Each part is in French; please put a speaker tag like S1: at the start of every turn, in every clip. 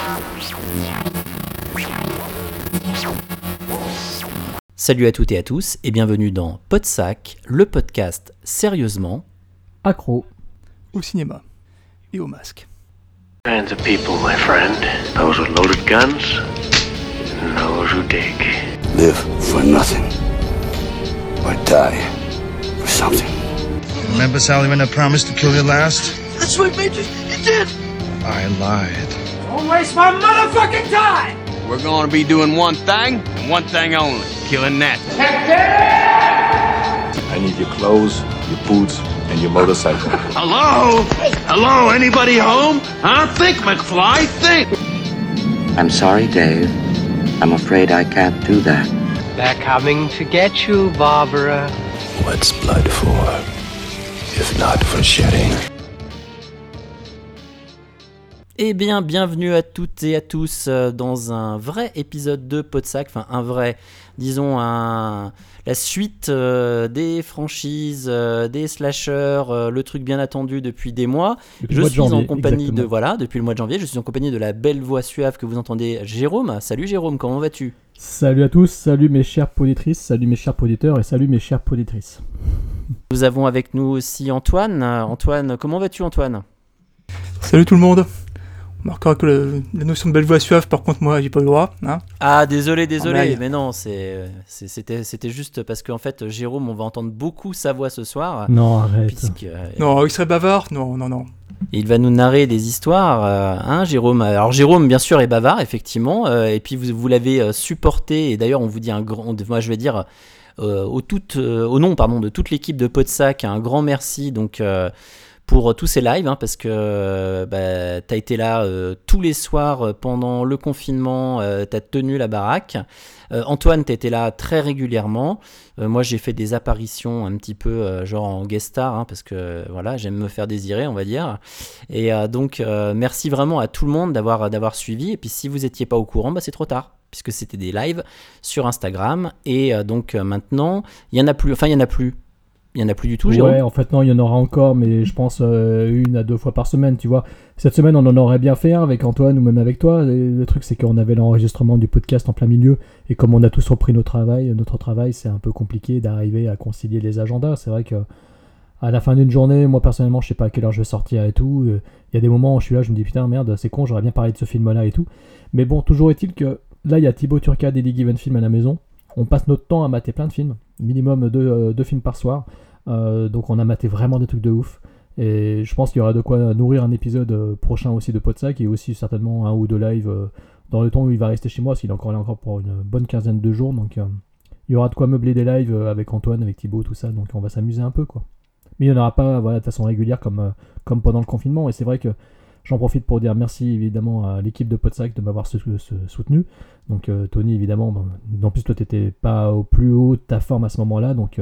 S1: Salut à toutes et à tous et bienvenue dans Podsac, le podcast sérieusement
S2: accro
S3: au cinéma et au masque.
S4: Kinds of people, my friend. Those with loaded guns and those who dig.
S5: Live for nothing or die for something.
S6: Remember, Sally, when I promised to kill you last?
S4: That's what made you did.
S6: I lied.
S7: Don't waste my motherfucking time!
S8: We're gonna be doing one thing, and one thing only. Killing that.
S9: I need your clothes, your boots, and your motorcycle.
S8: Hello? Hello? Anybody home? Huh? Think, McFly, think!
S10: I'm sorry, Dave. I'm afraid I can't do that.
S7: They're coming to get you, Barbara.
S5: What's blood for, if not for shedding?
S1: Eh bien, bienvenue à toutes et à tous dans un vrai épisode de Podsac, enfin un vrai, disons la suite des franchises, des slashers, le truc bien attendu depuis des mois.
S2: Depuis le
S1: mois de janvier, je suis en compagnie de la belle voix suave que vous entendez, Jérôme. Salut Jérôme, comment vas-tu ?
S2: Salut à tous, salut mes chères poditrices, salut mes chers poditeurs et salut mes chères poditrices.
S1: Nous avons avec nous aussi Antoine. Antoine, comment vas-tu Antoine ?
S3: Salut tout le monde. On remarquera que la notion de belle voix suave, par contre, moi, j'ai pas le droit. Hein.
S1: Ah, désolé, mais non, c'était juste parce qu'en fait, Jérôme, on va entendre beaucoup sa voix ce soir.
S2: Non, arrête.
S3: Non, il serait bavard. Non.
S1: Il va nous narrer des histoires, Jérôme. Alors, Jérôme, bien sûr, est bavard, effectivement. Et puis, vous l'avez supporté. Et d'ailleurs, on vous dit moi, je vais dire, au nom de toute l'équipe de Podsac, un grand merci. Donc, pour tous ces lives, parce que t'as été là tous les soirs pendant le confinement, t'as tenu la baraque. Antoine, t'as été là très régulièrement. Moi, j'ai fait des apparitions un petit peu genre en guest star, parce que voilà, j'aime me faire désirer, on va dire. Et donc, merci vraiment à tout le monde d'avoir suivi. Et puis, si vous n'étiez pas au courant, c'est trop tard, puisque c'était des lives sur Instagram. Et donc, maintenant, il y en a plus. Il n'y en a plus du tout, Jérôme ?
S2: Ouais, en fait, non, il y en aura encore, mais je pense 1 à 2 fois par semaine, tu vois. Cette semaine, on en aurait bien fait un avec Antoine ou même avec toi. Et le truc, c'est qu'on avait l'enregistrement du podcast en plein milieu. Et comme on a tous repris notre travail, c'est un peu compliqué d'arriver à concilier les agendas. C'est vrai que à la fin d'une journée, moi, personnellement, je sais pas à quelle heure je vais sortir et tout. Il y a des moments où je suis là, je me dis, putain, merde, c'est con, j'aurais bien parlé de ce film-là et tout. Mais bon, toujours est-il que là, il y a Thibaut Turcade et Daily Given Film à la maison. On passe notre temps à mater plein de films. Minimum 2 films par soir. Donc on a maté vraiment des trucs de ouf et je pense qu'il y aura de quoi nourrir un épisode prochain aussi de Podsac et aussi certainement 1 ou 2 lives dans le temps où il va rester chez moi, parce qu'il est encore là pour une bonne quinzaine de jours, donc il y aura de quoi meubler des lives avec Antoine, avec Thibaut, tout ça, donc on va s'amuser un peu quoi. Mais il n'y en aura pas de façon régulière comme pendant le confinement, et c'est vrai que j'en profite pour dire merci évidemment à l'équipe de Podsac de m'avoir soutenu. Donc Tony, évidemment, en plus toi t'étais pas au plus haut de ta forme à ce moment-là, donc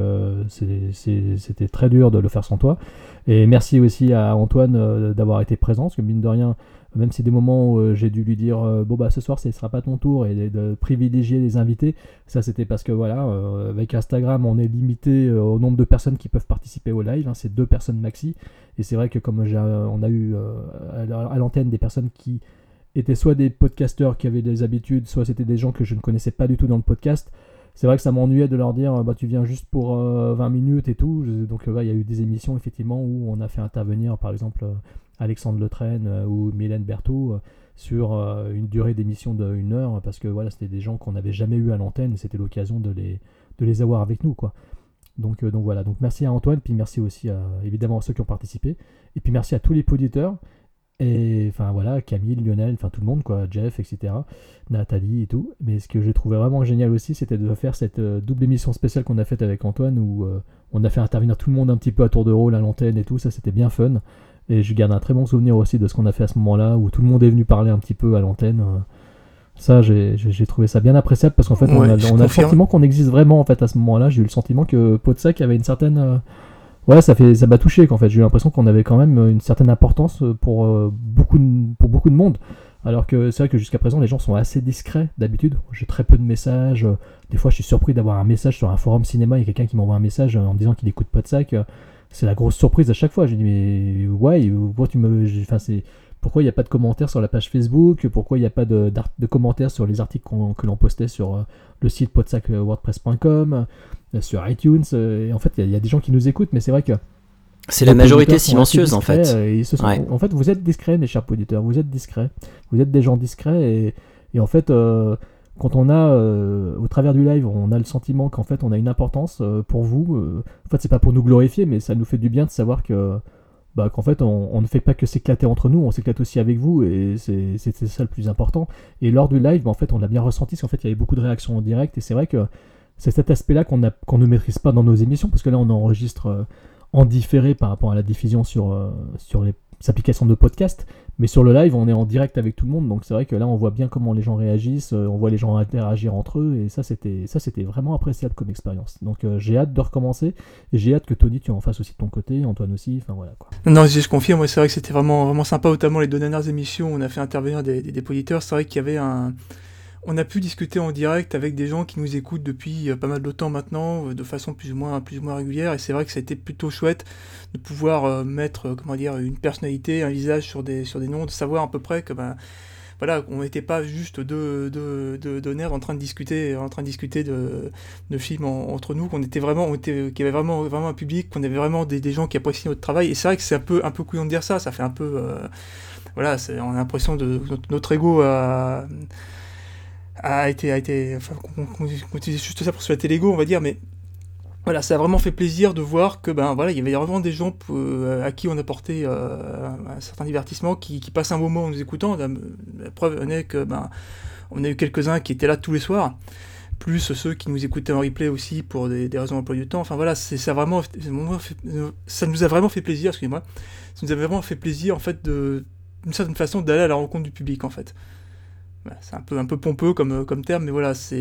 S2: c'était très dur de le faire sans toi. Et merci aussi à Antoine d'avoir été présent, parce que mine de rien, même si des moments où j'ai dû lui dire ce soir ce sera pas ton tour, et de privilégier les invités, ça c'était parce que voilà, avec Instagram on est limité au nombre de personnes qui peuvent participer au live, c'est 2 personnes maxi, et c'est vrai que comme on a eu à l'antenne des personnes qui étaient soit des podcasteurs qui avaient des habitudes, soit c'était des gens que je ne connaissais pas du tout dans le podcast, c'est vrai que ça m'ennuyait de leur dire tu viens juste pour 20 minutes et tout. Donc il y a eu des émissions effectivement où on a fait intervenir par exemple Alexandre Letraine ou Mylène Berthaud sur une durée d'émission de 1 heure, parce que voilà, c'était des gens qu'on n'avait jamais eu à l'antenne et c'était l'occasion de les avoir avec nous quoi. Donc voilà, donc merci à Antoine, puis merci aussi évidemment à ceux qui ont participé, et puis merci à tous les poditeurs. Et enfin voilà, Camille, Lionel, enfin tout le monde quoi, Jeff, etc., Nathalie et tout. Mais ce que j'ai trouvé vraiment génial aussi, c'était de faire cette double émission spéciale qu'on a faite avec Antoine, où on a fait intervenir tout le monde un petit peu à tour de rôle à l'antenne et tout. Ça c'était bien fun, et je garde un très bon souvenir aussi de ce qu'on a fait à ce moment-là, où tout le monde est venu parler un petit peu à l'antenne. Ça j'ai trouvé ça bien appréciable, parce qu'en fait on a le sentiment qu'on existe vraiment en fait à ce moment-là. J'ai eu le sentiment que Podsac avait une certaine ça m'a touché qu'en fait j'ai eu l'impression qu'on avait quand même une certaine importance pour beaucoup de monde, alors que c'est vrai que jusqu'à présent les gens sont assez discrets d'habitude. J'ai très peu de messages, des fois je suis surpris d'avoir un message sur un forum cinéma, il y a quelqu'un qui m'envoie un message en me disant qu'il écoute Podsac, c'est la grosse surprise à chaque fois. J'ai dit mais ouais, pourquoi tu me, enfin c'est pourquoi il n'y a pas de commentaires sur la page Facebook, pourquoi il n'y a pas de commentaires sur les articles que l'on postait sur le site podsac.wordpress.com, sur iTunes. Et en fait, il y a des gens qui nous écoutent, mais c'est vrai que
S1: c'est la majorité silencieuse en fait.
S2: Ouais. En fait, vous êtes discrets, mes chers auditeurs, vous êtes discrets. Vous êtes des gens discrets et en fait, quand on a, au travers du live, on a le sentiment qu'en fait, on a une importance pour vous. En fait, c'est pas pour nous glorifier, mais ça nous fait du bien de savoir qu'en fait, on ne fait pas que s'éclater entre nous, on s'éclate aussi avec vous et c'est ça le plus important. Et lors du live, en fait, on l'a bien ressenti, parce qu'en fait, il y avait beaucoup de réactions en direct et c'est vrai que c'est cet aspect-là qu'on ne maîtrise pas dans nos émissions, parce que là, on enregistre en différé par rapport à la diffusion sur les applications de podcast, mais sur le live on est en direct avec tout le monde, donc c'est vrai que là on voit bien comment les gens réagissent, on voit les gens interagir entre eux, et ça c'était vraiment appréciable comme expérience. Donc j'ai hâte de recommencer, et j'ai hâte que Tony tu en fasses aussi de ton côté, Antoine aussi, enfin voilà quoi.
S3: Non, je confirme, c'est vrai que c'était vraiment, vraiment sympa, notamment les 2 dernières émissions où on a fait intervenir des auditeurs. C'est vrai qu'il y avait on a pu discuter en direct avec des gens qui nous écoutent depuis pas mal de temps maintenant, de façon plus ou moins régulière, et c'est vrai que ça a été plutôt chouette de pouvoir mettre, une personnalité, un visage sur des noms, de savoir à peu près que voilà, on n'était pas juste deux nerds en train de discuter de films entre nous, qu'il y avait vraiment un public, qu'on avait vraiment des gens qui apprécient notre travail. Et c'est vrai que c'est un peu couillon de dire ça fait un peu voilà, on a l'impression de notre ego a été enfin, qu'on utilise juste ça pour se flatter l'ego, on va dire, mais voilà, ça a vraiment fait plaisir de voir que voilà, il y avait vraiment des gens à qui on apportait un certain divertissement, qui passent un moment en nous écoutant. La preuve en est que on a eu quelques-uns qui étaient là tous les soirs, plus ceux qui nous écoutaient en replay aussi pour des raisons d'emploi du temps. Enfin voilà, ça nous a vraiment fait plaisir, excusez-moi, ça nous a vraiment fait plaisir en fait d'une certaine façon d'aller à la rencontre du public en fait. Voilà, c'est un peu pompeux comme terme, mais voilà, ça,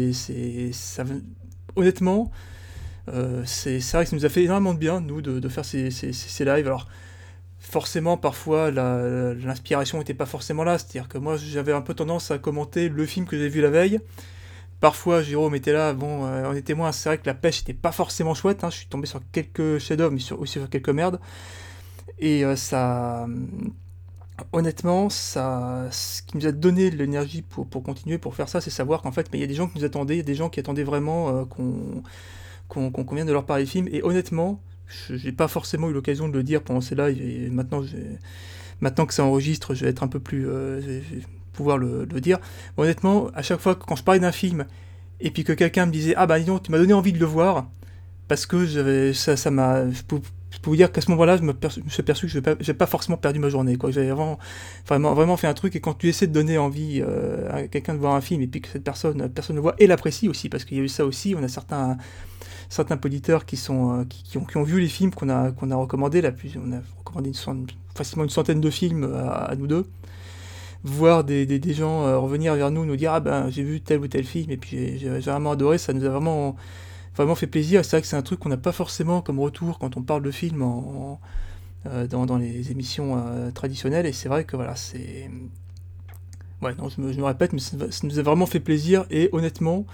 S3: honnêtement, c'est vrai que ça nous a fait énormément de bien, nous, de faire ces lives. Alors, forcément, parfois, l'inspiration n'était pas forcément là, c'est-à-dire que moi, j'avais un peu tendance à commenter le film que j'avais vu la veille. Parfois, Jérôme était là, on était moins, c'est vrai que la pêche n'était pas forcément chouette, je suis tombé sur quelques chefs-d'œuvre, mais aussi sur quelques merdes, et ça... Honnêtement, ce qui nous a donné de l'énergie pour continuer, pour faire ça, c'est savoir qu'en fait, il y a des gens qui nous attendaient, il y a des gens qui attendaient vraiment qu'on vienne de leur parler de film, et honnêtement, j'ai pas forcément eu l'occasion de le dire pendant ces lives, et maintenant que ça enregistre, je vais être un peu plus... je vais pouvoir le dire. Mais honnêtement, à chaque fois, quand je parlais d'un film, et puis que quelqu'un me disait « Ah bah dis donc, tu m'as donné envie de le voir », parce que ça m'a... Je peux vous dire qu'à ce moment-là, je me suis aperçu que j'ai pas forcément perdu ma journée, quoi. J'avais vraiment fait un truc, et quand tu essaies de donner envie à quelqu'un de voir un film, et puis que cette personne le voit et l'apprécie aussi, parce qu'il y a eu ça aussi, on a certains auditeurs qui ont vu les films qu'on a recommandés, on a recommandé facilement une centaine de films à nous deux, voir des gens revenir vers nous dire « Ah ben, j'ai vu tel ou tel film, et puis j'ai vraiment adoré », ça nous a vraiment fait plaisir. Et c'est vrai que c'est un truc qu'on n'a pas forcément comme retour quand on parle de films dans les émissions traditionnelles, et c'est vrai que voilà, c'est... Ouais, non, je me répète, mais ça nous a vraiment fait plaisir, et honnêtement,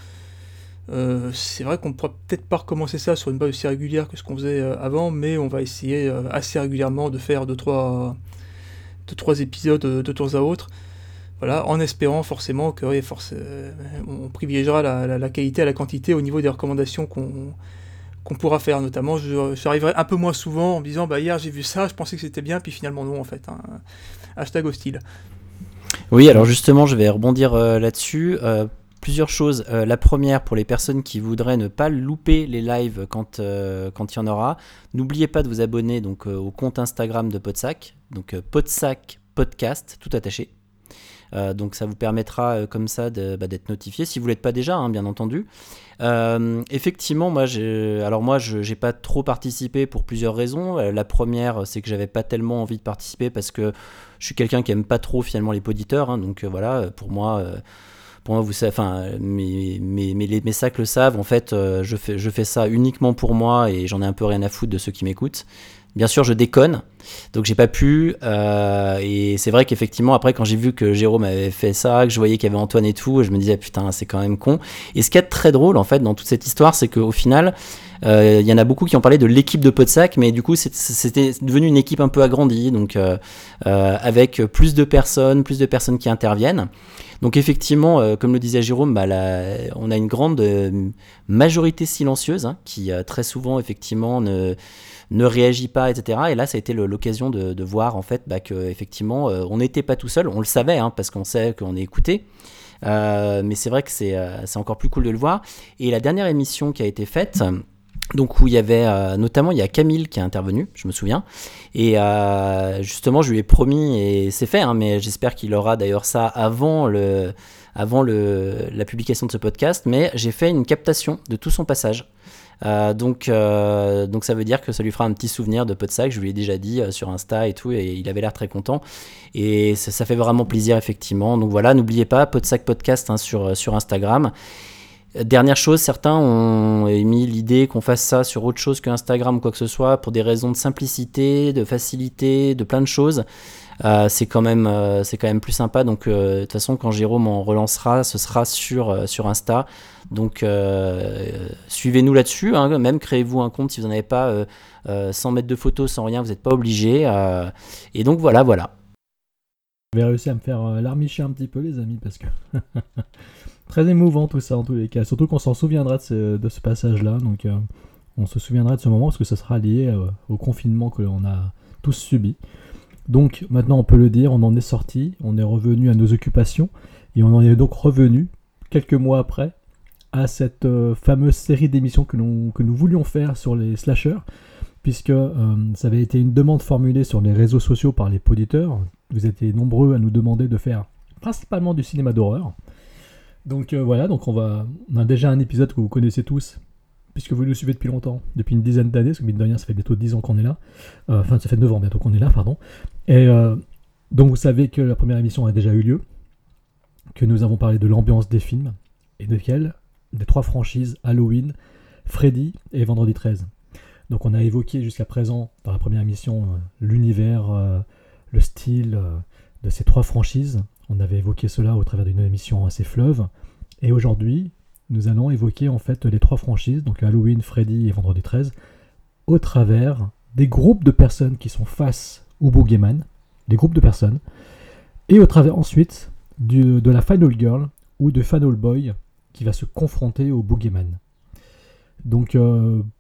S3: c'est vrai qu'on ne pourra peut-être pas recommencer ça sur une base aussi régulière que ce qu'on faisait avant, mais on va essayer assez régulièrement de faire 2-3 épisodes de temps à autre. Voilà, en espérant forcément que on privilégiera la qualité à la quantité au niveau des recommandations qu'on pourra faire. Notamment, j'arriverai un peu moins souvent en me disant « hier j'ai vu ça, je pensais que c'était bien, puis finalement non en fait. » #hostile.
S1: Oui, alors justement, je vais rebondir là-dessus. Plusieurs choses. La première, pour les personnes qui voudraient ne pas louper les lives quand il y en aura, n'oubliez pas de vous abonner donc, au compte Instagram de Podsac, donc Podsac Podcast, tout attaché. Donc ça vous permettra comme ça d'être notifié si vous ne l'êtes pas déjà, bien entendu. Effectivement, moi j'ai pas trop participé pour plusieurs raisons. La première, c'est que j'avais pas tellement envie de participer parce que je suis quelqu'un qui aime pas trop finalement les poditeurs, donc voilà, pour moi vous savez, enfin mes sacs le savent, en fait, je fais ça uniquement pour moi et j'en ai un peu rien à foutre de ceux qui m'écoutent. Bien sûr, je déconne. Donc j'ai pas pu, et c'est vrai qu'effectivement après quand j'ai vu que Jérôme avait fait ça, que je voyais qu'il y avait Antoine et tout, je me disais putain c'est quand même con. Et ce qui est très drôle en fait dans toute cette histoire, c'est qu'au final il y en a beaucoup qui ont parlé de l'équipe de Podsac, mais du coup c'était devenu une équipe un peu agrandie, donc avec plus de personnes qui interviennent. Donc effectivement, comme le disait Jérôme, on a une grande majorité silencieuse hein, qui très souvent effectivement ne réagit pas, etc. Et là, ça a été l'occasion de voir en fait que effectivement, on n'était pas tout seul. On le savait hein, parce qu'on sait qu'on est écouté. Mais c'est vrai que c'est encore plus cool de le voir. Et la dernière émission qui a été faite, donc où il y avait notamment il y a Camille qui est intervenu, je me souviens, et justement je lui ai promis, et c'est fait, hein, mais j'espère qu'il aura d'ailleurs ça avant la publication de ce podcast, mais j'ai fait une captation de tout son passage. Donc ça veut dire que ça lui fera un petit souvenir de Podsac. Je lui ai déjà dit sur Insta et tout, et il avait l'air très content, et ça fait vraiment plaisir effectivement. Donc voilà, n'oubliez pas Podsac Podcast hein, sur Instagram. Dernière chose, certains ont émis l'idée qu'on fasse ça sur autre chose que Instagram ou quoi que ce soit pour des raisons de simplicité, de facilité, de plein de choses. C'est quand même plus sympa. Donc de toute façon, quand Jérôme en relancera, ce sera sur Insta. Donc suivez-nous là-dessus. Hein, même créez-vous un compte si vous n'en avez pas, sans mettre de photos, sans rien, vous n'êtes pas obligé. Et donc voilà.
S2: Vous avez réussi à me faire larmicher un petit peu, les amis, parce que très émouvant tout ça en tous les cas. Surtout qu'on s'en souviendra de ce passage-là. Donc on se souviendra de ce moment parce que ça sera lié au confinement que l'on a tous subi. Donc maintenant on peut le dire, on en est sorti, on est revenu à nos occupations et on en est donc revenu quelques mois après à cette fameuse série d'émissions que nous voulions faire sur les slashers, puisque ça avait été une demande formulée sur les réseaux sociaux par les auditeurs. Vous étiez nombreux à nous demander de faire principalement du cinéma d'horreur. Donc voilà, donc on a déjà un épisode que vous connaissez tous, puisque vous nous suivez depuis longtemps, depuis une dizaine d'années, parce que mine de rien ça fait bientôt 10 ans qu'on est là, ça fait 9 ans bientôt qu'on est là, pardon. Et donc vous savez que la première émission a déjà eu lieu, que nous avons parlé de l'ambiance des films, et de quelle ? Des 3 franchises, Halloween, Freddy et Vendredi 13. Donc on a évoqué jusqu'à présent, dans la première émission, l'univers, le style de ces 3 franchises. On avait évoqué cela au travers d'une émission assez fleuve. Et aujourd'hui, nous allons évoquer en fait les 3 franchises, donc Halloween, Freddy et Vendredi 13, au travers des groupes de personnes qui sont face au Boogeyman, des groupes de personnes, et au travers ensuite de la Final Girl ou de Final Boy qui va se confronter au Boogeyman. Donc pourquoi ?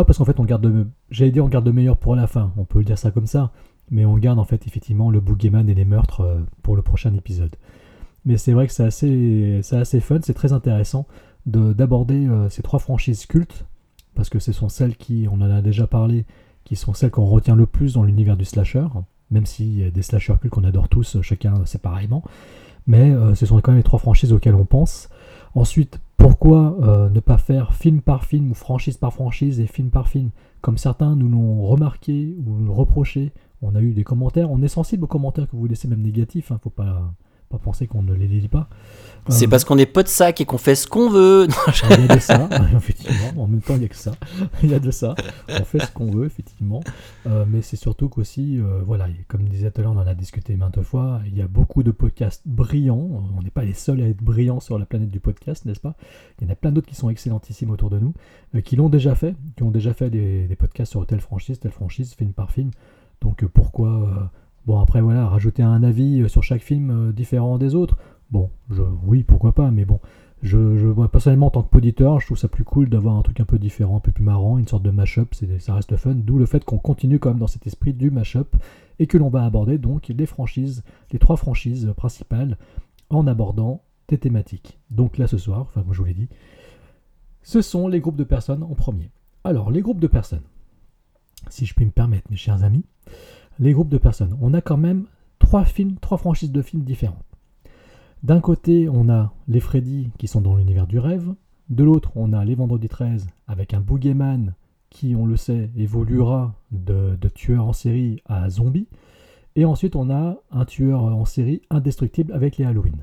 S2: Parce qu'en fait on garde le meilleur pour la fin, on peut le dire ça comme ça, mais on garde en fait effectivement le Boogeyman et les meurtres pour le prochain épisode. Mais c'est vrai que c'est assez fun, c'est très intéressant d'aborder ces 3 franchises cultes, parce que ce sont celles qui, on en a déjà parlé, qui sont celles qu'on retient le plus dans l'univers du slasher, même s'il y a des slashers cultes qu'on adore tous, chacun séparément, mais ce sont quand même les 3 franchises auxquelles on pense. Ensuite, pourquoi ne pas faire film par film ou franchise par franchise et film par film, comme certains nous l'ont remarqué ou nous reproché. On a eu des commentaires, on est sensible aux commentaires que vous laissez, même négatifs, faut pas penser qu'on ne les lit pas.
S1: C'est parce qu'on est Podsac et qu'on fait ce qu'on veut.
S2: Il y a de ça, effectivement, en même temps il y a que ça, il y a de ça, on fait ce qu'on veut, effectivement, mais c'est surtout qu'aussi, voilà, comme disait tout à l'heure, on en a discuté maintes fois, il y a beaucoup de podcasts brillants, on n'est pas les seuls à être brillants sur la planète du podcast, n'est-ce pas ? Il y en a plein d'autres qui sont excellentissimes autour de nous, qui l'ont déjà fait, qui ont déjà fait des podcasts sur telle franchise, film par film, donc pourquoi... Bon, après, voilà, rajouter un avis sur chaque film différent des autres, bon, oui, pourquoi pas, mais bon, moi, personnellement, en tant que poditeur, je trouve ça plus cool d'avoir un truc un peu différent, un peu plus marrant, une sorte de mash-up, ça reste fun, d'où le fait qu'on continue quand même dans cet esprit du mash-up, et que l'on va aborder donc les 3 franchises principales, en abordant des thématiques. Donc là, ce soir, enfin, comme je vous l'ai dit, ce sont les groupes de personnes en premier. Alors, les groupes de personnes, si je puis me permettre, mes chers amis, les groupes de personnes. On a quand même 3 franchises de films différentes. D'un côté, on a les Freddy qui sont dans l'univers du rêve. De l'autre, on a les Vendredi 13 avec un Boogeyman qui, on le sait, évoluera de tueur en série à zombie. Et ensuite, on a un tueur en série indestructible avec les Halloween.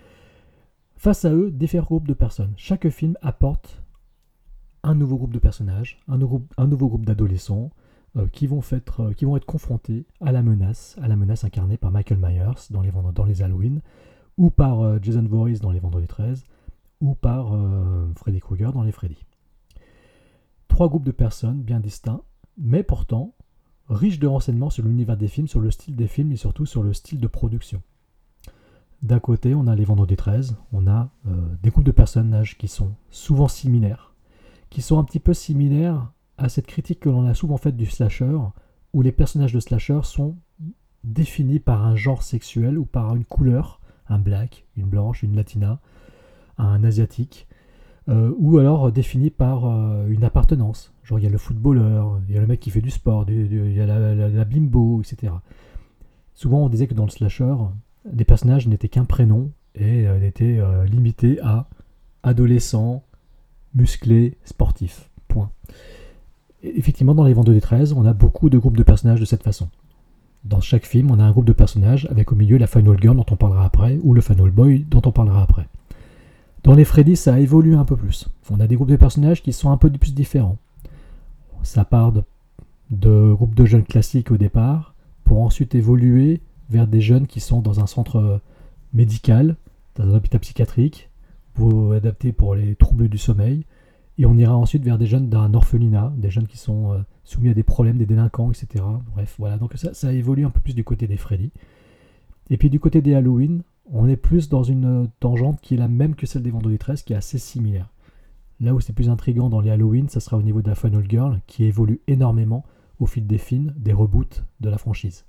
S2: Face à eux, différents groupes de personnes. Chaque film apporte un nouveau groupe de personnages, un nouveau groupe d'adolescents, qui vont être confrontés à la menace incarnée par Michael Myers dans les Halloween, ou par Jason Voorhees dans les Vendredi 13, ou par Freddy Krueger dans les Freddy. 3 groupes de personnes bien distincts, mais pourtant riches de renseignements sur l'univers des films, sur le style des films et surtout sur le style de production. D'un côté, on a les Vendredi 13, on a des groupes de personnages qui sont souvent similaires, qui sont un petit peu similaires à cette critique que l'on a souvent faite du slasher, où les personnages de slasher sont définis par un genre sexuel ou par une couleur, un black, une blanche, une latina, un asiatique, ou alors définis par une appartenance. Genre il y a le footballeur, il y a le mec qui fait du sport, il y a la bimbo, etc. Souvent on disait que dans le slasher, les personnages n'étaient qu'un prénom et étaient limités à adolescents, musclés, sportifs. Point. Et effectivement, dans les Vendredi 13, on a beaucoup de groupes de personnages de cette façon. Dans chaque film, on a un groupe de personnages avec au milieu la Final Girl dont on parlera après, ou le Final Boy dont on parlera après. Dans les Freddy, ça a évolué un peu plus. On a des groupes de personnages qui sont un peu plus différents. Ça part de groupes de jeunes classiques au départ, pour ensuite évoluer vers des jeunes qui sont dans un centre médical, dans un hôpital psychiatrique, adapté pour les troubles du sommeil, et on ira ensuite vers des jeunes d'un orphelinat, des jeunes qui sont soumis à des problèmes, des délinquants, etc. Bref, voilà, donc ça évolue un peu plus du côté des Freddy. Et puis du côté des Halloween, on est plus dans une tangente qui est la même que celle des Vendredi 13, qui est assez similaire. Là où c'est plus intriguant dans les Halloween, ça sera au niveau de la Final Girl, qui évolue énormément au fil des films, des reboots de la franchise.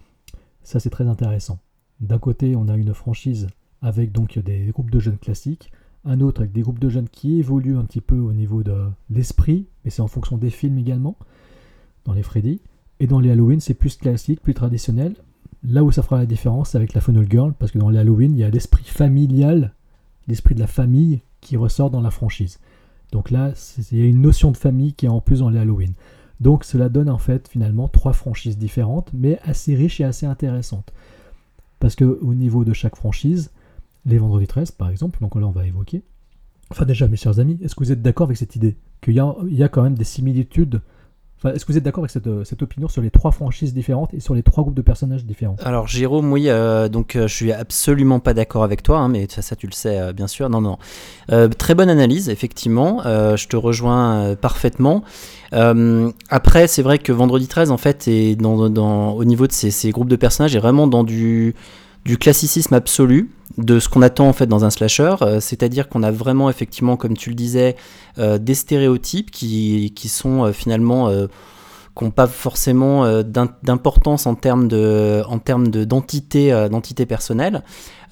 S2: Ça, c'est très intéressant. D'un côté, on a une franchise avec donc des groupes de jeunes classiques, un autre avec des groupes de jeunes qui évoluent un petit peu au niveau de l'esprit, mais c'est en fonction des films également, dans les Freddy. Et dans les Halloween, c'est plus classique, plus traditionnel. Là où ça fera la différence, c'est avec la Final Girl, parce que dans les Halloween, il y a l'esprit familial, l'esprit de la famille qui ressort dans la franchise. Donc là, il y a une notion de famille qui est en plus dans les Halloween. Donc cela donne en fait finalement 3 franchises différentes, mais assez riches et assez intéressantes. Parce qu'au niveau de chaque franchise, les Vendredi 13 par exemple, donc là on va évoquer. Enfin déjà mes chers amis, est-ce que vous êtes d'accord avec cette idée qu'il y a quand même des similitudes? Enfin, est-ce que vous êtes d'accord avec cette opinion sur les 3 franchises différentes et sur les 3 groupes de personnages différents?
S1: Alors Jérôme, oui, je suis absolument pas d'accord avec toi, hein, mais ça tu le sais bien sûr. Non. Très bonne analyse, effectivement. Je te rejoins parfaitement. Après, c'est vrai que Vendredi 13, en fait, est au niveau de ces groupes de personnages, est vraiment dans du classicisme absolu de ce qu'on attend en fait dans un slasher, c'est-à-dire qu'on a vraiment effectivement, comme tu le disais, des stéréotypes qui sont finalement qui n'ont pas forcément d'importance en termes d'identité personnelle.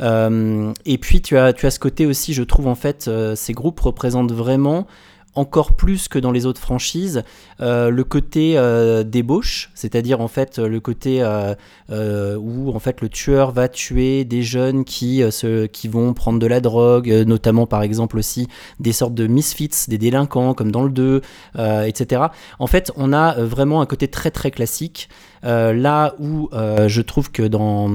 S1: Et puis tu as ce côté aussi, je trouve en fait, ces groupes représentent vraiment encore plus que dans les autres franchises, le côté débauche, c'est-à-dire en fait le côté où en fait le tueur va tuer des jeunes qui vont prendre de la drogue, notamment par exemple aussi des sortes de misfits, des délinquants comme dans le 2, etc. En fait, on a vraiment un côté très très classique. Là où je trouve que dans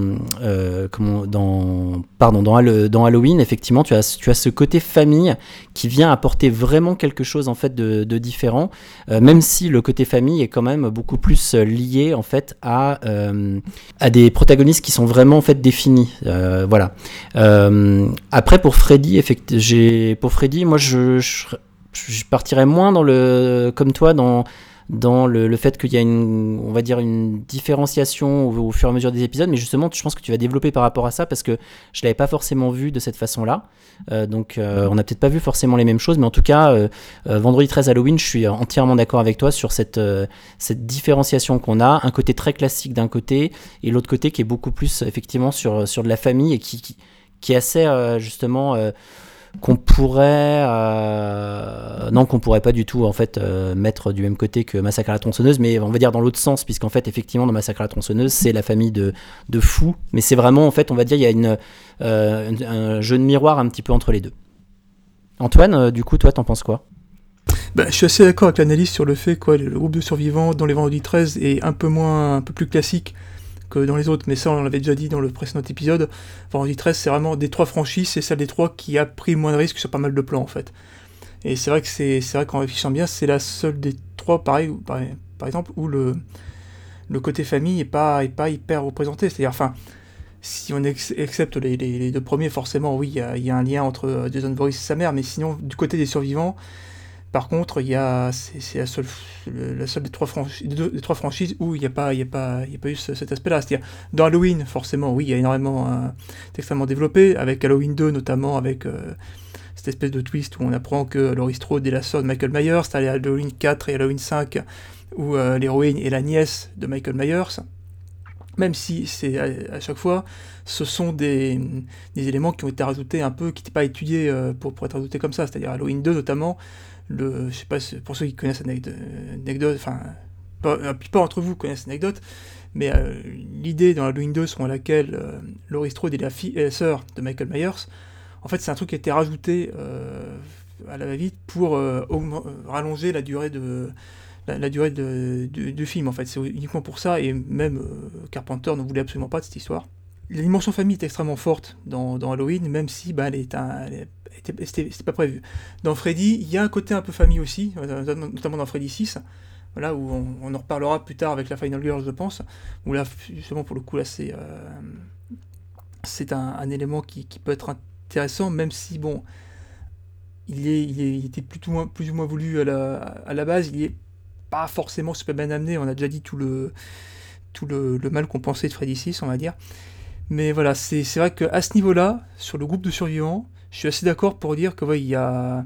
S1: Halloween, effectivement, tu as ce côté famille qui vient apporter vraiment quelque chose en fait de différent, même si le côté famille est quand même beaucoup plus lié en fait à des protagonistes qui sont vraiment en fait définis. Voilà. Après pour Freddy, moi je partirais moins comme toi dans le fait qu'il y a on va dire une différenciation au fur et à mesure des épisodes, mais justement je pense que tu vas développer par rapport à ça parce que je l'avais pas forcément vu de cette façon-là, donc on n'a peut-être pas vu forcément les mêmes choses, mais en tout cas Vendredi 13 Halloween, je suis entièrement d'accord avec toi sur cette différenciation qu'on a, un côté très classique d'un côté et l'autre côté qui est beaucoup plus effectivement sur de la famille et qui est assez justement qu'on pourrait pas du tout en fait mettre du même côté que Massacre à la tronçonneuse, mais on va dire dans l'autre sens, puisqu'en fait effectivement dans Massacre à la tronçonneuse c'est la famille de fous, mais c'est vraiment en fait on va dire il y a un jeu de miroir un petit peu entre les deux. Antoine, du coup toi t'en penses quoi?
S3: Je suis assez d'accord avec l'analyse sur le fait que le groupe de survivants dans les Vendredi 13 est un peu plus classique que dans les autres, mais ça on l'avait déjà dit dans le précédent épisode. Vendredi 13 c'est vraiment des 3 franchises, c'est celle des 3 qui a pris moins de risques sur pas mal de plans en fait. Et c'est vrai qu'en réfléchissant bien, c'est la seule des 3, pareil par exemple, où le côté famille est pas hyper représenté. C'est-à-dire, enfin, si on accepte les deux premiers, forcément, oui, il y a un lien entre Jason Voorhees et sa mère, mais sinon, du côté des survivants, par contre, c'est la seule des trois franchises où il n'y a pas eu cet aspect-là. C'est-à-dire, dans Halloween, forcément, oui, il y a énormément, c'est extrêmement développé, avec Halloween 2, notamment, avec cette espèce de twist où on apprend que Laurie Strode est la sœur de Michael Myers. T'as Halloween 4 et Halloween 5, où l'héroïne est la nièce de Michael Myers. Même si c'est à chaque fois, ce sont des éléments qui ont été rajoutés un peu, qui n'étaient pas étudiés pour être rajoutés comme ça. C'est-à-dire Halloween 2 notamment, je sais pas, pour ceux qui connaissent l'anecdote, enfin, la plupart d'entre vous connaissent l'anecdote, mais l'idée dans Halloween 2 selon laquelle Laurie Strode est la sœur de Michael Myers, en fait c'est un truc qui a été rajouté à la va-vite pour rallonger la durée du film, en fait. C'est uniquement pour ça, et même Carpenter ne voulait absolument pas de cette histoire. La dimension famille est extrêmement forte dans Halloween, même si c'était pas prévu. Dans Freddy, il y a un côté un peu famille aussi, notamment dans Freddy 6, voilà, où on en reparlera plus tard avec la Final Girl, je pense, où là, justement, pour le coup, là, c'est un élément qui peut être intéressant, même si, bon, il était plus ou moins voulu à la base, il est pas forcément super bien amené, on a déjà dit tout le mal qu'on pensait de Freddy 6, on va dire. Mais voilà, c'est vrai qu'à ce niveau-là, sur le groupe de survivants, je suis assez d'accord pour dire que ouais, il y a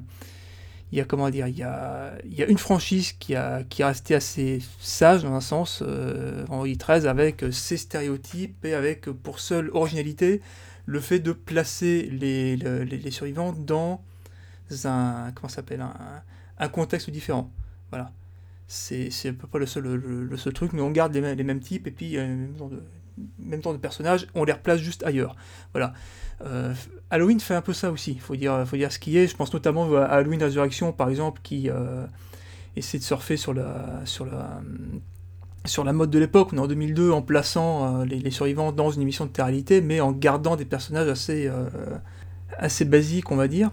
S3: une franchise qui est restée assez sage dans un sens, Vendredi 13, avec ses stéréotypes et avec pour seule originalité le fait de placer les survivants dans un contexte différent. Voilà. C'est à peu près le seul truc, mais on garde les mêmes types, et puis même temps de personnages, on les replace juste ailleurs. Voilà. Halloween fait un peu ça aussi, faut dire ce qui est. Je pense notamment à Halloween Resurrection, par exemple, qui essaie de surfer sur la mode de l'époque. On est en 2002, en plaçant les survivants dans une émission de télé-réalité, mais en gardant des personnages assez basiques, on va dire.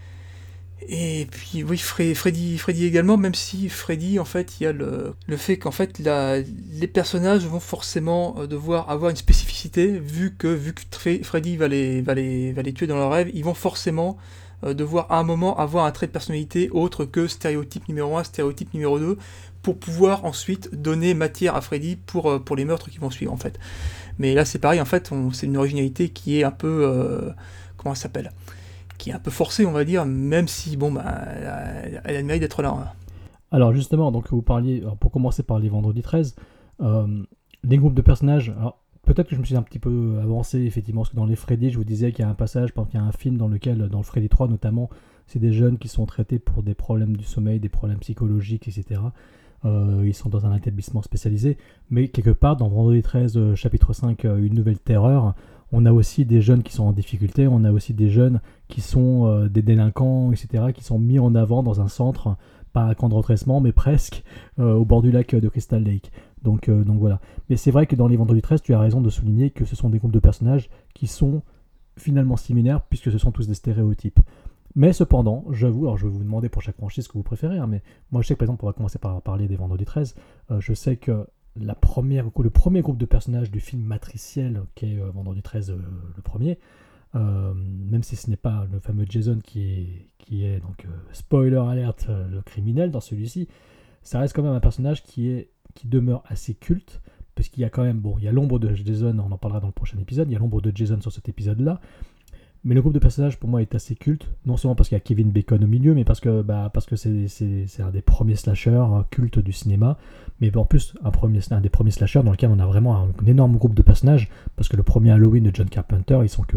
S3: Et puis oui, Freddy également, même si Freddy, en fait, il y a le fait qu'en fait les personnages vont forcément devoir avoir une spécificité, vu que Freddy va les tuer dans leur rêve, ils vont forcément devoir à un moment avoir un trait de personnalité autre que stéréotype numéro 1, stéréotype numéro 2, pour pouvoir ensuite donner matière à Freddy pour les meurtres qui vont suivre, en fait. Mais là c'est pareil, en fait, c'est une originalité qui est un peu... comment ça s'appelle ? Qui est un peu forcée, on va dire, même si, bon, elle a le mérite d'être là. Hein.
S2: Alors justement, donc vous parliez, pour commencer par les Vendredi 13, les groupes de personnages, alors peut-être que je me suis un petit peu avancé, effectivement, parce que dans les Freddy, je vous disais qu'il y a un passage, par exemple, il y a un film dans le Freddy 3 notamment, c'est des jeunes qui sont traités pour des problèmes du sommeil, des problèmes psychologiques, etc. Ils sont dans un établissement spécialisé, mais quelque part, dans Vendredi 13, chapitre 5, Une nouvelle terreur, on a aussi des jeunes qui sont en difficulté, on a aussi des jeunes qui sont des délinquants, etc., qui sont mis en avant dans un centre, pas un camp de retraitement, mais presque, au bord du lac de Crystal Lake. Donc voilà. Mais c'est vrai que dans les Vendredi 13, tu as raison de souligner que ce sont des groupes de personnages qui sont finalement similaires, puisque ce sont tous des stéréotypes. Mais cependant, j'avoue, alors je vais vous demander pour chaque franchise ce que vous préférez, hein, mais moi je sais que par exemple, on va commencer par parler des Vendredi 13, je sais que le premier groupe de personnages du film matriciel qui est Vendredi 13 le premier, même si ce n'est pas le fameux Jason qui est donc spoiler alert, le criminel dans celui-ci, ça reste quand même un personnage qui demeure assez culte, parce qu'il y a quand même, bon, il y a l'ombre de Jason, on en parlera dans le prochain épisode, il y a l'ombre de Jason sur cet épisode-là, mais le groupe de personnages pour moi est assez culte, non seulement parce qu'il y a Kevin Bacon au milieu, mais parce que c'est un des premiers slashers cultes du cinéma, mais en plus un des premiers slashers dans lequel on a vraiment un énorme groupe de personnages, parce que le premier Halloween de John Carpenter, ils sont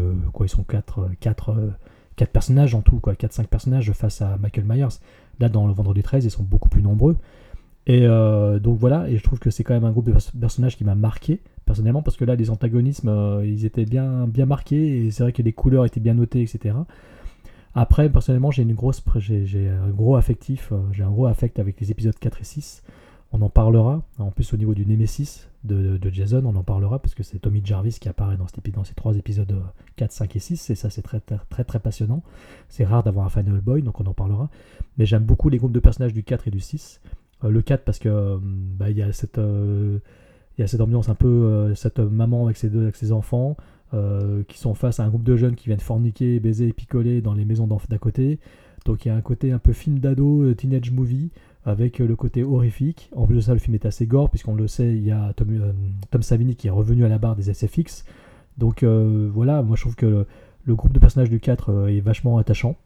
S2: 4 personnages en tout, 4-5 personnages face à Michael Myers. Là dans le Vendredi 13, ils sont beaucoup plus nombreux. Et donc voilà, et je trouve que c'est quand même un groupe de personnages qui m'a marqué personnellement, parce que là les antagonismes ils étaient bien marqués, et c'est vrai que les couleurs étaient bien notées, etc. Après personnellement j'ai un gros affect avec les épisodes 4 et 6. On en parlera, en plus au niveau du Nemesis de Jason, on en parlera, parce que c'est Tommy Jarvis qui apparaît dans ces 3 épisodes 4, 5 et 6, et ça c'est très très très passionnant. C'est rare d'avoir un Final Boy, donc on en parlera. Mais j'aime beaucoup les groupes de personnages du 4 et du 6. Le 4 parce que il y a cette ambiance un peu, cette maman avec ses enfants qui sont face à un groupe de jeunes qui viennent forniquer, baiser et picoler dans les maisons d'à côté. Donc il y a un côté un peu film d'ado, teenage movie, avec le côté horrifique. En plus de ça, le film est assez gore, puisqu'on le sait, il y a Tom Savini qui est revenu à la barre des SFX. Donc voilà, moi je trouve que le groupe de personnages du 4 est vachement attachant.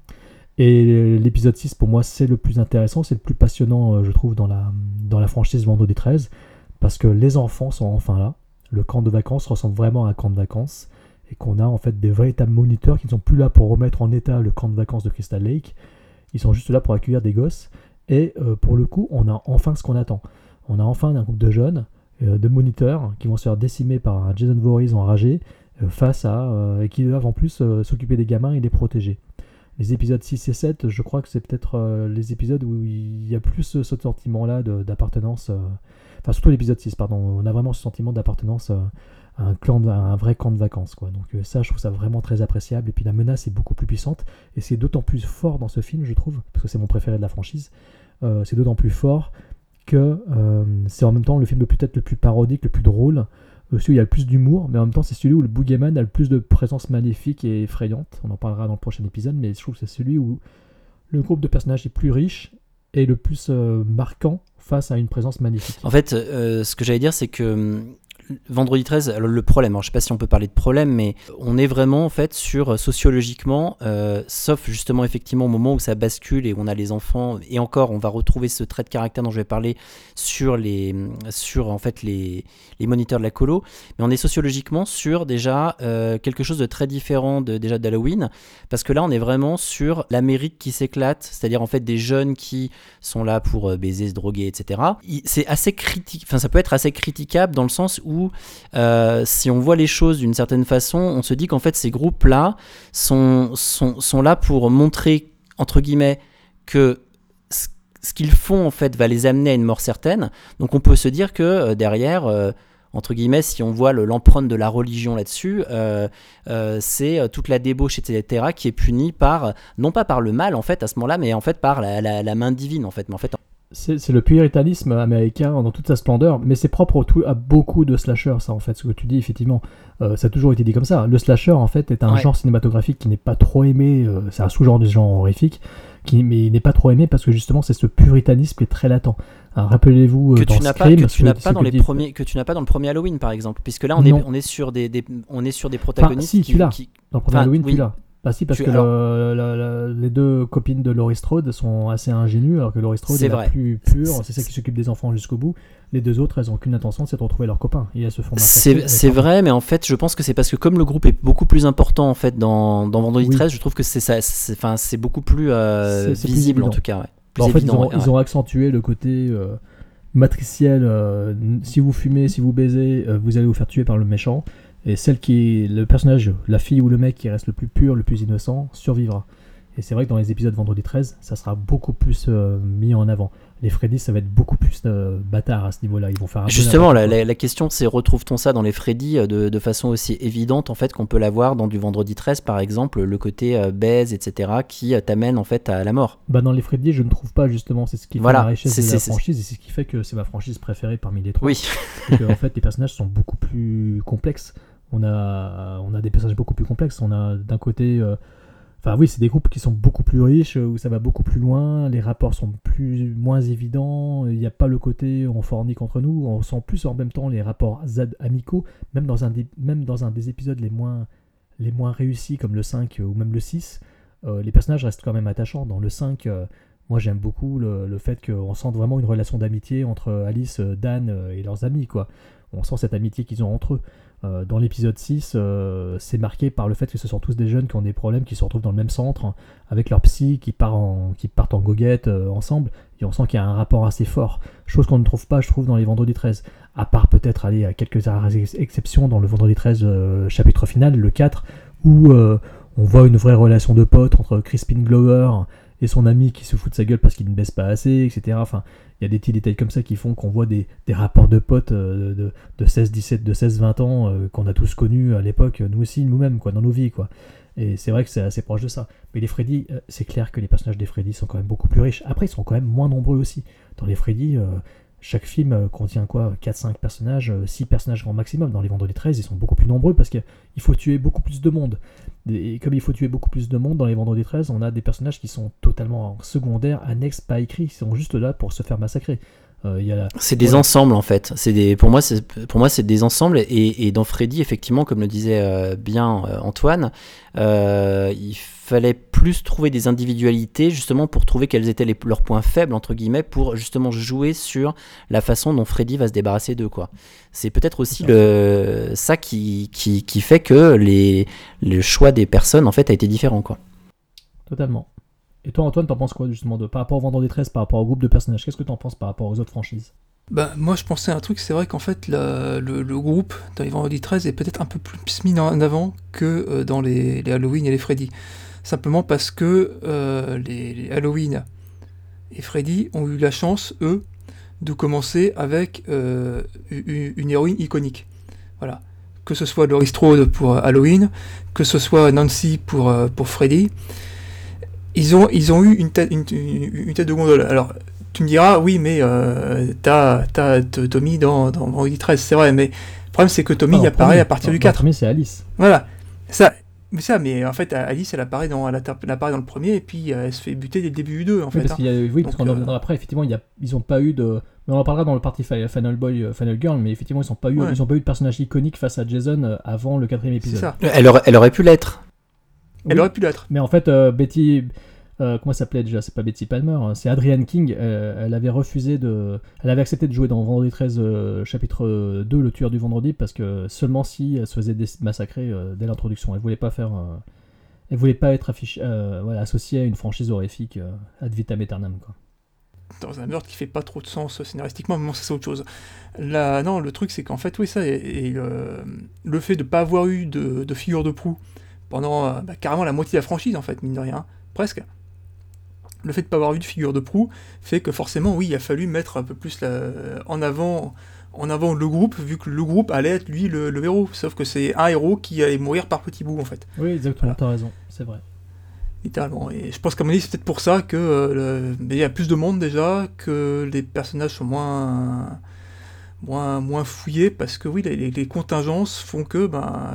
S2: Et l'épisode 6, pour moi, c'est le plus intéressant, c'est le plus passionnant, je trouve, dans la franchise Vendredi 13, parce que les enfants sont enfin là. Le camp de vacances ressemble vraiment à un camp de vacances, et qu'on a en fait des véritables moniteurs qui ne sont plus là pour remettre en état le camp de vacances de Crystal Lake. Ils sont juste là pour accueillir des gosses. Et pour le coup, on a enfin ce qu'on attend. On a enfin un groupe de jeunes, de moniteurs, qui vont se faire décimer par un Jason Voorhees enragé, face à... et qui doivent en plus s'occuper des gamins et les protéger. Les épisodes 6 et 7, je crois que c'est peut-être les épisodes où il y a plus ce sentiment-là d'appartenance... Enfin, surtout l'épisode 6, pardon. On a vraiment ce sentiment d'appartenance à un vrai camp de vacances, quoi. Donc ça, je trouve ça vraiment très appréciable. Et puis la menace est beaucoup plus puissante. Et c'est d'autant plus fort dans ce film, je trouve, parce que c'est mon préféré de la franchise. C'est d'autant plus fort que c'est en même temps le film peut-être le plus parodique, le plus drôle, celui où il y a le plus d'humour, mais en même temps c'est celui où le boogeyman a le plus de présence maléfique et effrayante. On en parlera dans le prochain épisode, mais je trouve que c'est celui où le groupe de personnages est plus riche et le plus marquant face à une présence maléfique.
S1: En fait, ce que j'allais dire, c'est que Vendredi 13, le problème, alors je sais pas si on peut parler de problème, mais on est vraiment en fait sur sociologiquement, sauf justement effectivement au moment où ça bascule et où on a les enfants, et encore on va retrouver ce trait de caractère dont je vais parler sur en fait les moniteurs de la colo, mais on est sociologiquement sur déjà quelque chose de très différent déjà d'Halloween, parce que là on est vraiment sur l'Amérique qui s'éclate, c'est-à-dire en fait des jeunes qui sont là pour baiser, se droguer, etc. C'est assez critique, enfin ça peut être assez critiquable dans le sens où si on voit les choses d'une certaine façon, on se dit qu'en fait ces groupes-là sont là pour montrer, entre guillemets, que ce qu'ils font en fait va les amener à une mort certaine. Donc on peut se dire que derrière, entre guillemets, si on voit l'empreinte de la religion là-dessus, c'est toute la débauche, etc., qui est punie non pas par le mal en fait à ce moment-là, mais en fait par la main divine en fait. Mais en fait,
S2: c'est le puritanisme américain dans toute sa splendeur, mais c'est propre à beaucoup de slashers, ça en fait, ce que tu dis, effectivement. Ça a toujours été dit comme ça. Le slasher, en fait, est un genre cinématographique qui n'est pas trop aimé, c'est un sous-genre du genre horrifique, mais il n'est pas trop aimé parce que justement, c'est ce puritanisme qui est très latent. Alors, rappelez-vous
S1: que
S2: dans
S1: tu n'as
S2: Scream,
S1: pas, que tu n'as pas dans les premiers, que tu n'as pas dans le premier Halloween, par exemple, puisque là, on est sur des protagonistes
S2: tu l'as. Dans le premier Halloween, tu l'as. Bah si, parce que les deux copines de Laurie Strode sont assez ingénues, alors que Laurie Strode est la plus pure, c'est celle qui s'occupe des enfants jusqu'au bout. Les deux autres, elles n'ont qu'une intention, c'est de retrouver leurs copains. Et elles se font
S1: c'est vrai, mais en fait, je pense que c'est parce que comme le groupe est beaucoup plus important en fait dans Vendredi 13, je trouve que c'est beaucoup plus visible en tout cas. Ouais.
S2: En fait, ils ont accentué le côté matriciel. Si vous fumez, si vous baisez, vous allez vous faire tuer par le méchant. Et le personnage, la fille ou le mec qui reste le plus pur, le plus innocent, survivra. Et c'est vrai que dans les épisodes Vendredi 13, ça sera beaucoup plus mis en avant. Les Freddy, ça va être beaucoup plus bâtard à ce niveau-là. Ils vont faire
S1: justement, la question, c'est retrouve-t-on ça dans les Freddy de façon aussi évidente en fait qu'on peut l'avoir dans du Vendredi 13, par exemple, le côté baise, etc., qui t'amène en fait à la mort.
S2: Dans les Freddy, je ne trouve pas justement. C'est ce qui fait la richesse de la franchise et c'est ce qui fait que c'est ma franchise préférée parmi les trois.
S1: Oui.
S2: C'est que, en fait, les personnages sont beaucoup plus complexes. On a des personnages beaucoup plus complexes. On a d'un côté... Enfin oui, c'est des groupes qui sont beaucoup plus riches, où ça va beaucoup plus loin, les rapports sont moins évidents, il n'y a pas le côté on fornique entre nous, on sent plus en même temps les rapports amicaux, même dans un des épisodes les moins réussis comme le 5 ou même le 6, les personnages restent quand même attachants. Dans le 5, moi j'aime beaucoup le fait qu'on sente vraiment une relation d'amitié entre Alice, Dan et leurs amis, quoi. On sent cette amitié qu'ils ont entre eux. Dans l'épisode 6, c'est marqué par le fait que ce sont tous des jeunes qui ont des problèmes, qui se retrouvent dans le même centre, avec leur psy, qui partent en goguette ensemble, et on sent qu'il y a un rapport assez fort. Chose qu'on ne trouve pas, je trouve, dans les Vendredi 13. À part peut-être aller à quelques exceptions dans le Vendredi 13 chapitre final, le 4, où on voit une vraie relation de potes entre Crispin Glover et son ami qui se fout de sa gueule parce qu'il ne baisse pas assez, etc. Enfin, il y a des petits détails comme ça qui font qu'on voit des rapports de potes de 16, 17, de 16, 20 ans qu'on a tous connus à l'époque, nous aussi, nous-mêmes, quoi, dans nos vies, quoi. Et c'est vrai que c'est assez proche de ça. Mais les Freddy, c'est clair que les personnages des Freddy sont quand même beaucoup plus riches. Après, ils sont quand même moins nombreux aussi. Dans les Freddy, chaque film contient quoi, 4-5 personnages, 6 personnages grand maximum. Dans les Vendredi 13, ils sont beaucoup plus nombreux parce qu'il faut tuer beaucoup plus de monde. Et comme il faut tuer beaucoup plus de monde dans les Vendredi 13, on a des personnages qui sont totalement secondaires, annexes, pas écrits, qui sont juste là pour se faire massacrer.
S1: C'est des ensembles en fait. Pour moi, c'est des ensembles. Et dans Freddy, effectivement, comme le disait bien Antoine, il fallait plus trouver des individualités justement pour trouver quels étaient leurs points faibles entre guillemets pour justement jouer sur la façon dont Freddy va se débarrasser d'eux, quoi. C'est peut-être aussi ça qui fait que le choix des personnes en fait a été différent, quoi.
S2: Totalement. Et toi, Antoine, t'en penses quoi justement par rapport au Vendredi 13, par rapport au groupe de personnages? Qu'est-ce que t'en penses par rapport aux autres franchises?
S3: Moi, je pensais à un truc, c'est vrai qu'en fait, le groupe dans les Vendredi 13 est peut-être un peu plus mis en avant que dans les Halloween et les Freddy. Simplement parce que les Halloween et Freddy ont eu la chance, eux, de commencer avec une héroïne iconique. Voilà. Que ce soit Laurie Strode pour Halloween, que ce soit Nancy pour Freddy. Ils ont eu une tête de gondole. Alors, tu me diras, oui, mais t'as Tommy dans Vendredi 13, c'est vrai, mais le problème, c'est que Tommy apparaît à partir du 4.
S2: Le premier, c'est Alice.
S3: Voilà. Mais en fait, Alice, elle apparaît dans le premier, et puis elle se fait buter dès le début du 2, en fait.
S2: Parce qu'on en reviendra après, effectivement, ils n'ont pas eu de... Mais on en parlera dans le party Final Boy, Final Girl, mais effectivement, ils n'ont pas eu de personnage iconique face à Jason avant le 4e épisode.
S3: C'est ça.
S1: Elle aurait pu l'être.
S3: Elle aurait pu l'être.
S2: Mais en fait, Betty... comment elle s'appelait déjà? C'est pas Betty Palmer, hein, c'est Adrienne King. Elle avait accepté de jouer dans Vendredi 13 chapitre 2, le tueur du vendredi, parce que seulement si elle se faisait massacrer dès l'introduction. Elle voulait pas être associée à une franchise horrifique ad vitam aeternam, quoi.
S3: Dans un meurtre qui fait pas trop de sens scénaristiquement, mais bon, ça c'est autre chose. Là, non, le truc c'est qu'en fait, oui, ça, et le fait de pas avoir eu de figure de proue pendant carrément la moitié de la franchise, en fait, mine de rien, presque. Le fait de ne pas avoir eu de figure de proue fait que forcément, oui, il a fallu mettre un peu plus en avant le groupe, vu que le groupe allait être, lui, le héros. Sauf que c'est un héros qui allait mourir par petits bouts, en fait.
S2: Oui, exactement, t'as raison, c'est vrai.
S3: Littéralement. Et je pense qu'à mon avis, c'est peut-être pour ça que il y a plus de monde déjà, que les personnages sont moins fouillés, parce que oui, les contingences font que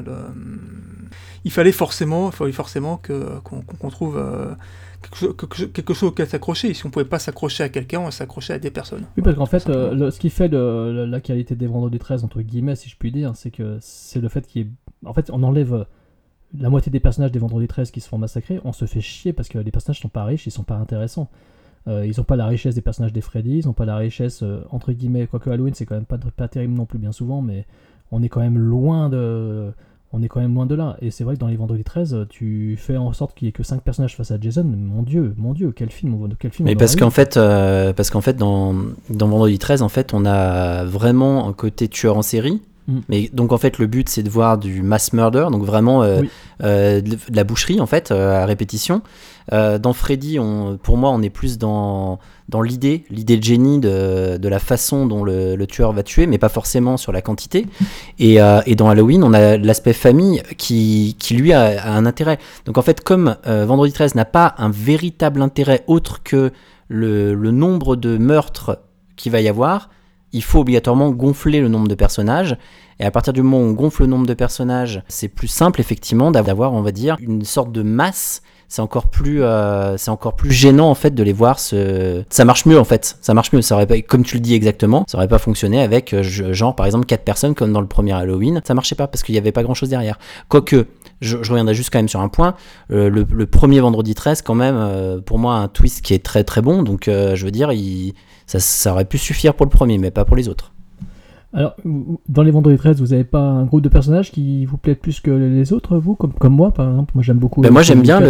S3: il fallait forcément qu'on trouve quelque chose auquel s'accrocher. Et si on pouvait pas s'accrocher à quelqu'un, on s'accrochait à des personnes.
S2: Oui, parce qu'en fait, ce qui fait la qualité des Vendredi 13, entre guillemets, si je puis dire, c'est le fait en fait, on enlève la moitié des personnages des Vendredi 13 qui se font massacrer, on se fait chier parce que les personnages sont pas riches, ils sont pas intéressants. Ils ont pas la richesse des personnages des Freddy, ils ont pas la richesse, entre guillemets, quoique Halloween c'est quand même pas terrible non plus bien souvent, mais on est quand même loin de là. Et c'est vrai que dans les Vendredi 13, tu fais en sorte qu'il y ait que 5 personnages face à Jason. Mon Dieu, quel film.
S1: Mais parce qu'en fait, dans Vendredi 13, en fait, on a vraiment un côté tueur en série. Mais donc en fait le but c'est de voir du mass murder, donc vraiment de la boucherie en fait à répétition. Dans Freddy, pour moi on est plus dans l'idée de génie de la façon dont le tueur va tuer, mais pas forcément sur la quantité. Et dans Halloween on a l'aspect famille qui lui a un intérêt. Donc en fait comme Vendredi 13 n'a pas un véritable intérêt autre que le nombre de meurtres qu'il va y avoir, il faut obligatoirement gonfler le nombre de personnages. Et à partir du moment où on gonfle le nombre de personnages, c'est plus simple effectivement d'avoir, on va dire, une sorte de masse. C'est encore plus gênant en fait de les voir ça marche mieux en fait. Ça marche mieux. Ça aurait pas, comme tu le dis exactement, ça aurait pas fonctionné avec genre par exemple 4 personnes comme dans le premier Halloween. Ça marchait pas parce qu'il y avait pas grand chose derrière. Quoique, je reviendrai juste quand même sur un point. Le premier Vendredi 13 quand même, pour moi un twist qui est très très bon. Donc je veux dire, ça aurait pu suffire pour le premier, mais pas pour les autres.
S2: Alors, dans les Vendredi 13, vous avez pas un groupe de personnages qui vous plaît plus que les autres, vous, comme moi, par exemple? Moi, j'aime beaucoup...
S1: moi, j'aime bien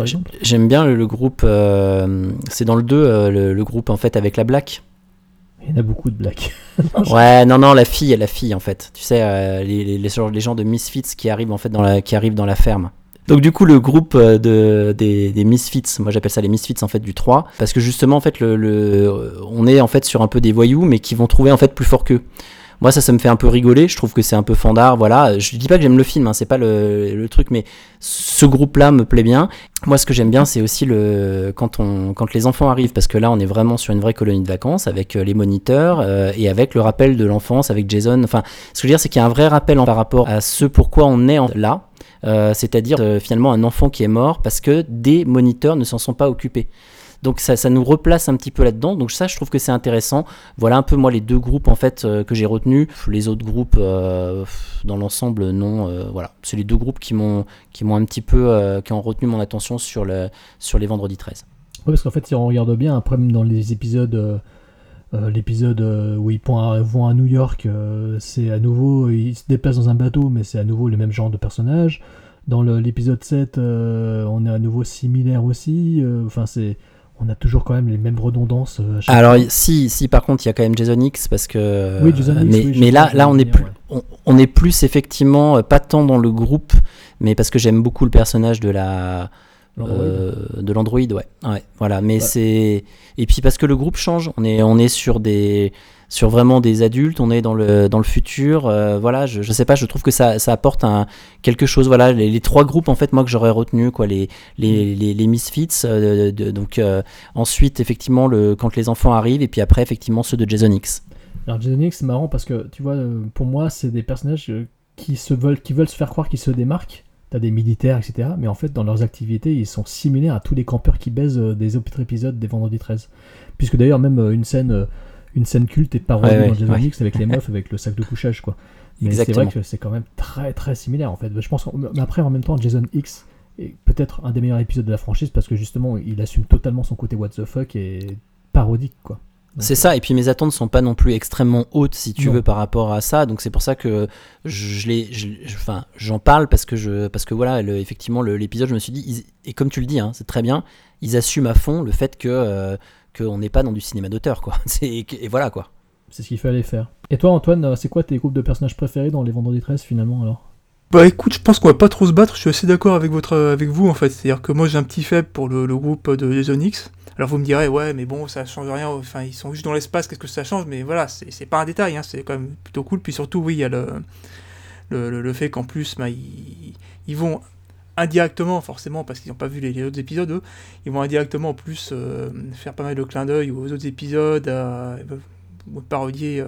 S1: le groupe... c'est dans le 2, le groupe, en fait, avec la Black.
S2: Il y en a beaucoup de Black.
S1: Ouais, non, la fille, en fait. Tu sais, les gens de Misfits qui arrivent, en fait, dans la ferme. Donc du coup le groupe des Misfits, moi j'appelle ça les Misfits en fait du 3, parce que justement en fait on est en fait sur un peu des voyous mais qui vont trouver en fait plus fort qu'eux. Moi ça me fait un peu rigoler, je trouve que c'est un peu fandard, voilà. Je dis pas que j'aime le film, hein, c'est pas le truc, mais ce groupe-là me plaît bien. Moi ce que j'aime bien c'est aussi quand les enfants arrivent, parce que là on est vraiment sur une vraie colonie de vacances avec les moniteurs et avec le rappel de l'enfance avec Jason. Enfin, ce que je veux dire c'est qu'il y a un vrai rappel par rapport à ce pourquoi on est là. C'est-à-dire finalement un enfant qui est mort parce que des moniteurs ne s'en sont pas occupés. Donc ça nous replace un petit peu là-dedans. Donc ça, je trouve que c'est intéressant. Voilà un peu moi les deux groupes en fait que j'ai retenus. Les autres groupes dans l'ensemble non. Voilà, c'est les deux groupes qui m'ont un petit peu qui ont retenu mon attention sur les Vendredi 13.
S2: Ouais, parce qu'en fait, si on regarde bien, après même dans les épisodes, l'épisode où ils vont à New York, c'est à nouveau, ils se déplacent dans un bateau, mais c'est à nouveau le même genre de personnage. Dans l'épisode 7, on est à nouveau similaire aussi. Enfin, on a toujours quand même les mêmes redondances.
S1: Alors si par contre il y a quand même Jason X parce que
S2: oui, Jason X,
S1: mais là on est plus effectivement pas tant dans le groupe, mais parce que j'aime beaucoup le personnage de l'android, ouais, voilà, mais c'est et puis parce que le groupe change, on est sur vraiment des adultes, on est dans le futur, voilà, je sais pas, je trouve que ça apporte quelque chose, voilà, les trois groupes en fait moi que j'aurais retenu quoi, les Misfits, donc ensuite effectivement quand les enfants arrivent et puis après effectivement ceux de Jason X.
S2: Alors Jason X c'est marrant parce que tu vois, pour moi c'est des personnages qui veulent se faire croire qu'ils se démarquent. T'as des militaires, etc. Mais en fait, dans leurs activités, ils sont similaires à tous les campeurs qui baisent des autres épisodes des Vendredi 13. Puisque d'ailleurs, même une scène culte est parodiée dans Jason X avec les meufs, avec le sac de couchage, quoi. Mais exactement. C'est vrai que c'est quand même très très similaire, en fait. Je pense mais après, en même temps, Jason X est peut-être un des meilleurs épisodes de la franchise parce que justement, il assume totalement son côté what the fuck et parodique, quoi. Donc,
S1: c'est ça, et puis mes attentes sont pas non plus extrêmement hautes si tu veux par rapport à ça, donc c'est pour ça que j'en parle parce que voilà, effectivement l'épisode, je me suis dit, et comme tu le dis, hein, c'est très bien, ils assument à fond le fait qu'on n'est pas dans du cinéma d'auteur, quoi. Et voilà, quoi.
S2: C'est ce qu'il fallait faire. Et toi, Antoine, c'est quoi tes groupes de personnages préférés dans les Vendredi 13 finalement alors ?
S3: Bah écoute, je pense qu'on va pas trop se battre, je suis assez d'accord avec vous en fait, c'est-à-dire que moi j'ai un petit faible pour le groupe de Jason X. Alors vous me direz, ouais mais bon ça change rien, enfin ils sont juste dans l'espace, qu'est-ce que ça change, mais voilà, c'est pas un détail, hein, c'est quand même plutôt cool, puis surtout oui il y a le fait qu'en plus bah, ils vont indirectement forcément, parce qu'ils n'ont pas vu les autres épisodes, eux, ils vont indirectement en plus faire pas mal de clins d'œil aux autres épisodes, parodier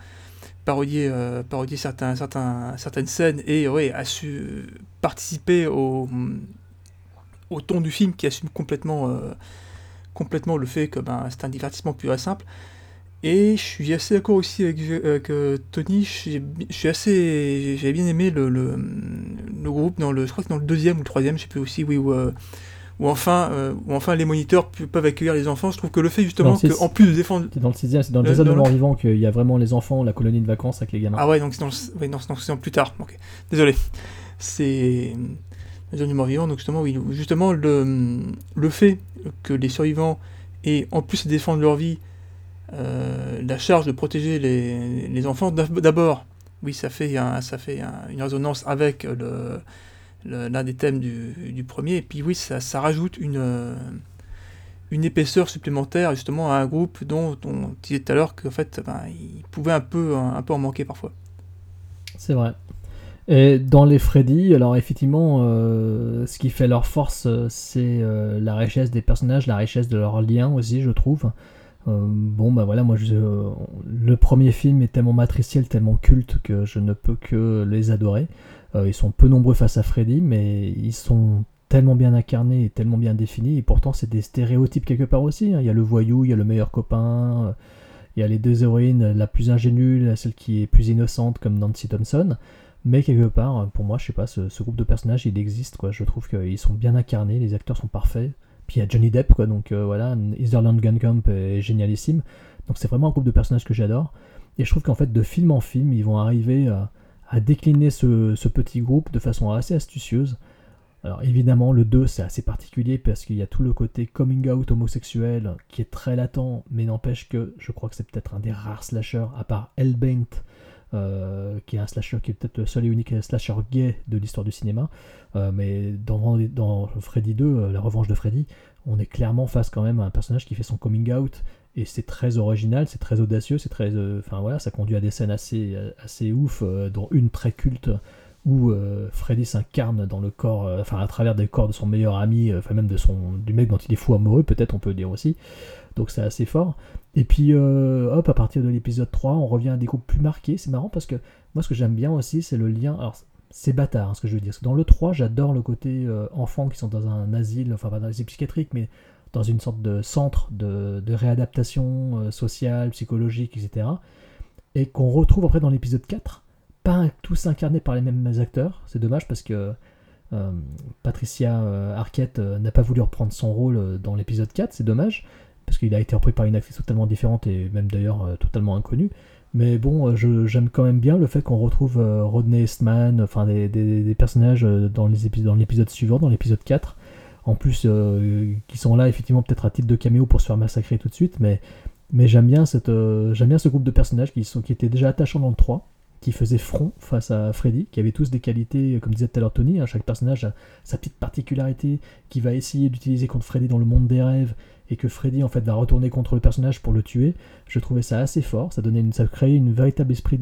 S3: certaines scènes et ouais, a su participer au ton du film qui assume complètement le fait que c'est un divertissement pur et simple. Et je suis assez d'accord aussi avec Tony, j'avais bien aimé le groupe, je crois que dans le deuxième ou le troisième, je sais plus aussi, oui, où enfin les moniteurs peuvent accueillir les enfants. Je trouve que le fait justement qu'en plus de défendre...
S2: C'est dans le sixième, c'est dans le Jason de mort vivant qu'il y a vraiment les enfants, la colonie de vacances avec les gamins.
S3: Ah ouais, donc c'est plus tard, ok. Désolé. C'est... Jason du mort vivant, donc justement le fait que les survivants aient en plus de défendre leur vie la charge de protéger les enfants, d'abord, oui, ça fait une résonance avec l'un des thèmes du premier, et puis oui, ça rajoute une épaisseur supplémentaire justement à un groupe dont on disait tout à l'heure qu'en fait il pouvait un peu en manquer parfois.
S2: C'est vrai. Et dans les Freddy, alors effectivement, ce qui fait leur force, c'est la richesse des personnages, la richesse de leurs liens aussi, je trouve. Voilà, moi le premier film est tellement matriciel, tellement culte que je ne peux que les adorer. Ils sont peu nombreux face à Freddy, mais ils sont tellement bien incarnés et tellement bien définis, et pourtant c'est des stéréotypes quelque part aussi, hein. Il y a le voyou, il y a le meilleur copain, il y a les deux héroïnes, la plus ingénue, celle qui est plus innocente comme Nancy Thompson, mais quelque part, pour moi, je sais pas, ce groupe de personnages, il existe, quoi. Je trouve qu'ils sont bien incarnés, les acteurs sont parfaits. Puis il y a Johnny Depp, quoi, donc voilà, Sutherland Gun Camp est génialissime. Donc c'est vraiment un groupe de personnages que j'adore. Et je trouve qu'en fait, de film en film, ils vont arriver à décliner ce petit groupe de façon assez astucieuse. Alors évidemment, le 2, c'est assez particulier parce qu'il y a tout le côté coming out homosexuel qui est très latent, mais n'empêche que je crois que c'est peut-être un des rares slashers, à part Hellbent, qui est un slasher qui est peut-être le seul et unique slasher gay de l'histoire du cinéma. Mais dans Freddy 2, La Revanche de Freddy, on est clairement face quand même à un personnage qui fait son coming out, et c'est très original, c'est très audacieux, c'est très, ça conduit à des scènes assez ouf, dont une très culte où Freddy s'incarne dans le corps, à travers des corps de son meilleur ami, même du mec dont il est fou amoureux, peut-être on peut le dire aussi. Donc c'est assez fort. Et puis à partir de l'épisode 3, on revient à des groupes plus marqués. C'est marrant parce que moi ce que j'aime bien aussi, c'est le lien. Alors c'est bâtard, ce que je veux dire. Parce que dans le 3, j'adore le côté enfants qui sont dans un asile, pas dans un asile psychiatrique, mais dans une sorte de centre de réadaptation sociale, psychologique, etc. Et qu'on retrouve après dans l'épisode 4, pas tous incarnés par les mêmes acteurs. C'est dommage parce que Patricia Arquette n'a pas voulu reprendre son rôle dans l'épisode 4, c'est dommage, parce qu'il a été repris par une actrice totalement différente et même d'ailleurs totalement inconnue. Mais bon, j'aime quand même bien le fait qu'on retrouve Rodney Eastman, des personnages dans l'épisode suivant, dans l'épisode 4. En plus, qui sont là effectivement peut-être à titre de caméo pour se faire massacrer tout de suite, mais j'aime bien ce groupe de personnages qui étaient déjà attachants dans le 3, qui faisaient front face à Freddy, qui avaient tous des qualités, comme disait tout à l'heure Tony, chaque personnage a sa petite particularité qu'il va essayer d'utiliser contre Freddy dans le monde des rêves, et que Freddy en fait va retourner contre le personnage pour le tuer. Je trouvais ça assez fort, ça créait un véritable esprit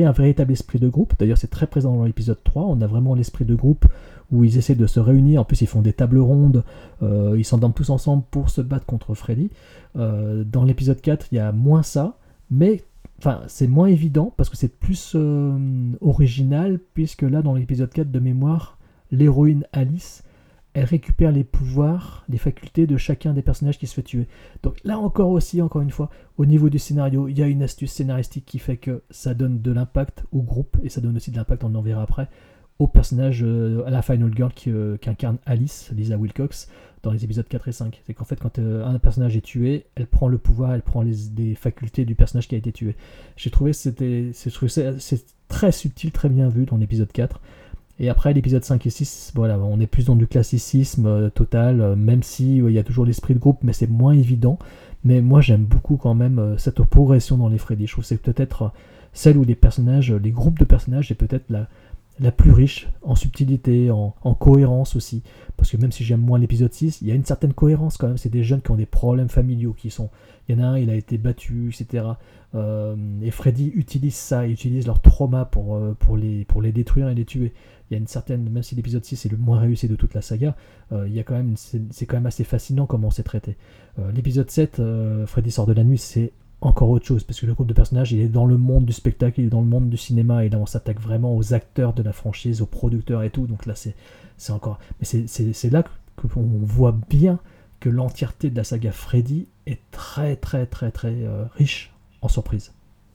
S2: de groupe. D'ailleurs c'est très présent dans l'épisode 3, on a vraiment l'esprit de groupe où ils essaient de se réunir, en plus ils font des tables rondes, ils s'endorment tous ensemble pour se battre contre Freddy. Dans l'épisode 4 il y a moins ça, mais c'est moins évident parce que c'est plus original, puisque là dans l'épisode 4 de mémoire, l'héroïne Alice, elle récupère les pouvoirs, les facultés de chacun des personnages qui se fait tuer. Donc là encore une fois, au niveau du scénario, il y a une astuce scénaristique qui fait que ça donne de l'impact au groupe, et ça donne aussi de l'impact, on en verra après, au personnage, à la Final Girl qu'incarne Alice, Lisa Wilcox, dans les épisodes 4 et 5. C'est qu'en fait, quand un personnage est tué, elle prend le pouvoir, elle prend des facultés du personnage qui a été tué. J'ai trouvé que c'est très subtil, très bien vu dans l'épisode 4. Et après, l'épisode 5 et 6, voilà, on est plus dans du classicisme total, même si il y a toujours l'esprit de groupe, mais c'est moins évident. Mais moi, j'aime beaucoup quand même cette progression dans les Freddy. Je trouve que c'est peut-être celle où les groupes de personnages est peut-être la plus riche en subtilité, en cohérence aussi. Parce que même si j'aime moins l'épisode 6, il y a une certaine cohérence quand même. C'est des jeunes qui ont des problèmes familiaux, il y en a un, il a été battu, etc. Et Freddy utilise ça, il utilise leur trauma pour les détruire et les tuer. Il y a une certaine, même si l'épisode 6 est le moins réussi de toute la saga, il y a quand même, c'est quand même assez fascinant comment c'est traité. L'épisode 7, Freddy sort de la nuit, c'est encore autre chose, parce que le groupe de personnages, il est dans le monde du spectacle, il est dans le monde du cinéma, et là on s'attaque vraiment aux acteurs de la franchise, aux producteurs et tout, donc là c'est encore... Mais c'est là qu'on voit bien que l'entièreté de la saga Freddy est très très très très riche en surprises.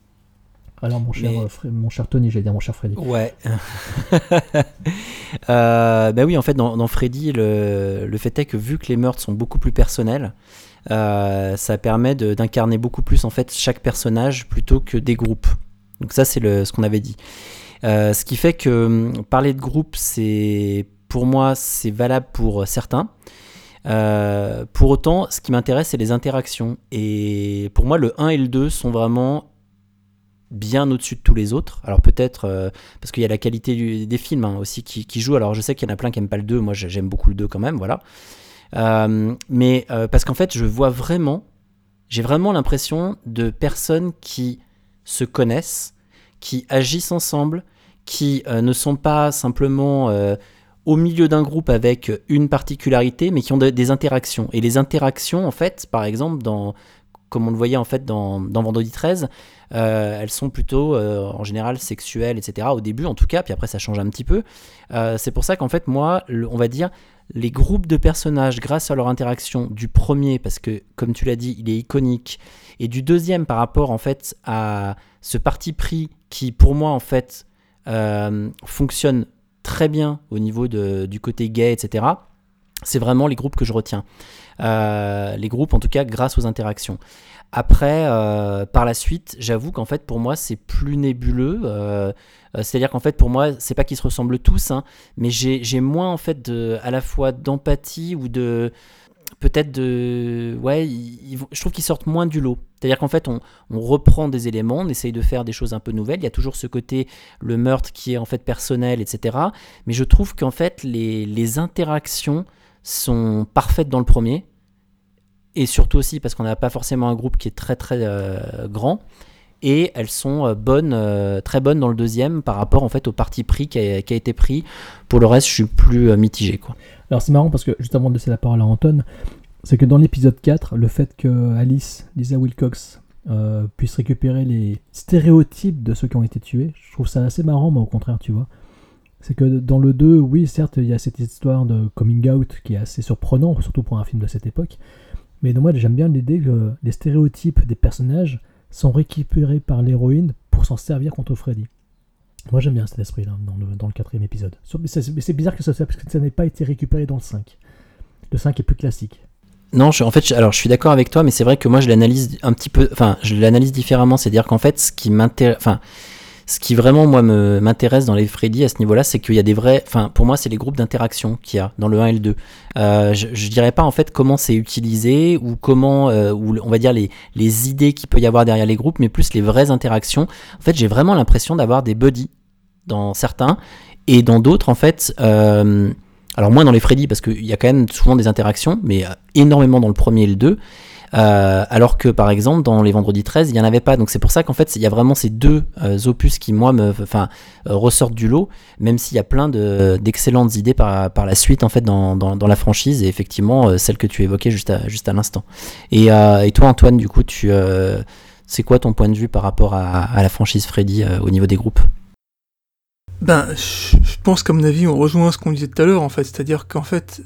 S2: Alors mon cher Tony, j'allais dire mon cher Freddy.
S1: Ouais. Oui, en fait dans Freddy, le fait est que vu que les meurtres sont beaucoup plus personnels, ça permet d'incarner beaucoup plus en fait chaque personnage plutôt que des groupes. Donc ça c'est ce qu'on avait dit. Ce qui fait que parler de groupe, pour moi c'est valable pour certains. Pour autant, ce qui m'intéresse c'est les interactions. Et pour moi le 1 et le 2 sont vraiment bien au-dessus de tous les autres. Alors peut-être parce qu'il y a la qualité des films aussi qui joue. Alors je sais qu'il y en a plein qui n'aiment pas le 2, moi j'aime beaucoup le 2 quand même, voilà. Mais parce qu'en fait j'ai vraiment l'impression de personnes qui se connaissent, qui agissent ensemble, qui ne sont pas simplement au milieu d'un groupe avec une particularité, mais qui ont des interactions. Et les interactions, en fait, par exemple, comme on le voyait en fait dans Vendredi 13, elles sont plutôt en général sexuelles, etc. Au début en tout cas, puis après ça change un petit peu. C'est pour ça qu'en fait moi, on va dire, les groupes de personnages grâce à leur interaction du premier, parce que comme tu l'as dit, il est iconique, et du deuxième par rapport en fait à ce parti pris qui pour moi en fait fonctionne très bien au niveau du côté gay, etc. C'est vraiment les groupes que je retiens. Les groupes en tout cas grâce aux interactions. Après, par la suite, j'avoue qu'en fait pour moi c'est plus nébuleux. C'est-à-dire qu'en fait pour moi c'est pas qu'ils se ressemblent tous, hein, mais j'ai moins en fait à la fois d'empathie ou je trouve qu'ils sortent moins du lot. C'est-à-dire qu'en fait, on reprend des éléments, on essaye de faire des choses un peu nouvelles. Il y a toujours ce côté, le meurtre qui est en fait personnel, etc. Mais je trouve qu'en fait, les interactions sont parfaites dans le premier. Et surtout aussi parce qu'on n'a pas forcément un groupe qui est très très grand. Et elles sont très bonnes dans le deuxième par rapport en fait au parti pris qui a été pris. Pour le reste, je suis plus mitigé, quoi.
S2: Alors c'est marrant parce que juste avant de laisser la parole à Anton, c'est que dans l'épisode 4, le fait que Alice, Lisa Wilcox, puisse récupérer les stéréotypes de ceux qui ont été tués, je trouve ça assez marrant, moi au contraire, tu vois. C'est que dans le 2, oui, certes, il y a cette histoire de coming out qui est assez surprenant, surtout pour un film de cette époque. Mais moi, j'aime bien l'idée que les stéréotypes des personnages sont récupérés par l'héroïne pour s'en servir contre Freddy. Moi, j'aime bien cet esprit-là dans le 4e épisode. Mais c'est bizarre que ça n'ait pas été récupéré dans le 5. Le 5 est plus classique.
S1: Non, je suis d'accord avec toi, mais c'est vrai que moi je l'analyse un petit peu, je l'analyse différemment. C'est-à-dire qu'en fait, ce qui vraiment moi m'intéresse dans les Freddy à ce niveau-là, c'est qu'il y a des vrais, pour moi c'est les groupes d'interaction qu'il y a dans le 1 et le 2. Je dirais pas en fait comment c'est utilisé ou comment, ou on va dire les idées qu'il peut y avoir derrière les groupes, mais plus les vraies interactions. En fait, j'ai vraiment l'impression d'avoir des buddies dans certains et dans d'autres en fait. Alors moins dans les Freddy parce qu'il y a quand même souvent des interactions, mais énormément dans le premier et le 2. Alors que par exemple dans les Vendredi 13 il n'y en avait pas, donc c'est pour ça qu'en fait il y a vraiment ces deux opus qui moi ressortent du lot, même s'il y a plein d'excellentes idées par la suite en fait dans la franchise, et effectivement celle que tu évoquais juste à l'instant. Et toi Antoine, du coup c'est quoi ton point de vue par rapport à la franchise Freddy au niveau des groupes?
S3: Je pense qu'à mon avis on rejoint ce qu'on disait tout à l'heure en fait, c'est-à-dire qu'en fait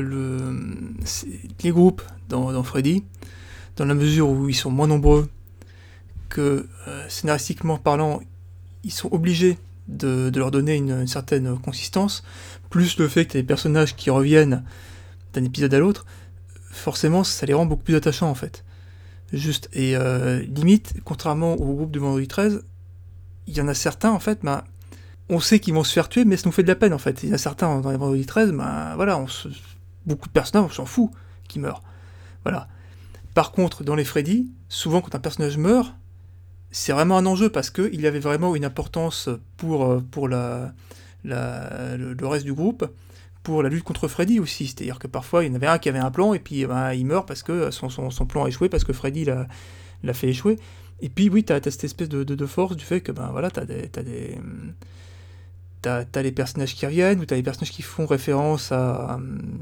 S3: les groupes dans Freddy, dans la mesure où ils sont moins nombreux, que scénaristiquement parlant ils sont obligés de leur donner une certaine consistance, plus le fait que tu as des personnages qui reviennent d'un épisode à l'autre, forcément ça les rend beaucoup plus attachants en fait. Juste, et limite, contrairement au groupe de Vendredi 13, il y en a certains en fait, on sait qu'ils vont se faire tuer, mais ça nous fait de la peine en fait. Il y en a certains dans les Vendredi 13, beaucoup de personnages, on s'en fout qu'ils meurent. Voilà. Par contre, dans les Freddy, souvent quand un personnage meurt, c'est vraiment un enjeu parce qu'il y avait vraiment une importance pour le reste du groupe, pour la lutte contre Freddy aussi. C'est-à-dire que parfois, il y en avait un qui avait un plan et puis il meurt parce que son plan a échoué, parce que Freddy l'a fait échouer. Et puis oui, t'as cette espèce de force du fait que t'as les personnages qui reviennent, ou t'as les personnages qui font référence à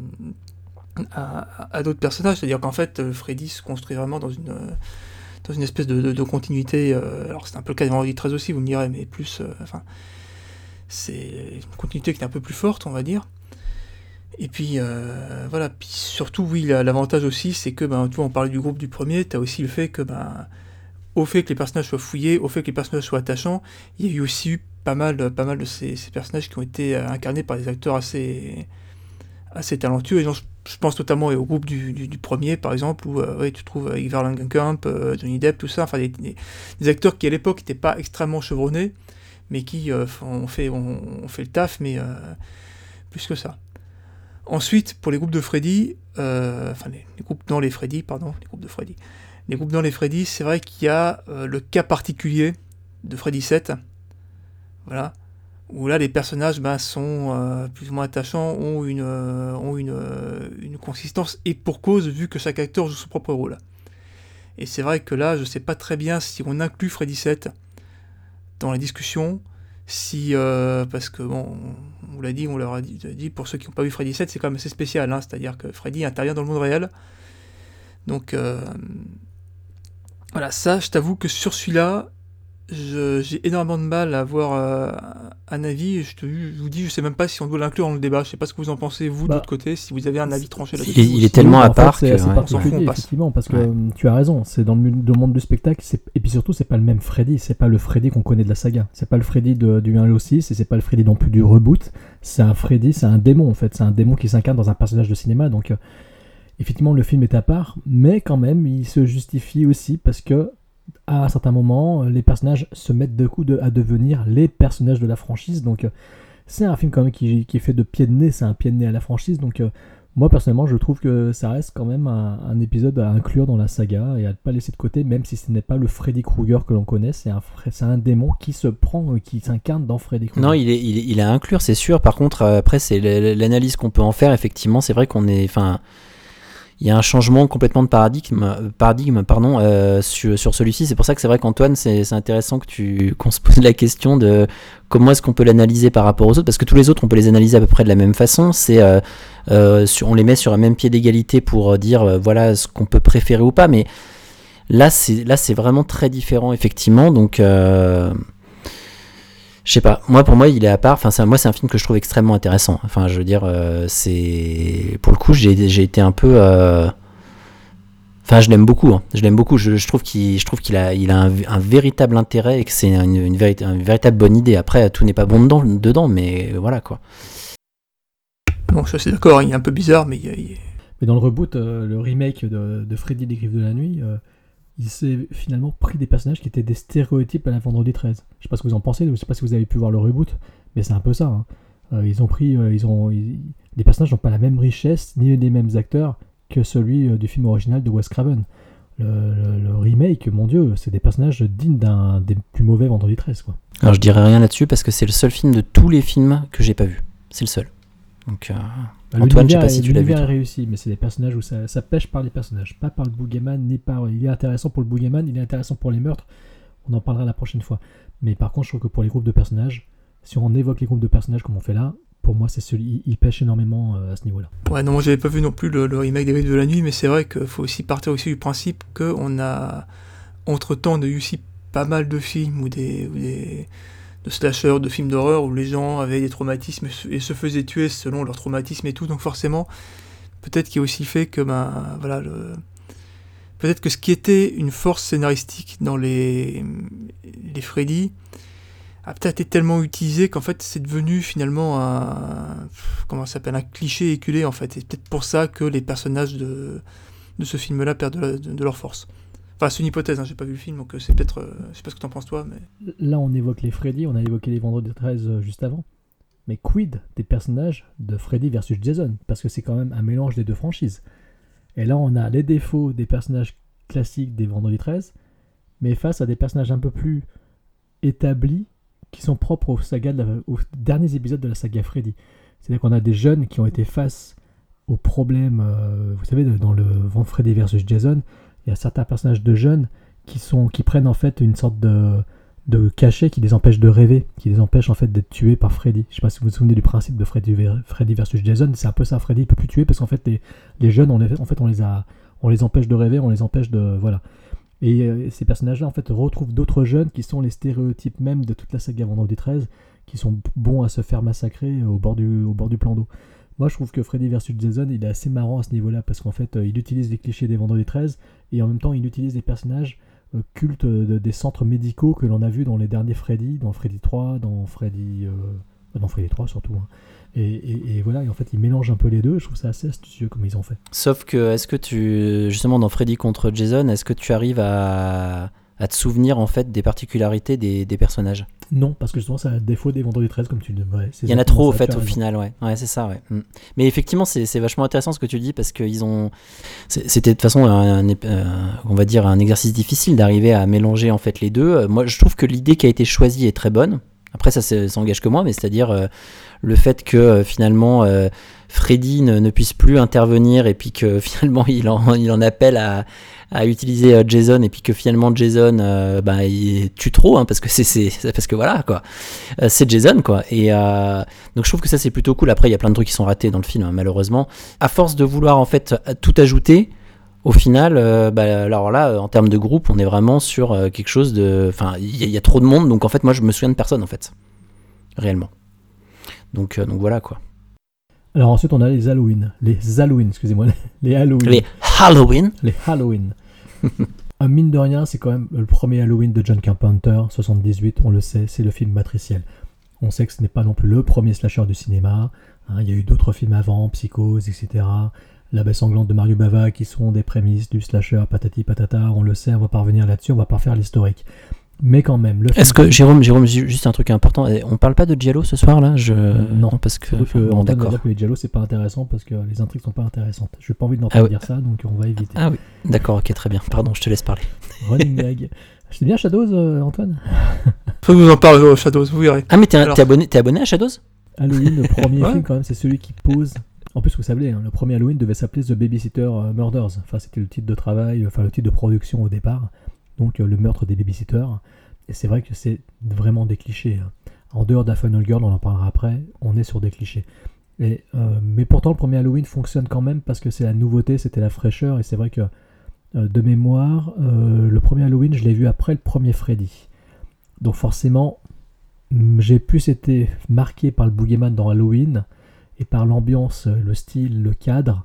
S3: d'autres personnages, c'est-à-dire qu'en fait Freddy se construit vraiment dans une espèce de continuité, alors c'est un peu le cas de Vendredi 13 aussi, vous me direz, mais plus, c'est une continuité qui est un peu plus forte, on va dire. Et puis voilà, puis surtout oui, l'avantage aussi c'est que tu vois, on parlait du groupe du premier, t'as aussi le fait que au fait que les personnages soient fouillés, au fait que les personnages soient attachants, il y a eu aussi eu pas mal de ces personnages qui ont été incarnés par des acteurs assez talentueux, et je pense notamment au groupe du premier par exemple, où tu trouves Ivar Langenkamp, Johnny Depp, tout ça, enfin des acteurs qui à l'époque n'étaient pas extrêmement chevronnés, mais qui ont fait le taf, mais plus que ça. Ensuite, pour les groupes de Freddy, les groupes dans les Freddy, les groupes dans les Freddy, c'est vrai qu'il y a le cas particulier de Freddy 7, voilà, où là les personnages sont plus ou moins attachants, ont une consistance, et pour cause, vu que chaque acteur joue son propre rôle. Et c'est vrai que là, je sais pas très bien si on inclut Freddy 7 dans la discussion, parce que bon, on leur a dit, pour ceux qui n'ont pas vu Freddy 7, c'est quand même assez spécial, hein, c'est-à-dire que Freddy intervient dans le monde réel. Donc voilà, ça, je t'avoue que sur celui-là, j'ai énormément de mal à avoir un avis. Je vous dis, je sais même pas si on doit l'inclure dans le débat. Je sais pas ce que vous en pensez, vous, de l'autre côté, si vous avez un avis tranché là-dessus.
S1: Il est tellement à part que...
S2: C'est particulier, effectivement, parce que tu as raison, c'est dans le monde du spectacle, et puis surtout, c'est pas le même Freddy, c'est pas le Freddy qu'on connaît de la saga. C'est pas le Freddy du 1 au 6, et c'est pas le Freddy non plus du reboot. C'est un Freddy, c'est un démon, en fait. C'est un démon qui s'incarne dans un personnage de cinéma, donc... effectivement, le film est à part, mais quand même, il se justifie aussi parce que à un certain moment, les personnages se mettent à devenir les personnages de la franchise. Donc, c'est un film quand même qui est fait de pied de nez, c'est un pied de nez à la franchise. Donc, Moi, personnellement, je trouve que ça reste quand même un épisode à inclure dans la saga et à ne pas laisser de côté, même si ce n'est pas le Freddy Krueger que l'on connaît, c'est un démon qui s'incarne dans Freddy Krueger.
S1: Non, il est à inclure, c'est sûr. Par contre, après, c'est l'analyse qu'on peut en faire. Effectivement, c'est vrai qu'on est... Enfin, il y a un changement complètement de paradigme sur celui-ci. C'est pour ça que c'est vrai qu'Antoine, c'est intéressant qu'on se pose la question de comment est-ce qu'on peut l'analyser par rapport aux autres, parce que tous les autres, on peut les analyser à peu près de la même façon. On les met sur un même pied d'égalité pour dire voilà ce qu'on peut préférer ou pas. Mais là, c'est vraiment très différent, effectivement. Donc, je sais pas. Pour moi, il est à part. Enfin, moi, c'est un film que je trouve extrêmement intéressant. Enfin, je veux dire, pour le coup, j'ai été un peu. Enfin, je l'aime beaucoup. Hein. Je l'aime beaucoup. Je trouve qu'il a un véritable intérêt et que c'est une véritable bonne idée. Après, tout n'est pas bon dedans, mais voilà quoi.
S3: Bon, je suis d'accord. Il est un peu bizarre, mais
S2: Mais dans le reboot, le remake de Freddy les Griffes de la Nuit. Il s'est finalement pris des personnages qui étaient des stéréotypes à la Vendredi 13. Je sais pas ce que vous en pensez, je sais pas si vous avez pu voir le reboot, mais c'est un peu ça. Hein. Les personnages n'ont pas la même richesse ni les mêmes acteurs que celui du film original de Wes Craven. Le remake, mon Dieu, c'est des personnages dignes des plus mauvais Vendredi 13, quoi.
S1: Alors je dirais rien là-dessus parce que c'est le seul film de tous les films que j'ai pas vu. C'est le seul. Donc Antoine, je sais pas si tu l'as vu.
S2: L'univers est réussi, mais c'est des personnages où ça pêche par les personnages, pas par le boogeyman, ni par. Il est intéressant pour le boogeyman, il est intéressant pour les meurtres. On en parlera la prochaine fois. Mais par contre, je trouve que pour les groupes de personnages, si on évoque les groupes de personnages comme on fait là, pour moi, il pêche énormément à ce niveau-là.
S3: Ouais, non, moi j'avais pas vu non plus le remake des Griffes de la Nuit, mais c'est vrai qu'il faut aussi partir aussi du principe qu'on a entre-temps eu aussi pas mal de films ou de slashers, de films d'horreur où les gens avaient des traumatismes et se faisaient tuer selon leurs traumatismes et tout, donc forcément, peut-être qu'il y a aussi fait que, peut-être que ce qui était une force scénaristique dans les Freddy a peut-être été tellement utilisé qu'en fait c'est devenu finalement un cliché éculé en fait, et c'est peut-être pour ça que les personnages de ce film-là perdent de leur force. Enfin, c'est une hypothèse, hein, j'ai pas vu le film, donc c'est peut-être... je sais pas ce que t'en penses toi, mais...
S2: Là, on évoque les Freddy, on a évoqué les Vendredi 13 juste avant. Mais quid des personnages de Freddy versus Jason? Parce que c'est quand même un mélange des deux franchises. Et là, on a les défauts des personnages classiques des Vendredi 13, mais face à des personnages un peu plus établis, qui sont propres aux derniers épisodes de la saga Freddy. C'est-à-dire qu'on a des jeunes qui ont été face aux problèmes... vous savez, dans le Freddy versus Jason... Il y a certains personnages de jeunes qui prennent en fait une sorte de cachet qui les empêche de rêver, qui les empêche en fait d'être tués par Freddy. Je sais pas si vous vous souvenez du principe de Freddy versus Jason, c'est un peu ça. Freddy ne peut plus tuer parce qu'en fait les jeunes on les empêche de rêver, on les empêche de voilà. Et ces personnages-là en fait retrouvent d'autres jeunes qui sont les stéréotypes même de toute la saga Vendredi 13, qui sont bons à se faire massacrer au bord du plan d'eau. Moi, je trouve que Freddy vs Jason, il est assez marrant à ce niveau-là, parce qu'en fait, il utilise les clichés des Vendredi 13, et en même temps, il utilise des personnages cultes des centres médicaux que l'on a vus dans les derniers Freddy, dans Freddy 3, dans Freddy 3 surtout. Hein. Et voilà, et en fait, il mélange un peu les deux, je trouve ça assez astucieux comme ils ont fait.
S1: Sauf que, est-ce que justement, dans Freddy contre Jason, est-ce que tu arrives à te souvenir, en fait, des particularités des personnages? Non,
S2: parce que justement, c'est un défaut des Vendredi 13, comme tu le dis. Ouais,
S1: il y en a trop, au fait, au final, ouais. Ouais, c'est ça, ouais. Mais effectivement, c'est vachement intéressant ce que tu dis, parce que c'était de toute façon, on va dire, un exercice difficile d'arriver à mélanger, en fait, les deux. Moi, je trouve que l'idée qui a été choisie est très bonne. Après, ça engage que moi, mais c'est-à-dire le fait que, finalement, Freddy ne puisse plus intervenir, et puis que, finalement, il en appelle à utiliser Jason, et puis que finalement Jason il tue trop, hein, parce que voilà quoi, c'est Jason quoi, et donc je trouve que ça c'est plutôt cool. Après il y a plein de trucs qui sont ratés dans le film, hein, malheureusement, à force de vouloir en fait tout ajouter. Au final, alors là, en termes de groupe, on est vraiment sur quelque chose de, enfin, il y a trop de monde, donc en fait moi je me souviens de personne en fait, réellement. Donc voilà quoi.
S2: Alors ensuite on a les Halloween, excusez-moi, les Halloween.
S1: Les Halloween.
S2: Mine de rien, c'est quand même le premier Halloween de John Carpenter, 78, on le sait, c'est le film matriciel. On sait que ce n'est pas non plus le premier slasher du cinéma, hein, il y a eu d'autres films avant, Psychose, etc. La Baie sanglante de Mario Bava qui sont des prémices du slasher patati patata, on le sait, on va pas revenir là-dessus, on va pas faire l'historique. Mais quand même, le
S1: Est-ce que Jérôme, juste un truc important, on parle pas de Giallo ce soir là
S2: non,
S1: parce que
S2: on va
S1: d'accord.
S2: dire que les Giallo c'est pas intéressant parce que les intrigues sont pas intéressantes. Je n'ai pas envie d'entendre dire ça, donc on va éviter.
S1: Ah oui, d'accord, ok, très bien. Pardon, je te laisse parler.
S2: Running gag. C'est bien Shadows, Antoine.
S3: Faut que vous en parlez, Shadows, vous verrez.
S1: Ah mais t'es abonné à Shadows?
S2: Halloween, le premier film quand même, c'est celui qui pose. En plus, vous savez, le premier Halloween devait s'appeler The Babysitter Murders. Enfin, c'était le titre de travail, enfin le titre de production au départ. Donc le meurtre des babysitters. Et c'est vrai que c'est vraiment des clichés. En dehors de la Final Girl, on en parlera après, on est sur des clichés. Mais pourtant, le premier Halloween fonctionne quand même parce que c'est la nouveauté, c'était la fraîcheur. Et c'est vrai que, de mémoire, le premier Halloween, je l'ai vu après le premier Freddy. Donc forcément, j'ai plus été marqué par le boogeyman dans Halloween et par l'ambiance, le style, le cadre,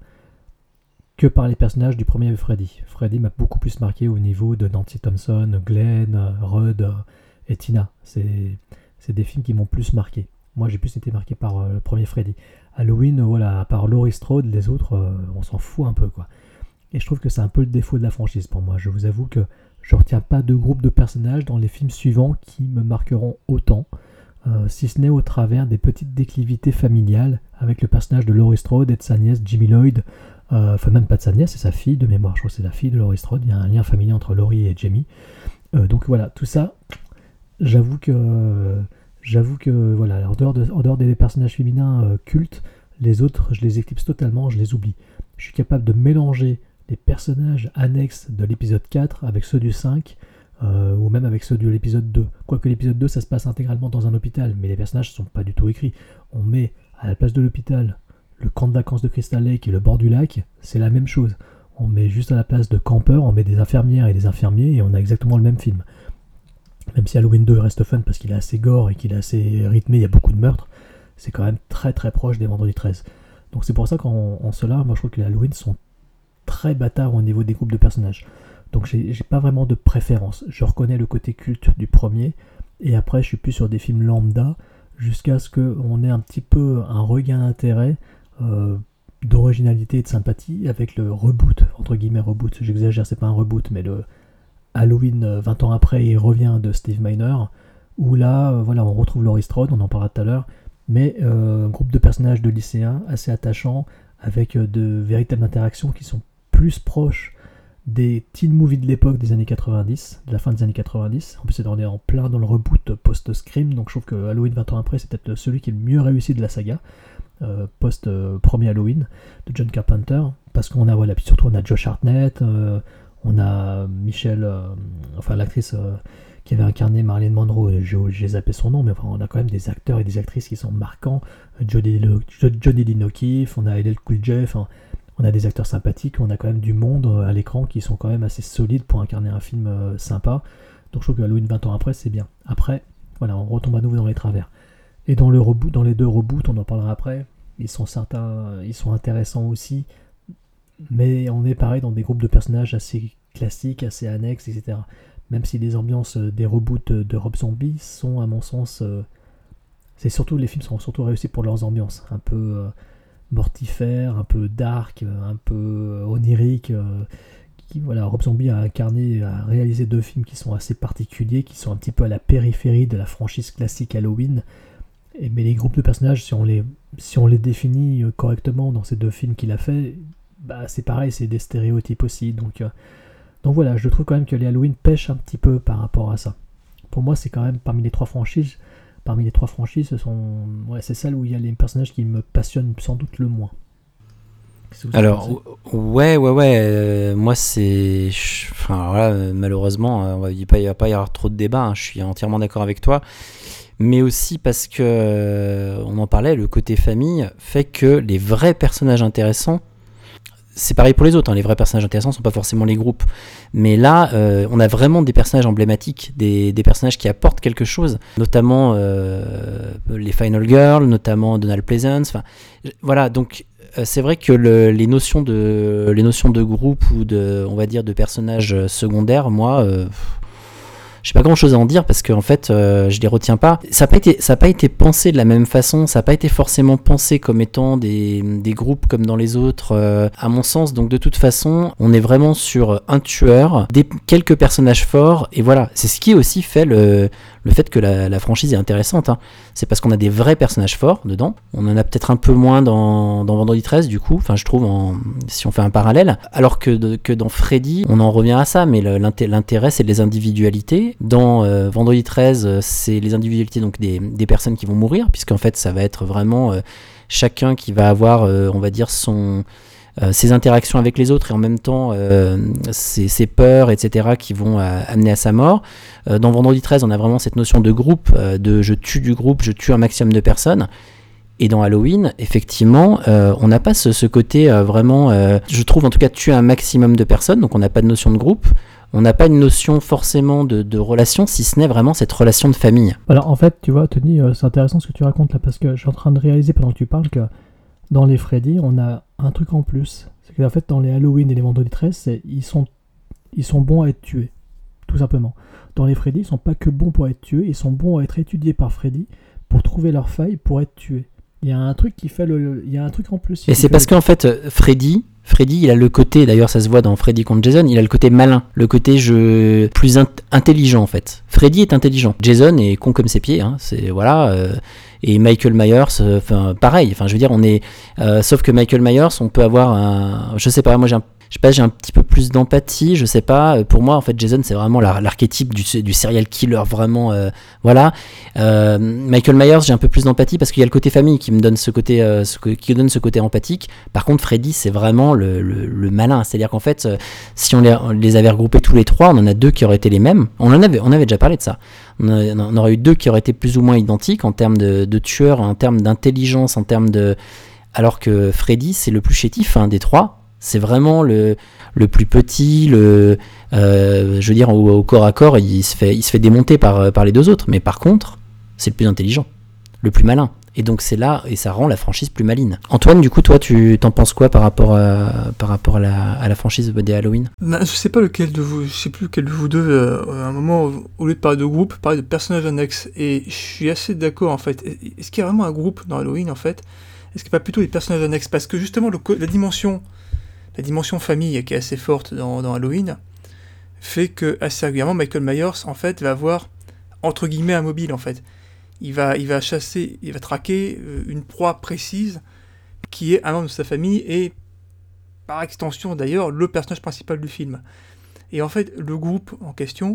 S2: que par les personnages du premier Freddy. Freddy m'a beaucoup plus marqué au niveau de Nancy Thompson, Glenn, Rudd et Tina. C'est des films qui m'ont plus marqué. Moi, j'ai plus été marqué par le premier Freddy. Halloween, voilà, à part Laurie Strode, les autres, on s'en fout un peu, quoi. Et je trouve que c'est un peu le défaut de la franchise pour moi. Je vous avoue que je ne retiens pas de groupe de personnages dans les films suivants qui me marqueront autant, si ce n'est au travers des petites déclivités familiales avec le personnage de Laurie Strode et de sa nièce Jimmy Lloyd. Enfin, même pas de sa nièce, c'est sa fille de mémoire. Je crois que c'est la fille de Laurie Strode. Il y a un lien familial entre Laurie et Jamie. Donc voilà, tout ça, j'avoue que voilà, en dehors des personnages féminins cultes, les autres, je les éclipse totalement, je les oublie. Je suis capable de mélanger les personnages annexes de l'épisode 4 avec ceux du 5, ou même avec ceux de l'épisode 2. Quoique l'épisode 2, ça se passe intégralement dans un hôpital, mais les personnages ne sont pas du tout écrits. On met à la place de l'hôpital le camp de vacances de Crystal Lake et le bord du lac, c'est la même chose. On met juste à la place de campeurs, on met des infirmières et des infirmiers, et on a exactement le même film. Même si Halloween 2 reste fun parce qu'il est assez gore et qu'il est assez rythmé, il y a beaucoup de meurtres, c'est quand même très très proche des Vendredi 13. Donc c'est pour ça qu'en cela, moi je trouve que les Halloween sont très bâtards au niveau des groupes de personnages. Donc j'ai pas vraiment de préférence. Je reconnais le côté culte du premier, et après je suis plus sur des films lambda, jusqu'à ce qu'on ait un petit peu un regain d'intérêt, d'originalité et de sympathie avec le reboot, entre guillemets reboot, j'exagère, c'est pas un reboot, mais le Halloween 20 ans après il revient de Steve Miner, où là voilà, on retrouve Laurie Strode, on en parlera tout à l'heure, mais un groupe de personnages de lycéens assez attachants, avec de véritables interactions qui sont plus proches des teen movies de l'époque des années 90, de la fin des années 90. En plus on est en plein dans le reboot post-Scream, donc je trouve que Halloween 20 ans après c'est peut-être celui qui est le mieux réussi de la saga, post-premier Halloween de John Carpenter, parce qu'on a, voilà, puis surtout on a Josh Hartnett, on a Michelle, enfin l'actrice qui avait incarné Marilyn Monroe, j'ai zappé son nom, mais enfin, on a quand même des acteurs et des actrices qui sont marquants, Johnny Lee O'Keefe, on a LL Cool J, enfin, on a des acteurs sympathiques, on a quand même du monde à l'écran qui sont quand même assez solides pour incarner un film sympa. Donc je trouve que Halloween 20 ans après c'est bien. Après, voilà, on retombe à nouveau dans les travers. Et dans les deux reboots, on en parlera après, ils sont intéressants aussi, mais on est pareil dans des groupes de personnages assez classiques, assez annexes, etc. Même si les ambiances des reboots de Rob Zombie sont, à mon sens, les films sont surtout réussis pour leurs ambiances, un peu mortifères, un peu dark, un peu oniriques. Voilà, Rob Zombie a réalisé 2 films qui sont assez particuliers, qui sont un petit peu à la périphérie de la franchise classique Halloween. Mais les groupes de personnages, si on les définit correctement dans ces 2 films qu'il a fait, bah c'est pareil, c'est des stéréotypes aussi. Donc voilà, je trouve quand même que les Halloween pêchent un petit peu par rapport à ça. Pour moi, c'est quand même parmi les trois franchises, c'est celle où il y a les personnages qui me passionnent sans doute le moins.
S1: Alors, ouais, moi c'est... Enfin, voilà, malheureusement, il va pas y avoir trop de débats, hein, je suis entièrement d'accord avec toi. Mais aussi parce que, on en parlait, le côté famille fait que les vrais personnages intéressants, c'est pareil pour les autres, hein, les vrais personnages intéressants ne sont pas forcément les groupes. Mais là, on a vraiment des personnages emblématiques, des personnages qui apportent quelque chose, notamment les Final Girls, notamment Donald Pleasence. Enfin, voilà, donc c'est vrai que les notions de groupe ou on va dire de personnages secondaires, moi, j'ai pas grand chose à en dire parce que en fait je les retiens pas. Ça a pas été pensé de la même façon, ça a pas été forcément pensé comme étant des groupes comme dans les autres à mon sens. Donc de toute façon on est vraiment sur un tueur, quelques personnages forts, et voilà, c'est ce qui aussi fait le fait que la franchise est intéressante, hein. C'est parce qu'on a des vrais personnages forts dedans. On en a peut-être un peu moins dans Vendredi 13 du coup, enfin je trouve si on fait un parallèle, alors que dans Freddy on en revient à ça, mais l'intérêt c'est les individualités. Dans Vendredi 13 c'est les individualités donc des personnes qui vont mourir, puisqu'en fait ça va être vraiment chacun qui va avoir on va dire ses interactions avec les autres et en même temps ses peurs, etc., qui vont amener à sa mort. Dans Vendredi 13, on a vraiment cette notion de groupe, de je tue du groupe, je tue un maximum de personnes. Et dans Halloween, effectivement, on n'a pas ce côté vraiment, je trouve en tout cas, tuer un maximum de personnes, donc on n'a pas de notion de groupe. On n'a pas une notion forcément de relation, si ce n'est vraiment cette relation de famille.
S2: Alors en fait, tu vois, Tony, c'est intéressant ce que tu racontes là, parce que je suis en train de réaliser pendant que tu parles que dans les Freddy, on a un truc en plus. C'est qu'en fait, dans les Halloween et les Vendredi 13, ils sont bons à être tués, tout simplement. Dans les Freddy, ils sont pas que bons pour être tués, ils sont bons à être étudiés par Freddy pour trouver leurs failles pour être tués. Il y a un truc qui fait il y a un truc en plus.
S1: Et c'est parce qu'en fait, Freddy, il a le côté, d'ailleurs ça se voit dans Freddy contre Jason, il a le côté malin, le côté plus intelligent en fait. Freddy est intelligent. Jason est con comme ses pieds, hein, c'est voilà. Et Michael Myers, pareil. Enfin, je veux dire, on est, sauf que Michael Myers, on peut avoir je sais pas, moi j'ai un petit peu plus d'empathie, je sais pas. Pour moi, en fait, Jason, c'est vraiment l'archétype du serial killer, vraiment. Voilà. Michael Myers, j'ai un peu plus d'empathie parce qu'il y a le côté famille qui me donne ce côté, qui donne ce côté empathique. Par contre, Freddy, c'est vraiment le malin. C'est-à-dire qu'en fait, si on les avait regroupés tous les trois, on en a deux qui auraient été les mêmes. On avait déjà parlé de ça. On aurait eu deux qui auraient été plus ou moins identiques en termes de tueurs, en termes d'intelligence, en termes de. Alors que Freddy, c'est le plus chétif des trois. C'est vraiment le plus petit, je veux dire, au corps à corps, il se fait démonter par les deux autres. Mais par contre, c'est le plus intelligent, le plus malin. Et donc c'est là, et ça rend la franchise plus maligne. Antoine, du coup, toi, tu t'en penses quoi par rapport à la franchise des Halloween ?
S3: Je sais pas plus lequel de vous deux, à un moment, au lieu de parler de groupe, parler de personnages annexes. Et je suis assez d'accord, en fait. Est-ce qu'il y a vraiment un groupe dans Halloween, en fait ? Est-ce qu'il n'y a pas plutôt des personnages annexes ? Parce que justement, la dimension famille qui est assez forte dans Halloween fait que assez régulièrement Michael Myers en fait va avoir entre guillemets un mobile en fait. Il va chasser, il va traquer une proie précise qui est un membre de sa famille et par extension d'ailleurs le personnage principal du film. Et en fait le groupe en question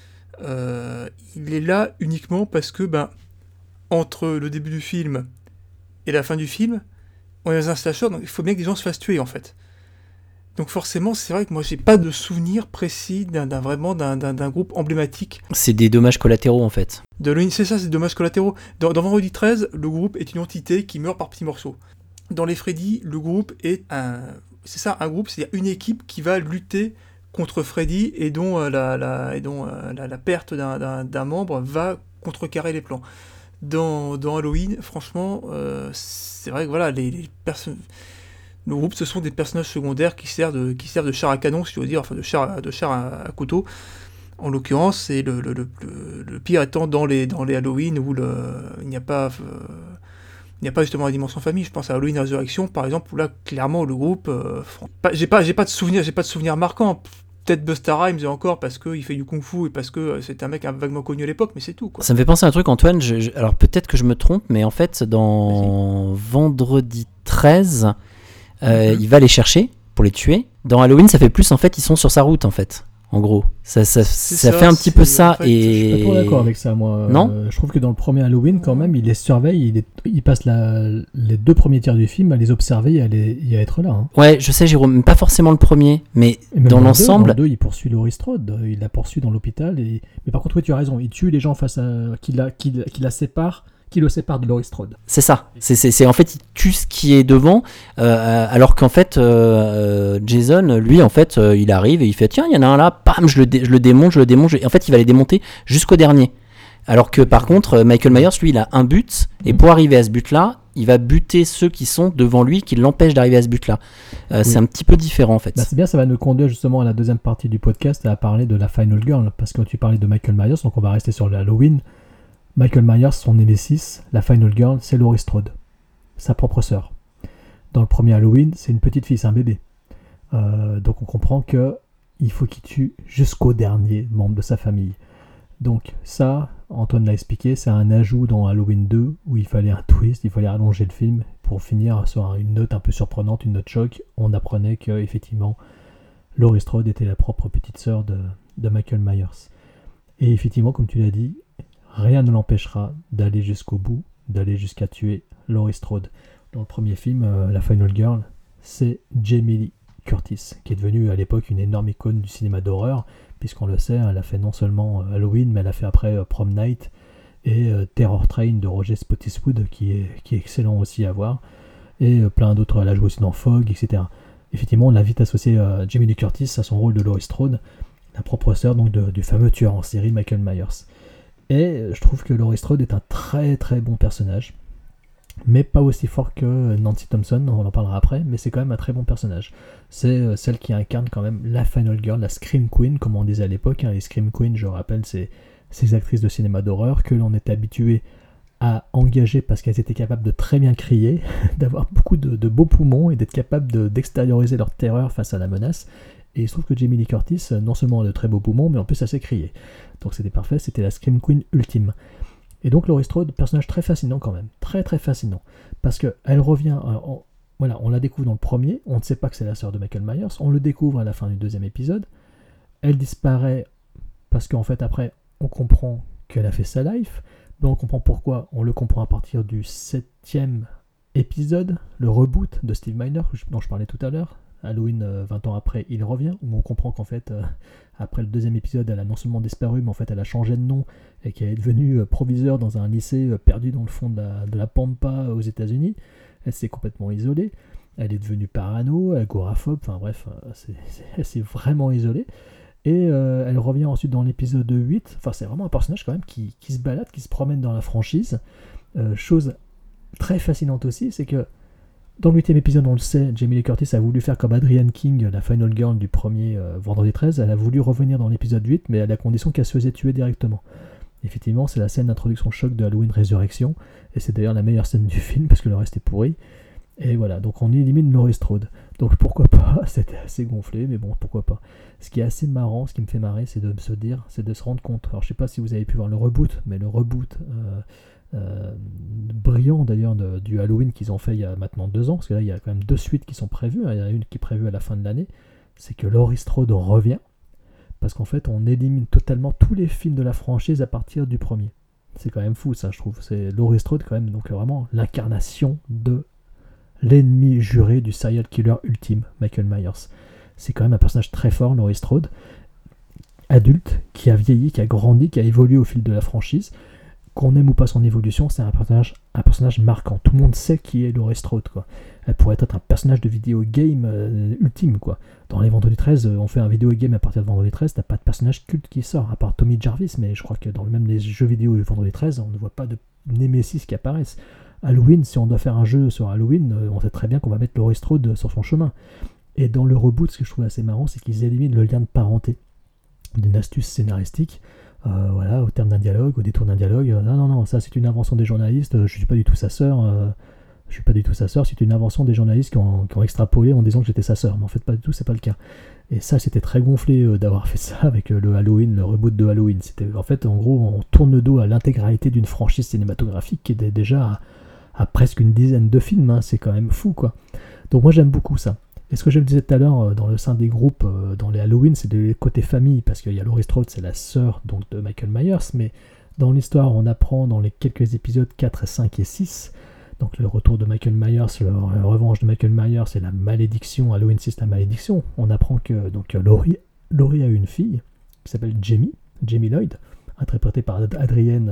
S3: il est là uniquement parce que entre le début du film et la fin du film on est dans un slasher, donc il faut bien que les gens se fassent tuer en fait. Donc forcément, c'est vrai que moi j'ai pas de souvenir précis d'un groupe emblématique.
S1: C'est des dommages collatéraux en fait.
S3: C'est ça, c'est des dommages collatéraux. Dans Vendredi 13, le groupe est une entité qui meurt par petits morceaux. Dans les Freddy, le groupe est un groupe, c'est-à-dire une équipe qui va lutter contre Freddy et dont la perte d'un membre va contrecarrer les plans. Dans Halloween, franchement, c'est vrai que voilà, les personnes. Le groupe, ce sont des personnages secondaires qui servent de char à canon, si tu veux dire, enfin de char à couteau. En l'occurrence, c'est le pire étant dans les Halloween où il n'y a pas justement la dimension famille. Je pense à Halloween Resurrection, par exemple, où là, clairement, le groupe, j'ai pas de souvenir marquant. Peut-être Busta Rhymes et encore parce qu'il fait du kung-fu et parce que c'est un mec vaguement connu à l'époque, mais c'est tout, quoi.
S1: Ça me fait penser à un truc, Antoine. Alors peut-être que je me trompe, mais en fait, dans Vendredi 13. Il va les chercher pour les tuer. Dans Halloween, ça fait plus en fait, ils sont sur sa route en fait. En gros, ça fait un petit peu ça.
S2: En fait, je suis pas trop d'accord avec ça, moi.
S1: Non.
S2: Je trouve que dans le premier Halloween, quand même, il les surveille. Il passe les 2 premiers tiers du film à les observer et à être là. Hein.
S1: Ouais, je sais, Jérôme, mais pas forcément le premier, mais dans l'ensemble.
S2: Dans le 2, il poursuit Laurie Strode. Il la poursuit dans l'hôpital. Mais par contre, oui, tu as raison. Il tue les gens qui le sépare de Laurie Strode.
S1: C'est ça. C'est en fait, il tue ce qui est devant, alors qu'en fait, Jason, lui, en fait, il arrive et il fait tiens, il y en a un là, pam, je le démonte. En fait, il va les démonter jusqu'au dernier. Alors que par contre, Michael Myers, lui, il a un but, et pour arriver à ce but-là, il va buter ceux qui sont devant lui, qui l'empêchent d'arriver à ce but-là. C'est un petit peu différent en fait.
S2: C'est bien, ça va nous conduire justement à la deuxième partie du podcast et à parler de la Final Girl, parce que tu parlais de Michael Myers, donc on va rester sur l'Halloween. Michael Myers, son némésis, la Final Girl, c'est Laurie Strode, sa propre sœur. Dans le premier Halloween, c'est une petite fille, c'est un bébé. Donc on comprend que il faut qu'il tue jusqu'au dernier membre de sa famille. Donc ça, Antoine l'a expliqué, c'est un ajout dans Halloween 2 où il fallait un twist, il fallait allonger le film pour finir sur une note un peu surprenante, une note choc. On apprenait que effectivement Laurie Strode était la propre petite sœur de Michael Myers. Et effectivement, comme tu l'as dit, rien ne l'empêchera d'aller jusqu'au bout, d'aller jusqu'à tuer Laurie Strode. Dans le premier film, la Final Girl, c'est Jamie Lee Curtis, qui est devenue à l'époque une énorme icône du cinéma d'horreur, puisqu'on le sait, elle a fait non seulement Halloween, mais elle a fait après Prom Night et Terror Train de Roger Spottiswoode, qui est excellent aussi à voir, et plein d'autres. Elle a joué aussi dans Fog, etc. Effectivement, on l'a vite associé Jamie Lee Curtis à son rôle de Laurie Strode, la propre sœur donc du fameux tueur en série Michael Myers. Et je trouve que Laurie Strode est un très très bon personnage, mais pas aussi fort que Nancy Thompson, on en parlera après, mais c'est quand même un très bon personnage. C'est celle qui incarne quand même la Final Girl, la Scream Queen, comme on disait à l'époque. Les Scream Queens, je rappelle, c'est ces actrices de cinéma d'horreur que l'on est habitué à engager parce qu'elles étaient capables de très bien crier, d'avoir beaucoup de beaux poumons et d'être capables d'extérioriser leur terreur face à la menace. Et il se trouve que Jamie Lee Curtis, non seulement a de très beaux poumons, mais en plus elle sait crier. Donc c'était parfait, c'était la Scream Queen ultime. Et donc Laurie Strode, personnage très fascinant quand même, très très fascinant, parce qu'elle revient, on la découvre dans le premier, on ne sait pas que c'est la sœur de Michael Myers, on le découvre à la fin du deuxième épisode, elle disparaît parce qu'en fait après on comprend qu'elle a fait sa life, mais on comprend pourquoi, on le comprend à partir du 7e épisode, le reboot de Steve Miner, dont je parlais tout à l'heure, Halloween 20 ans après, il revient, où on comprend qu'en fait, après le deuxième épisode, elle a non seulement disparu, mais en fait elle a changé de nom, et qu'elle est devenue proviseure dans un lycée perdu dans le fond de la Pampa aux États-Unis. Elle s'est complètement isolée, elle est devenue parano, agoraphobe, enfin bref, elle s'est vraiment isolée. Et elle revient ensuite dans l'épisode 8, enfin c'est vraiment un personnage quand même qui se balade, qui se promène dans la franchise. Chose très fascinante aussi, c'est que dans le 8e épisode, on le sait, Jamie Lee Curtis a voulu faire comme Adrienne King, la Final Girl du premier Vendredi 13. Elle a voulu revenir dans l'épisode 8, mais à la condition qu'elle se faisait tuer directement. Effectivement, c'est la scène d'introduction choc de Halloween Résurrection, et c'est d'ailleurs la meilleure scène du film, parce que le reste est pourri. Et voilà, donc on élimine Laurie Strode. Donc pourquoi pas, c'était assez gonflé, mais bon, pourquoi pas. Ce qui est assez marrant, ce qui me fait marrer, c'est de se rendre compte. Alors je sais pas si vous avez pu voir le reboot, mais le reboot... brillant d'ailleurs du Halloween qu'ils ont fait il y a maintenant 2 ans, parce que là il y a quand même 2 suites qui sont prévues, il y en a une qui est prévue à la fin de l'année, c'est que Laurie Strode revient, parce qu'en fait on élimine totalement tous les films de la franchise à partir du premier. C'est quand même fou ça, je trouve. C'est Laurie Strode quand même, donc vraiment l'incarnation de l'ennemi juré du serial killer ultime, Michael Myers. C'est quand même un personnage très fort, Laurie Strode, adulte, qui a vieilli, qui a grandi, qui a évolué au fil de la franchise. Qu'on aime ou pas son évolution, c'est un personnage marquant. Tout le monde sait qui est Laurie Strode, quoi. Elle pourrait être un personnage de vidéo game ultime, quoi. Dans les Vendredi 13, on fait un vidéo game à partir de Vendredi 13, t'as pas de personnage culte qui sort, à part Tommy Jarvis, mais je crois que dans même les jeux vidéo du Vendredi 13, on ne voit pas de Némésis qui apparaissent. Halloween, si on doit faire un jeu sur Halloween, on sait très bien qu'on va mettre Laurie Strode sur son chemin. Et dans le reboot, ce que je trouve assez marrant, c'est qu'ils éliminent le lien de parenté d'une astuce scénaristique. Voilà, au terme d'un dialogue, au détour d'un dialogue, non, ça c'est une invention des journalistes, je suis pas du tout sa sœur, c'est une invention des journalistes qui ont extrapolé en disant que j'étais sa sœur, mais en fait pas du tout, c'est pas le cas. Et ça c'était très gonflé d'avoir fait ça avec le Halloween, le reboot de Halloween. C'était en fait, en gros, on tourne le dos à l'intégralité d'une franchise cinématographique qui est déjà à presque une dizaine de films, hein. C'est quand même fou, quoi. Donc moi j'aime beaucoup ça. Et ce que je me disais tout à l'heure, dans le sein des groupes, dans les Halloween, c'est le côté famille, parce qu'il y a Laurie Strode, c'est la sœur donc, de Michael Myers, mais dans l'histoire, on apprend dans les quelques épisodes 4, 5 et 6, donc le retour de Michael Myers, la revanche de Michael Myers et la malédiction, Halloween 6, la malédiction, on apprend que donc, Laurie a une fille qui s'appelle Jamie Lloyd, interprétée par Adrienne...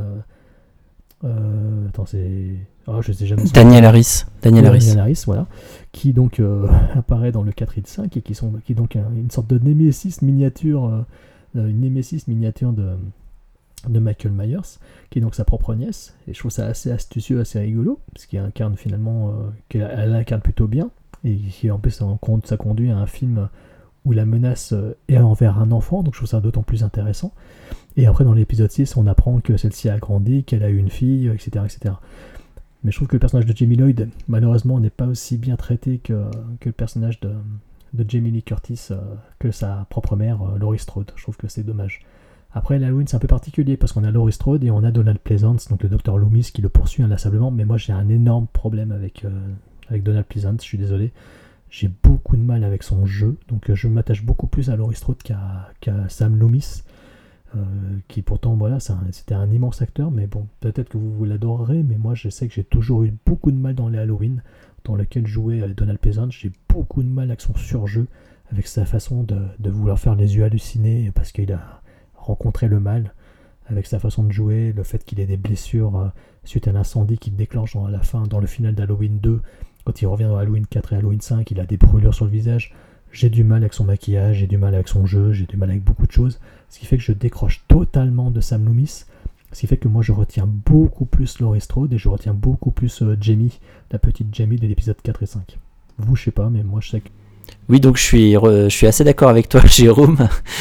S2: je sais jamais.
S1: Daniel Harris,
S2: voilà, qui donc apparaît dans le 4 et le 5 et qui est donc une sorte de Némésis miniature, de de Michael Myers, qui est donc sa propre nièce, et je trouve ça assez astucieux, assez rigolo, parce qu'elle incarne finalement, qu'elle incarne plutôt bien, et qui en plus ça conduit à un film où la menace est envers un enfant, donc je trouve ça d'autant plus intéressant. Et après dans l'épisode 6, on apprend que celle-ci a grandi, qu'elle a eu une fille, etc., etc. Mais je trouve que le personnage de Jamie Lloyd, malheureusement, n'est pas aussi bien traité que le personnage de Jamie Lee Curtis, que sa propre mère, Laurie Strode. Je trouve que c'est dommage. Après, l'Halloween, c'est un peu particulier, parce qu'on a Laurie Strode et on a Donald Pleasance, donc le docteur Loomis, qui le poursuit inlassablement, mais moi j'ai un énorme problème avec Donald Pleasance, je suis désolé. J'ai beaucoup de mal avec son jeu, donc je m'attache beaucoup plus à Laurie Strode qu'à Sam Loomis, qui pourtant, voilà, c'était un immense acteur, mais bon, peut-être que vous l'adorerez, mais moi je sais que j'ai toujours eu beaucoup de mal dans les Halloween, dans lequel jouait Donald Pleasance. J'ai beaucoup de mal avec son surjeu, avec sa façon de vouloir faire les yeux hallucinés, parce qu'il a rencontré le mal, avec sa façon de jouer, le fait qu'il ait des blessures suite à l'incendie qu'il déclenche à la fin, dans le final d'Halloween 2, quand il revient dans Halloween 4 et Halloween 5, il a des brûlures sur le visage. J'ai du mal avec son maquillage, j'ai du mal avec son jeu, j'ai du mal avec beaucoup de choses, ce qui fait que je décroche totalement de Sam Loomis, ce qui fait que moi je retiens beaucoup plus Laurie Strode et je retiens beaucoup plus Jamie, la petite Jamie de l'épisode 4 et 5. Vous, je sais pas, mais moi je sais que...
S1: Oui, donc je suis assez d'accord avec toi, Jérôme.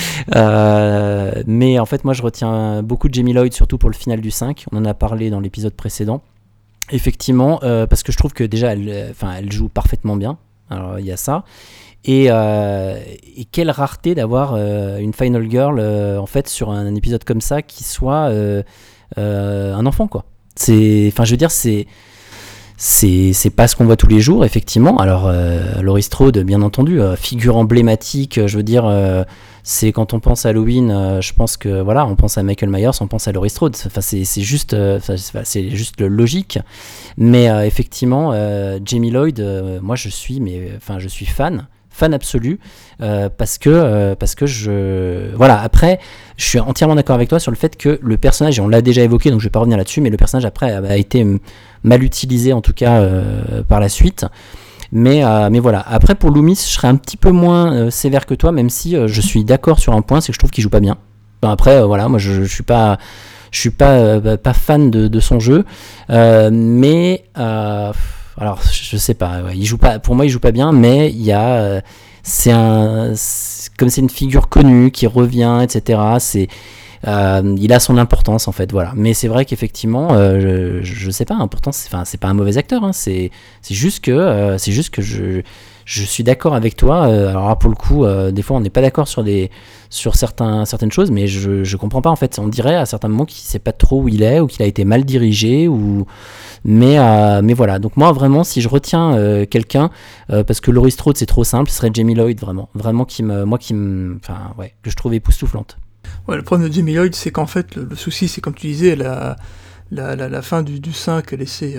S1: Mais en fait, moi, je retiens beaucoup de Jamie Lloyd, surtout pour le final du 5. On en a parlé dans l'épisode précédent. Effectivement, parce que je trouve que déjà, elle joue parfaitement bien. Alors, il y a ça. Et quelle rareté d'avoir une Final Girl, en fait, sur un épisode comme ça, qui soit un enfant, quoi. Enfin, je veux dire, c'est pas ce qu'on voit tous les jours, effectivement. Alors, Laurie Strode, bien entendu, figure emblématique, je veux dire, c'est quand on pense à Halloween, je pense que, voilà, on pense à Michael Myers, on pense à Laurie Strode. Enfin, c'est juste logique. Mais effectivement, Jamie Lloyd, moi, je suis fan absolu, parce que voilà. Après, je suis entièrement d'accord avec toi sur le fait que le personnage, et on l'a déjà évoqué, donc je vais pas revenir là-dessus, mais le personnage après a été mal utilisé, en tout cas par la suite. Mais voilà. Après, pour Loomis, je serais un petit peu moins sévère que toi, même si je suis d'accord sur un point, c'est que je trouve qu'il joue pas bien. Enfin, après, voilà, moi je suis pas fan de son jeu, mais alors je sais pas, ouais, pour moi il joue pas bien, mais il y a comme c'est une figure connue qui revient, etc. Il a son importance, en fait, voilà. Mais c'est vrai qu'effectivement, je sais pas, important, c'est pas un mauvais acteur, hein, c'est juste que je suis d'accord avec toi. Alors là, pour le coup, des fois on n'est pas d'accord sur certaines choses, mais je comprends pas, en fait. On dirait à certains moments qu'il sait pas trop où il est, ou qu'il a été mal dirigé, mais voilà. Donc moi, vraiment, si je retiens quelqu'un, parce que Laurie Strode c'est trop simple, ce serait Jamie Lloyd, vraiment que je trouve époustouflante.
S3: Ouais, le problème de Jamie Lloyd, c'est qu'en fait, le souci, c'est comme tu disais, la fin du 5 laissait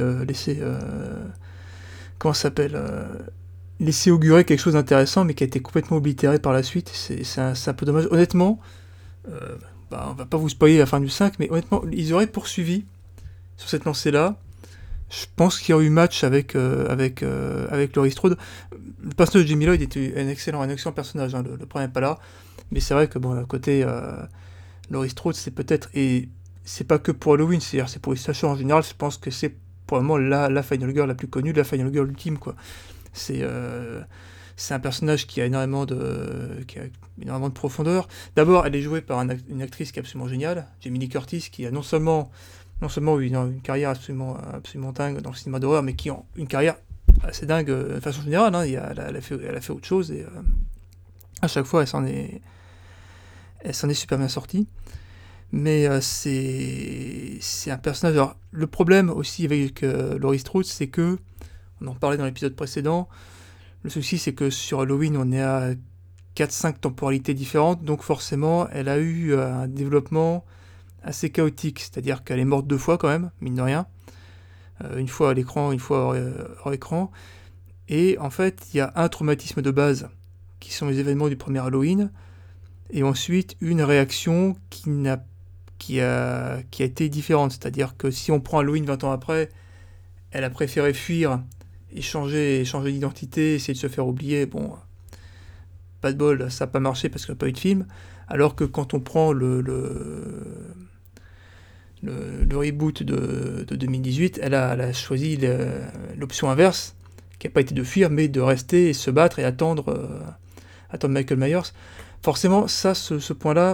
S3: comment ça s'appelle, laissait augurer quelque chose d'intéressant, mais qui a été complètement oblitéré par la suite. C'est un peu dommage. Honnêtement, on va pas vous spoiler la fin du 5, mais honnêtement, ils auraient poursuivi sur cette lancée-là. Je pense qu'il y aurait eu match avec Laurie Strode. Le personnage de Jamie Lloyd était un excellent personnage, hein, le problème n'est pas là. Mais c'est vrai que bon, à côté, Laurie Strode, c'est peut-être, et c'est pas que pour Halloween, c'est pour les slashers en général, je pense que c'est probablement la Final Girl la plus connue, la Final Girl ultime, quoi. C'est un personnage qui a énormément de profondeur. D'abord, elle est jouée par une actrice qui est absolument géniale, Jamie Lee Curtis, qui a non seulement eu une carrière absolument dingue dans le cinéma d'horreur, mais qui a une carrière assez dingue de façon générale, hein. Elle a fait autre chose, et à chaque fois, elle s'en est super bien sortie. Mais c'est un personnage... Alors, le problème aussi avec Laurie Strode, c'est que, on en parlait dans l'épisode précédent, le souci c'est que sur Halloween, on est à 4-5 temporalités différentes, donc forcément, elle a eu un développement assez chaotique, c'est-à-dire qu'elle est morte 2 fois quand même, mine de rien. Une fois à l'écran, une fois hors écran. Et en fait, il y a un traumatisme de base, qui sont les événements du premier Halloween, et ensuite une réaction qui a été différente. C'est-à-dire que si on prend Halloween 20 ans après, elle a préféré fuir et changer d'identité, essayer de se faire oublier. Bon, pas de bol, ça n'a pas marché parce qu'il n'y a pas eu de film. Alors que quand on prend le le reboot de 2018, elle a choisi l'option inverse, qui n'a pas été de fuir, mais de rester et se battre et attendre Michael Myers. Forcément, ça, ce point-là,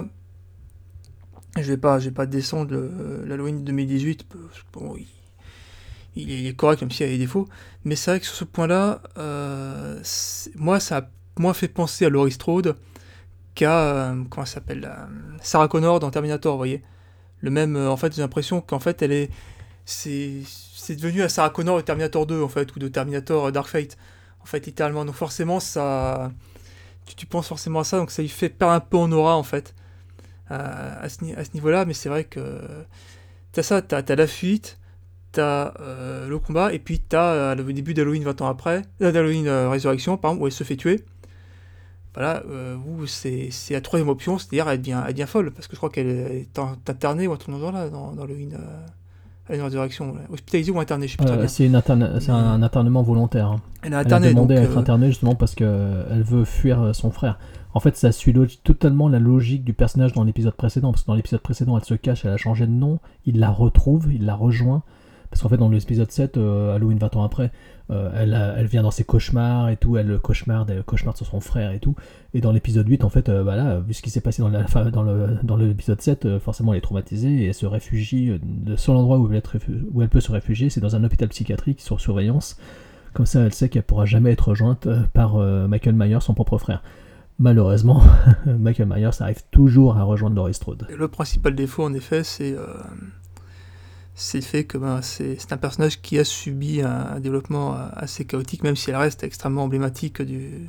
S3: je vais pas descendre l'Halloween 2018. Bon, il est correct, même s'il y a des défauts. Mais c'est vrai que sur ce point-là, moi, ça a moins fait penser à Laurie Strode qu'à comment elle s'appelle, Sarah Connor dans Terminator, vous voyez. Le même, en fait, j'ai l'impression qu'en fait, c'est devenu à Sarah Connor de Terminator 2, en fait, ou de Terminator Dark Fate, en fait, littéralement. Donc forcément, ça, tu penses forcément à ça, donc ça lui fait perdre un peu en aura, en fait, à ce niveau-là. Mais c'est vrai que t'as ça, t'as la fuite, t'as le combat, et puis t'as le début d'Halloween 20 ans après, d'Halloween Résurrection, par exemple, où elle se fait tuer. Voilà, où c'est la troisième option, c'est-à-dire elle devient folle, parce que je crois qu'elle est internée ou un truc dans ce genre-là, dans Halloween Résurrection, hospitalisée ou internée, je sais plus très bien.
S2: C'est un internement volontaire. Hein.
S3: Elle a interné,
S2: demandé à être internée justement parce qu'elle veut fuir son frère. En fait, ça suit totalement la logique du personnage dans l'épisode précédent, parce que dans l'épisode précédent, elle se cache, elle a changé de nom, il la retrouve, il la rejoint, parce qu'en fait, dans l'épisode 7, Halloween 20 ans après, elle vient dans ses cauchemars et tout, elle cauchemarde sur son frère et tout, et dans l'épisode 8, en fait, vu ce qui s'est passé dans l'épisode 7, forcément elle est traumatisée, et elle se réfugie, le seul endroit où elle peut se réfugier, c'est dans un hôpital psychiatrique sur surveillance, comme ça elle sait qu'elle pourra jamais être rejointe par Michael Myers, son propre frère. Malheureusement, Michael Myers arrive toujours à rejoindre Laurie Strode.
S3: Le principal défaut, en effet, c'est le fait que c'est un personnage qui a subi un développement assez chaotique, même si elle reste extrêmement emblématique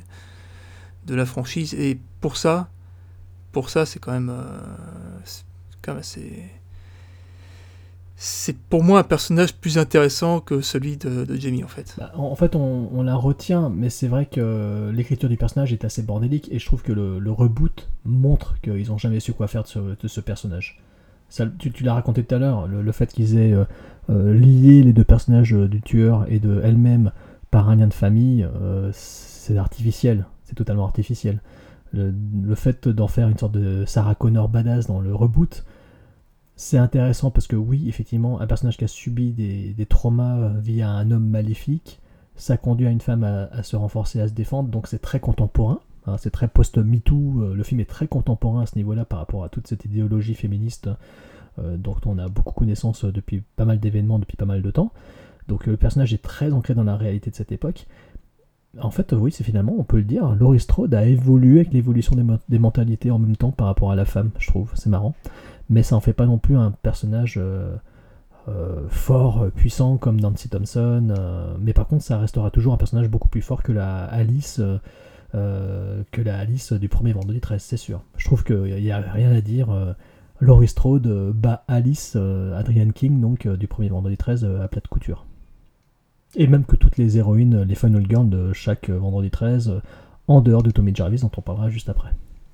S3: de la franchise. Et pour ça, c'est quand même assez... C'est pour moi un personnage plus intéressant que celui de Jamie, en fait.
S2: En fait, on la retient, mais c'est vrai que l'écriture du personnage est assez bordélique, et je trouve que le reboot montre qu'ils n'ont jamais su quoi faire de ce personnage. Ça, tu l'as raconté tout à l'heure, le fait qu'ils aient lié les deux personnages du tueur et de elle-même par un lien de famille, c'est artificiel, c'est totalement artificiel. Le fait d'en faire une sorte de Sarah Connor badass dans le reboot, c'est intéressant parce que oui, effectivement, un personnage qui a subi des traumas via un homme maléfique, ça conduit à une femme à se renforcer, à se défendre, donc c'est très contemporain. C'est très post-MeToo, le film est très contemporain à ce niveau-là par rapport à toute cette idéologie féministe dont on a beaucoup connaissance depuis pas mal d'événements, depuis pas mal de temps. Donc le personnage est très ancré dans la réalité de cette époque. En fait, oui, c'est finalement, on peut le dire, Laurie Strode a évolué avec l'évolution des mentalités en même temps par rapport à la femme, je trouve, c'est marrant. Mais ça en fait pas non plus un personnage fort, puissant comme Nancy Thompson, mais par contre ça restera toujours un personnage beaucoup plus fort que la Alice du premier Vendredi 13, c'est sûr. Je trouve qu'il n'y a rien à dire. Laurie Strode bat Alice, Adrienne King, donc du premier Vendredi 13 à plat de couture. Et même que toutes les héroïnes, les Final Girls de chaque Vendredi 13, en dehors de Tommy Jarvis, dont on parlera juste après.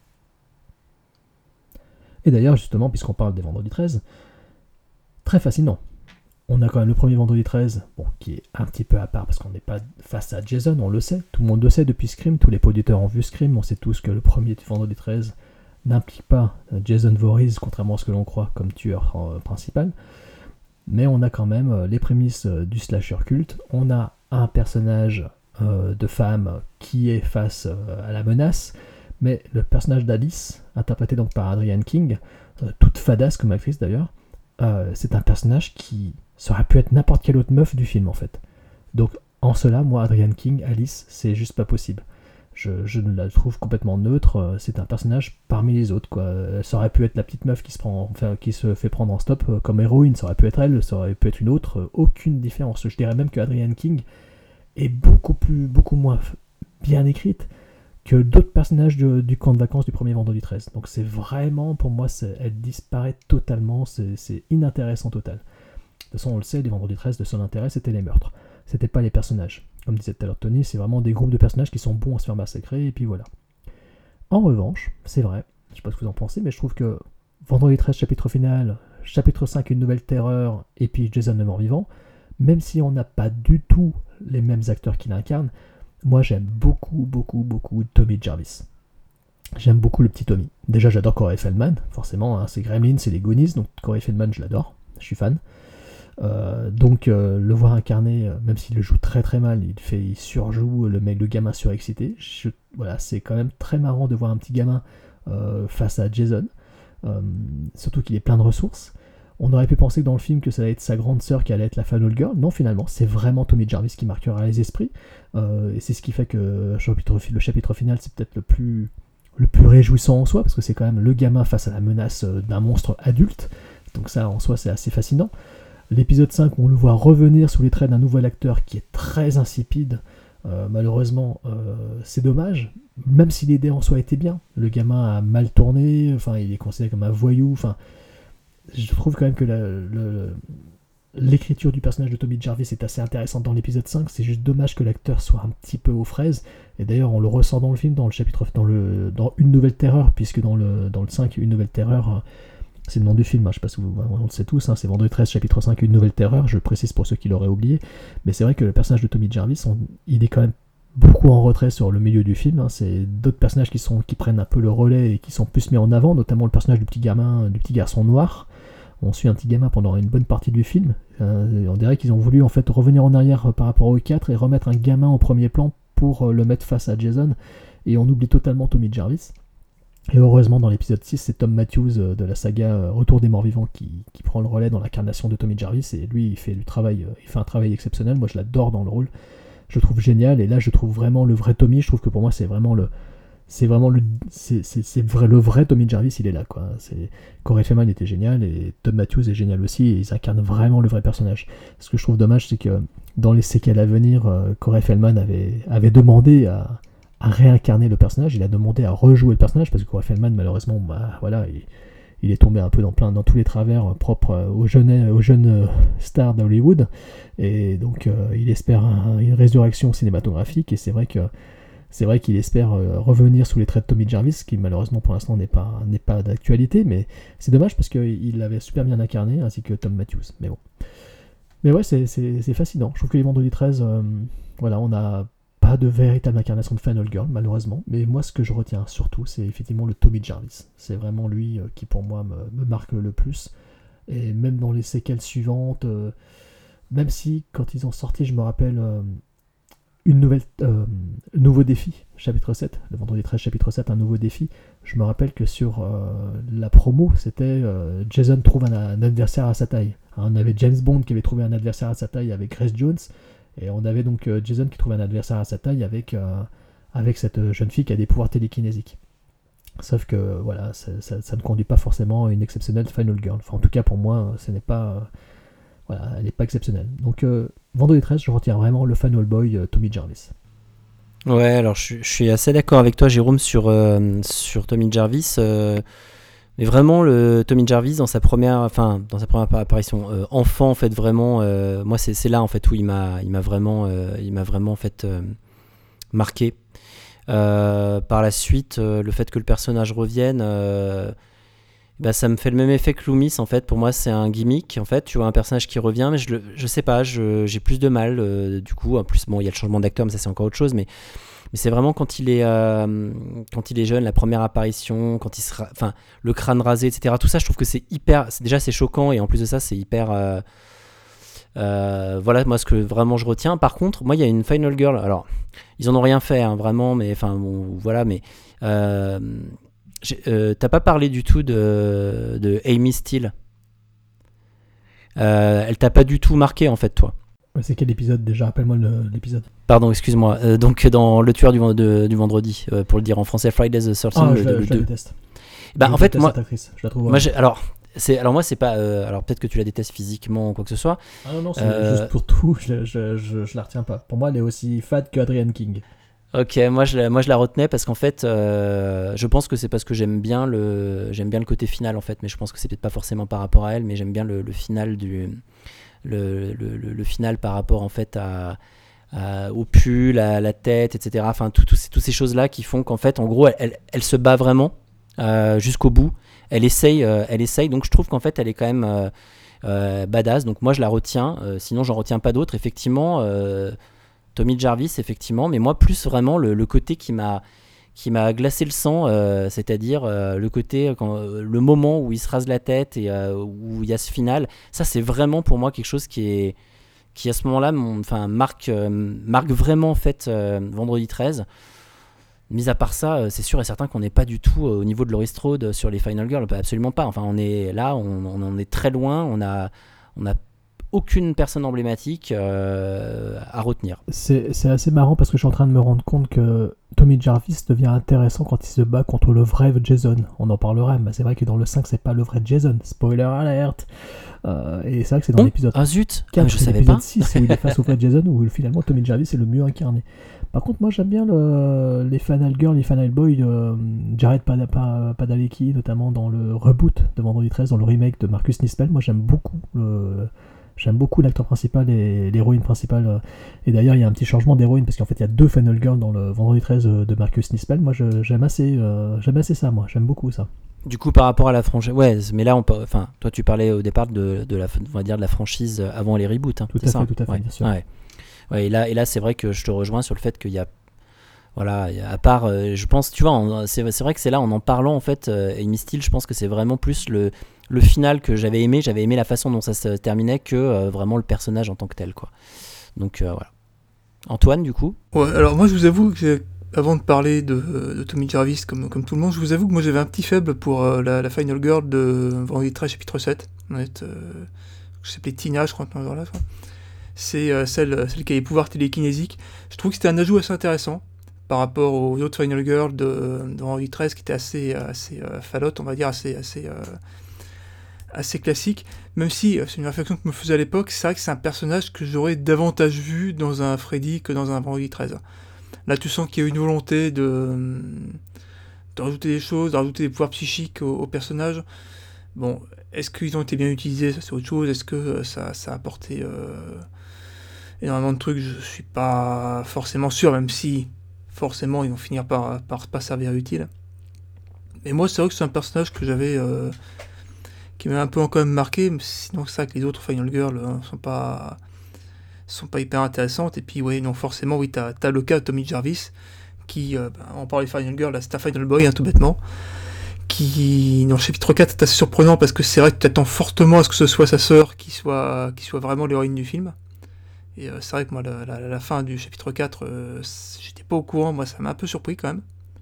S2: Et d'ailleurs, justement, puisqu'on parle des Vendredis 13, très fascinant. On a quand même le premier Vendredi 13, qui est un petit peu à part parce qu'on n'est pas face à Jason, on le sait, tout le monde le sait depuis Scream, tous les producteurs ont vu Scream, on sait tous que le premier Vendredi 13 n'implique pas Jason Voorhees, contrairement à ce que l'on croit, comme tueur principal, mais on a quand même les prémices du slasher culte, on a un personnage de femme qui est face à la menace, mais le personnage d'Alice, interprété donc par Adrienne King, toute fadasse comme actrice d'ailleurs, c'est un personnage qui... ça aurait pu être n'importe quelle autre meuf du film en fait. Donc en cela, moi, Adrienne King, Alice, c'est juste pas possible. Je la trouve complètement neutre, c'est un personnage parmi les autres, quoi. Ça aurait pu être la petite meuf qui se fait prendre en stop comme héroïne, ça aurait pu être elle, ça aurait pu être une autre, aucune différence. Je dirais même que Adrienne King est beaucoup moins bien écrite que d'autres personnages du camp de vacances du premier Vendredi 13. Donc c'est vraiment, pour moi, elle disparaît totalement, c'est inintéressant total. De toute façon, on le sait, les Vendredis 13, de son intérêt, c'était les meurtres. C'était pas les personnages. Comme disait tout à l'heure Tony, c'est vraiment des groupes de personnages qui sont bons à se faire massacrer, et puis voilà. En revanche, c'est vrai, je sais pas ce que vous en pensez, mais je trouve que Vendredi 13, chapitre final, chapitre 5, une nouvelle terreur, et puis Jason le mort-vivant, même si on n'a pas du tout les mêmes acteurs qui l'incarnent, moi j'aime beaucoup Tommy Jarvis. J'aime beaucoup le petit Tommy. Déjà j'adore Corey Feldman, forcément, hein, c'est Gremlins, c'est les Goonies, donc Corey Feldman je l'adore. je suis fan. Donc le voir incarner, même s'il le joue très très mal, il surjoue le gamin surexcité. Voilà, c'est quand même très marrant de voir un petit gamin face à Jason, surtout qu'il est plein de ressources. On aurait pu penser que dans le film que ça allait être sa grande sœur qui allait être la Final Girl. Non, finalement, c'est vraiment Tommy Jarvis qui marquera les esprits. Et c'est ce qui fait que le chapitre final, c'est peut-être le plus réjouissant en soi, parce que c'est quand même le gamin face à la menace d'un monstre adulte. Donc ça, en soi, c'est assez fascinant. L'épisode 5, on le voit revenir sous les traits d'un nouvel acteur qui est très insipide. Malheureusement, c'est dommage, même si l'idée en soi était bien. Le gamin a mal tourné, enfin, il est considéré comme un voyou, enfin... Je trouve quand même que l'écriture du personnage de Tommy Jarvis est assez intéressante dans l'épisode 5. C'est juste dommage que l'acteur soit un petit peu aux fraises. Et d'ailleurs, on le ressent dans le film, dans Une Nouvelle Terreur, puisque dans le 5, Une Nouvelle Terreur, c'est le nom du film. Hein, je sais pas si on le sait tous. Hein, c'est Vendredi 13, chapitre 5, Une Nouvelle Terreur. Je le précise pour ceux qui l'auraient oublié. Mais c'est vrai que le personnage de Tommy Jarvis, il est quand même beaucoup en retrait sur le milieu du film. Hein. C'est d'autres personnages qui prennent un peu le relais et qui sont plus mis en avant, notamment le personnage du petit garçon noir. On suit un petit gamin pendant une bonne partie du film. On dirait qu'ils ont voulu en fait revenir en arrière par rapport au 4 et remettre un gamin au premier plan pour le mettre face à Jason. Et on oublie totalement Tommy Jarvis. Et heureusement, dans l'épisode 6, c'est Tom Matthews de la saga Retour des Morts-Vivants qui prend le relais dans l'incarnation de Tommy Jarvis. Et lui, il fait un travail exceptionnel. Moi, je l'adore dans le rôle. Je le trouve génial. Et là, je trouve vraiment le vrai Tommy. Je trouve que pour moi, c'est vraiment le vrai Tommy Jarvis, il est là, quoi. Corey Feldman était génial et Tom Matthews est génial aussi, et ils incarnent vraiment le vrai personnage. Ce que je trouve dommage, c'est que dans les séquelles à venir, Corey Feldman avait demandé à réincarner le personnage, il a demandé à rejouer le personnage, parce que Corey Feldman, malheureusement, voilà, il est tombé un peu dans tous les travers propres aux jeunes stars d'Hollywood, et donc il espère une résurrection cinématographique, et c'est vrai qu'il espère revenir sous les traits de Tommy Jarvis, qui malheureusement pour l'instant n'est pas d'actualité, mais c'est dommage parce qu'il l'avait super bien incarné, ainsi que Tom Matthews. Mais bon. Mais ouais, c'est fascinant. Je trouve que les Vendredi 13, voilà, on n'a pas de véritable incarnation de Final Girl, malheureusement. Mais moi, ce que je retiens surtout, c'est effectivement le Tommy Jarvis. C'est vraiment lui qui, pour moi, me marque le plus. Et même dans les séquelles suivantes, même si, quand ils ont sorti, je me rappelle... nouveau défi, chapitre 7, le vendredi 13, chapitre 7, un nouveau défi. Je me rappelle que sur la promo, c'était Jason trouve un adversaire à sa taille. Hein, on avait James Bond qui avait trouvé un adversaire à sa taille avec Grace Jones, et on avait donc Jason qui trouvait un adversaire à sa taille avec cette jeune fille qui a des pouvoirs télékinésiques. Sauf que voilà, ça ne conduit pas forcément à une exceptionnelle Final Girl. Enfin, en tout cas, pour moi, ce n'est pas... Voilà, elle n'est pas exceptionnelle. Donc, Vendredi 13, je retiens vraiment le Final Boy Tommy Jarvis.
S1: Ouais, alors je suis assez d'accord avec toi, Jérôme, sur Tommy Jarvis. Mais vraiment, le Tommy Jarvis, dans sa première apparition enfant, en fait, vraiment, moi, c'est là, en fait, où il m'a vraiment en fait, marqué. Par la suite, le fait que le personnage revienne... Bah, ça me fait le même effet que Loomis, en fait. Pour moi, c'est un gimmick, en fait. Tu vois un personnage qui revient, mais je sais pas, j'ai plus de mal, du coup. En plus, bon, il y a le changement d'acteur, mais ça, c'est encore autre chose. Mais c'est vraiment quand il est jeune, la première apparition, quand il sera, enfin, le crâne rasé, etc. Tout ça, je trouve que c'est choquant, et en plus de ça, c'est hyper... voilà, moi, ce que vraiment je retiens. Par contre, moi, il y a une Final Girl. Alors, ils en ont rien fait, hein, vraiment, mais enfin, bon, voilà, mais... t'as pas parlé du tout de Amy Steele. Elle t'a pas du tout marqué, en fait, toi.
S2: C'est quel épisode déjà? Rappelle-moi l'épisode.
S1: Pardon, excuse-moi. Donc dans Le Tueur du vendredi, pour le dire en français, Friday the 13th.
S2: Ah, je la déteste.
S1: Bah, en fait, moi,
S2: je la trouve.
S1: Alors moi, c'est pas. Alors peut-être que tu la détestes physiquement ou quoi que ce soit.
S2: Ah non, c'est juste pour tout. Je la retiens pas. Pour moi, elle est aussi fat que Adrienne King.
S1: Ok, moi je la retenais parce qu'en fait, je pense que c'est parce que j'aime bien le côté final, en fait, mais je pense que c'est peut-être pas forcément par rapport à elle, mais j'aime bien le final le final par rapport, en fait, au pull, à la tête, etc. Enfin, toutes ces choses-là qui font qu'en fait, en gros, elle se bat vraiment jusqu'au bout. Elle essaye. Donc je trouve qu'en fait, elle est quand même badass. Donc moi, je la retiens. Sinon, j'en retiens pas d'autres. Effectivement. Tommy Jarvis, effectivement, mais moi plus vraiment le côté qui m'a qui m'a glacé le sang, c'est-à-dire le côté, le moment où il se rase la tête et où il y a ce final. Ça, c'est vraiment pour moi quelque chose qui à ce moment-là marque vraiment en fait Vendredi 13. Mis à part ça, c'est sûr et certain qu'on n'est pas du tout au niveau de Laurie Strode sur les Final Girls, absolument pas. Enfin, on est là, on en est très loin, on a aucune personne emblématique à retenir.
S2: C'est assez marrant parce que je suis en train de me rendre compte que Tommy Jarvis devient intéressant quand il se bat contre le vrai Jason. On en parlera, mais c'est vrai que dans le 5, c'est pas le vrai Jason. Spoiler alert. Et c'est vrai que c'est dans l'épisode 4,
S1: je savais
S2: l'épisode
S1: pas.
S2: 6 où il est face au vrai Jason, où finalement Tommy Jarvis est le mieux incarné. Par contre, moi j'aime bien les Final Girls, les Final Boys, Jared Padalecki, notamment dans le reboot de Vendredi 13, dans le remake de Marcus Nispel. Moi j'aime beaucoup l'acteur principal et l'héroïne principale. Et d'ailleurs, il y a un petit changement d'héroïne parce qu'en fait, il y a 2 Final Girls dans le Vendredi 13 de Marcus Nispel. Moi, j'aime assez ça. Moi, j'aime beaucoup ça.
S1: Du coup, par rapport à la franchise, ouais, mais là, toi, tu parlais au départ de la franchise avant les reboots. Hein,
S2: tout à fait,
S1: ouais.
S2: Bien sûr.
S1: Ouais, et là, c'est vrai que je te rejoins sur le fait qu'il y a, voilà, à part, je pense, tu vois, c'est vrai que c'est là, en parlant en fait, Amy Steele, je pense que c'est vraiment plus le final que j'avais aimé la façon dont ça se terminait que vraiment le personnage en tant que tel, quoi. Donc voilà. Antoine, du coup.
S3: Ouais, alors moi je vous avoue que avant de parler de Tommy Jarvis comme tout le monde, je vous avoue que moi j'avais un petit faible pour la Final Girl de Vendredi 13 chapitre 7. Je s'appelait Tina, je crois, là. C'est celle qui a les pouvoirs télékinésiques. Je trouve que c'était un ajout assez intéressant par rapport aux autres Final Girls de Vendredi 13 qui étaient assez falottes, on va dire, assez classique, même si c'est une réflexion que je me faisais à l'époque, c'est vrai que c'est un personnage que j'aurais davantage vu dans un Freddy que dans un Vendredi 13. Là, tu sens qu'il y a une volonté de rajouter des choses, de rajouter des pouvoirs psychiques au personnage. Bon, est-ce qu'ils ont été bien utilisés, ça c'est autre chose, est-ce que ça a apporté énormément de trucs, je suis pas forcément sûr, même si forcément ils vont finir par pas servir utile. Mais moi, c'est vrai que c'est un personnage que j'avais... qui m'a un peu quand même marqué, mais sinon c'est ça que les autres Final Girls sont pas hyper intéressantes. Et puis oui, non, forcément, oui, t'as le cas de Tommy Jarvis, qui, on parlait de Final Girl, là c'est un Final Boy, hein, tout bêtement, qui, dans le chapitre 4, c'est assez surprenant, parce que c'est vrai que t'attends fortement à ce que ce soit sa sœur qui soit vraiment l'héroïne du film. Et c'est vrai que moi, la fin du chapitre 4, j'étais pas au courant, moi ça m'a un peu surpris quand même.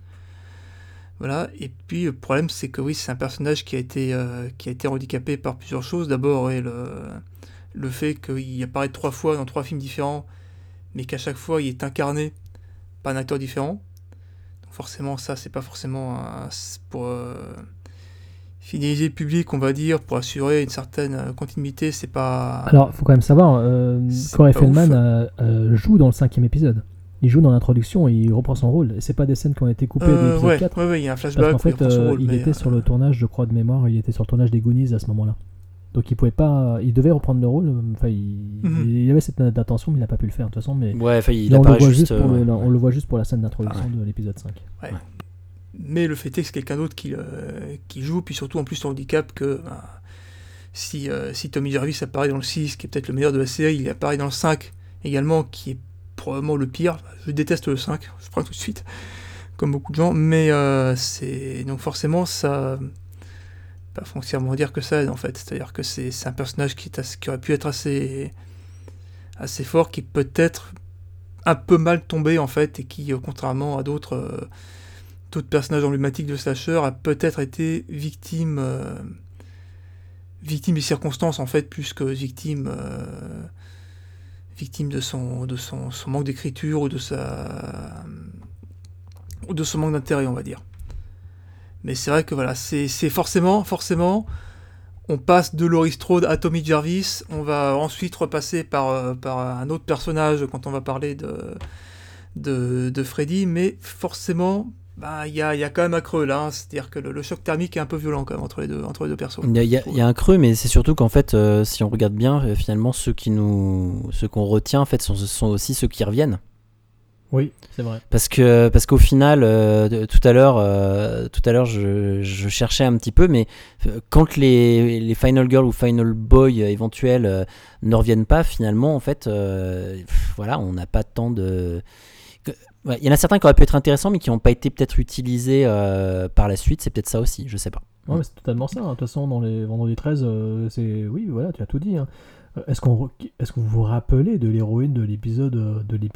S3: Voilà, et puis le problème c'est que oui, c'est un personnage qui a été handicapé par plusieurs choses. D'abord, ouais, le fait qu'il apparaît 3 fois dans 3 films différents, mais qu'à chaque fois il est incarné par un acteur différent. Donc forcément, ça c'est pas forcément pour fidéliser le public, on va dire, pour assurer une certaine continuité, c'est pas...
S2: Alors, faut quand même savoir, Corey Feldman joue dans le 5e épisode. Il joue dans l'introduction et il reprend son rôle. Et c'est pas des scènes qui ont été coupées de l'épisode 4.
S3: Ouais, il y a un flashback.
S2: Parce qu'en fait, il était sur le tournage, je crois, de mémoire, il était sur le tournage des Goonies à ce moment-là. Donc il pouvait pas, il devait reprendre le rôle. Enfin, il avait cette intention, mais il n'a pas pu le faire de toute façon. Mais
S1: ouais, il
S2: là,
S1: apparaît
S2: on le voit juste pour la scène d'introduction de l'épisode 5.
S3: Ouais. Mais le fait est que c'est quelqu'un d'autre qui joue, puis surtout en plus son handicap que si Tommy Jarvis apparaît dans le 6, qui est peut-être le meilleur de la série, il apparaît dans le 5 également, qui est probablement le pire. Je déteste le 5, je prends tout de suite, comme beaucoup de gens, mais c'est donc forcément ça pas foncièrement dire que ça aide en fait, c'est-à-dire que c'est un personnage qui aurait pu être assez fort, qui peut-être un peu mal tombé en fait, et qui contrairement à d'autres personnages emblématiques de slasher a peut-être été victime des circonstances en fait, plus que victime de son manque d'écriture ou de son manque d'intérêt, on va dire. Mais c'est vrai que voilà, c'est forcément, on passe de Laurie Strode à Tommy Jarvis, on va ensuite repasser par un autre personnage quand on va parler de Freddy, mais forcément, il y a quand même un creux là, hein, c'est-à-dire que le choc thermique est un peu violent quand même entre les deux persos.
S1: Il y a un creux, mais c'est surtout qu'en fait, si on regarde bien, finalement, ceux qu'on retient, en fait, sont aussi ceux qui reviennent.
S2: Oui, c'est vrai.
S1: Parce qu'au final, tout à l'heure, je cherchais un petit peu, mais quand les Final Girl ou Final Boy éventuels ne reviennent pas, finalement, en fait, voilà, on n'a pas tant de... Ouais, il y en a certains qui auraient pu être intéressants, mais qui n'ont pas été peut-être utilisés par la suite. C'est peut-être ça aussi, je sais pas.
S2: Ouais, mais c'est totalement ça. De toute façon, dans les Vendredi 13, c'est... Oui, voilà, tu as tout dit. Hein. Est-ce que vous vous rappelez de l'héroïne de l'épisode 3 ?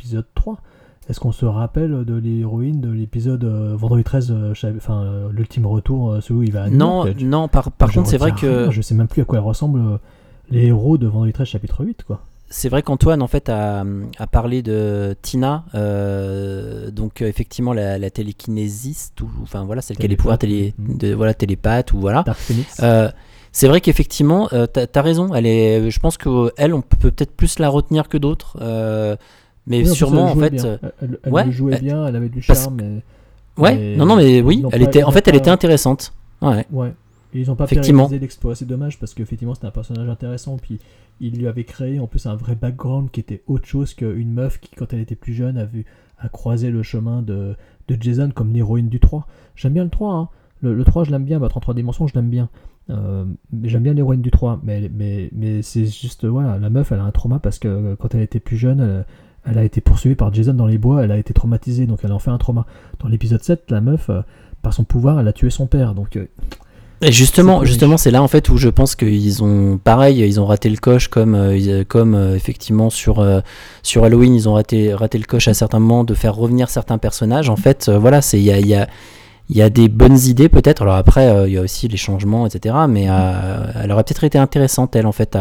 S2: Est-ce qu'on se rappelle de l'héroïne de l'épisode Vendredi 13, l'ultime retour, celui où il va à New York ?
S1: Non, par contre, c'est vrai que...
S2: Je sais même plus à quoi ressemblent les héros de Vendredi 13 chapitre 8, quoi.
S1: C'est vrai qu'Antoine, en fait, a parlé de Tina, donc effectivement la télékinésiste, enfin voilà, celle qui a les pouvoirs télépathe, ou voilà.
S2: Dark Phoenix.
S1: C'est vrai qu'effectivement, t'as raison, je pense qu'elle, on peut peut-être plus la retenir que d'autres, mais
S2: oui,
S1: sûrement, en fait...
S2: Elle
S1: ouais,
S2: le jouait bien, elle avait du charme.
S1: Mais oui, elle était intéressante. Ouais.
S2: Et ils n'ont pas pérennisé l'exploit, c'est dommage parce qu'effectivement c'était un personnage intéressant, puis il lui avait créé en plus un vrai background qui était autre chose qu'une meuf qui, quand elle était plus jeune, a croisé le chemin de Jason comme l'héroïne du 3. J'aime bien le 3, hein. Le 3 je l'aime bien, battre en 3 dimensions je l'aime bien. Mais j'aime bien l'héroïne du 3, mais c'est juste, voilà, la meuf elle a un trauma parce que quand elle était plus jeune, elle a été poursuivie par Jason dans les bois, elle a été traumatisée, donc elle en fait un trauma. Dans l'épisode 7, la meuf, par son pouvoir, elle a tué son père, donc...
S1: Et justement, c'est là en fait où je pense qu'ils ont raté le coche comme effectivement sur Halloween, ils ont raté le coche à certains moments de faire revenir certains personnages. En fait, voilà, il y a des bonnes idées peut-être. Alors après, il y a aussi les changements, etc. Mais elle aurait peut-être été intéressante, elle, en fait,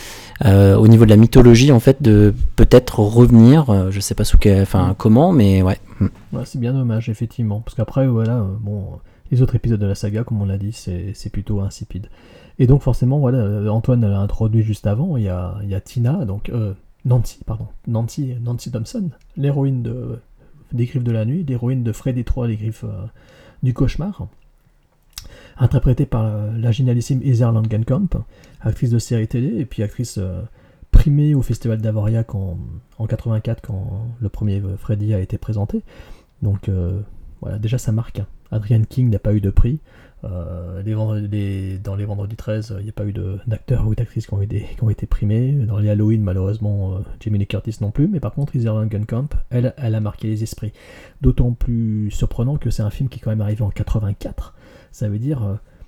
S1: au niveau de la mythologie, en fait, de peut-être revenir. Je sais pas comment, mais ouais.
S2: Ouais, c'est bien dommage, effectivement, parce qu'après, voilà, les autres épisodes de la saga, comme on l'a dit, c'est plutôt insipide. Et donc forcément, voilà, Antoine l'a introduit juste avant, il y a Tina, donc Nancy Thompson, l'héroïne des Griffes de la Nuit, l'héroïne de Freddy 3, les Griffes du Cauchemar, interprétée par la génialissime Heather Langenkamp, actrice de série télé, et puis actrice primée au Festival d'Avoriaz en 84, quand le premier Freddy a été présenté. Donc voilà, déjà ça marque, hein. Adrienne King n'a pas eu de prix. Dans les Vendredi 13, il n'y a pas eu d'acteurs ou d'actrices qui ont été primés. Dans les Halloween, malheureusement, Jamie Lee Curtis non plus. Mais par contre, Heather Langenkamp, elle a marqué les esprits. D'autant plus surprenant que c'est un film qui est quand même arrivé en 84. Ça veut dire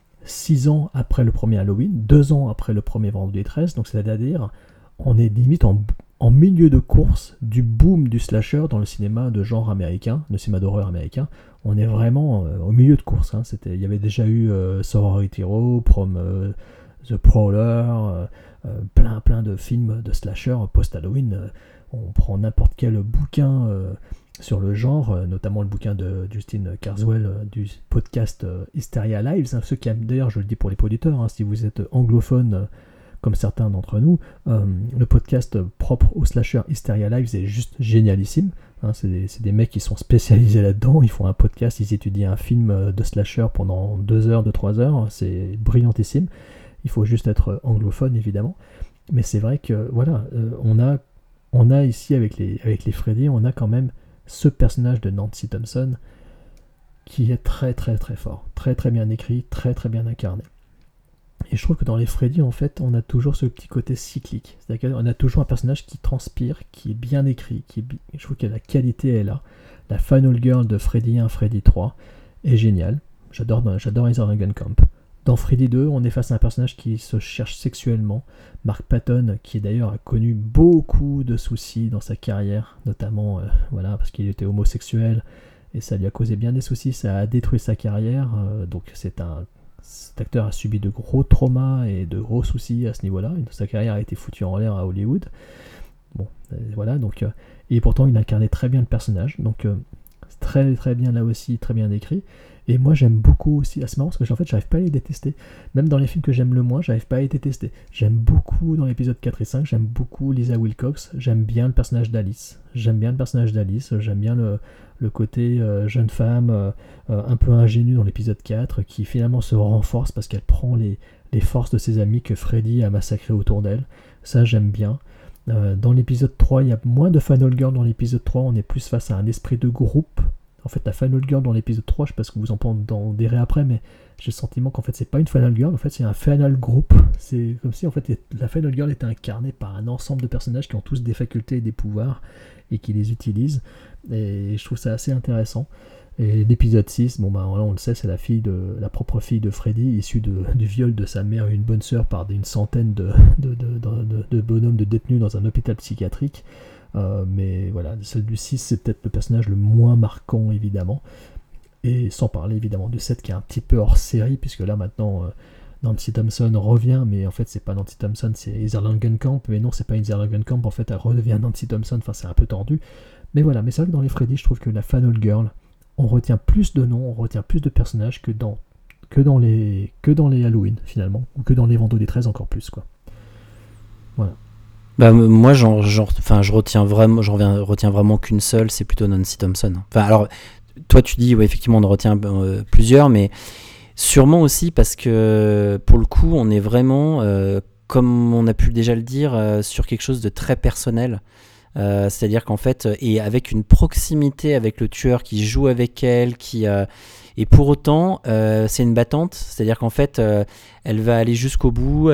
S2: 6 ans après le premier Halloween, 2 ans après le premier Vendredi 13. Donc c'est-à-dire, on est limite en milieu de course du boom du slasher dans le cinéma de genre américain, le cinéma d'horreur américain. On est vraiment au milieu de course, hein. Il y avait déjà eu Sorority Row, The Prowler, plein de films de slasher post-Halloween. On prend n'importe quel bouquin sur le genre, notamment le bouquin de Justin Carswell du podcast Hysteria Lives. Hein, ceux qui aiment, d'ailleurs, je le dis pour les auditeurs, hein, si vous êtes anglophone comme certains d'entre nous, le podcast propre au slasher Hysteria Lives est juste génialissime. Hein, c'est des mecs qui sont spécialisés là-dedans, ils font un podcast, ils étudient un film de slasher pendant 2 heures, 3 heures, c'est brillantissime. Il faut juste être anglophone, évidemment. Mais c'est vrai que, voilà, on a ici, avec les Freddy, on a quand même ce personnage de Nancy Thompson qui est très très très fort, très très bien écrit, très très bien incarné. Et je trouve que dans les Freddy, en fait, on a toujours ce petit côté cyclique. C'est-à-dire qu'on a toujours un personnage qui transpire, qui est bien écrit, je trouve que la qualité est là. La Final Girl de Freddy 1, Freddy 3 est géniale. J'adore Heather Langenkamp. Dans Freddy 2, on est face à un personnage qui se cherche sexuellement. Mark Patton, qui d'ailleurs a connu beaucoup de soucis dans sa carrière, notamment parce qu'il était homosexuel, et ça lui a causé bien des soucis, ça a détruit sa carrière, donc cet acteur a subi de gros traumas et de gros soucis à ce niveau-là. Sa carrière a été foutue en l'air à Hollywood. Bon, voilà, donc... et pourtant, il incarnait très bien le personnage, donc très très bien là aussi, très bien écrit. Et moi, j'aime beaucoup aussi... c'est marrant, parce que en fait, j'arrive pas à les détester. Même dans les films que j'aime le moins, j'arrive pas à les détester. J'aime beaucoup, dans l'épisode 4 et 5, j'aime beaucoup Lisa Wilcox. J'aime bien le personnage d'Alice. J'aime bien le côté jeune femme un peu ingénue dans l'épisode 4 qui finalement se renforce parce qu'elle prend les forces de ses amis que Freddy a massacrés autour d'elle. Ça, j'aime bien. Dans l'épisode 3, il y a moins de Final Girl. Dans l'épisode 3, on est plus face à un esprit de groupe En fait, la Final Girl dans l'épisode 3, je sais pas ce que vous en direz après, mais j'ai le sentiment qu'en fait, c'est pas une Final Girl, en fait, c'est un Final Group. C'est comme si, en fait, la Final Girl était incarnée par un ensemble de personnages qui ont tous des facultés et des pouvoirs et qui les utilisent. Et je trouve ça assez intéressant. Et l'épisode 6, bon, là, on le sait, c'est la propre fille de Freddy, issue du viol de sa mère et une bonne sœur par une centaine de bonhommes de détenus dans un hôpital psychiatrique. Mais voilà, celle du 6, c'est peut-être le personnage le moins marquant, évidemment. Et sans parler, évidemment, du 7 qui est un petit peu hors série, puisque là, maintenant, Nancy Thompson revient, mais en fait, c'est pas Nancy Thompson, c'est Heather Langenkamp. Mais non, c'est pas Heather Langenkamp, en fait, elle redevient Nancy Thompson. Enfin, c'est un peu tordu. Mais voilà, mais c'est vrai que dans les Freddy, je trouve que la Final Girl, on retient plus de noms, on retient plus de personnages que dans les Halloween, finalement, ou que dans les Vendredi 13 encore plus, quoi. Voilà.
S1: Bah, moi, je retiens vraiment qu'une seule, c'est plutôt Nancy Thompson. Enfin, alors, toi, tu dis, ouais, effectivement, on en retient plusieurs, mais sûrement aussi parce que, pour le coup, on est vraiment, comme on a pu déjà le dire, sur quelque chose de très personnel. C'est-à-dire qu'en fait, et avec une proximité avec le tueur qui joue avec elle, et pour autant, c'est une battante, c'est-à-dire qu'en fait, elle va aller jusqu'au bout,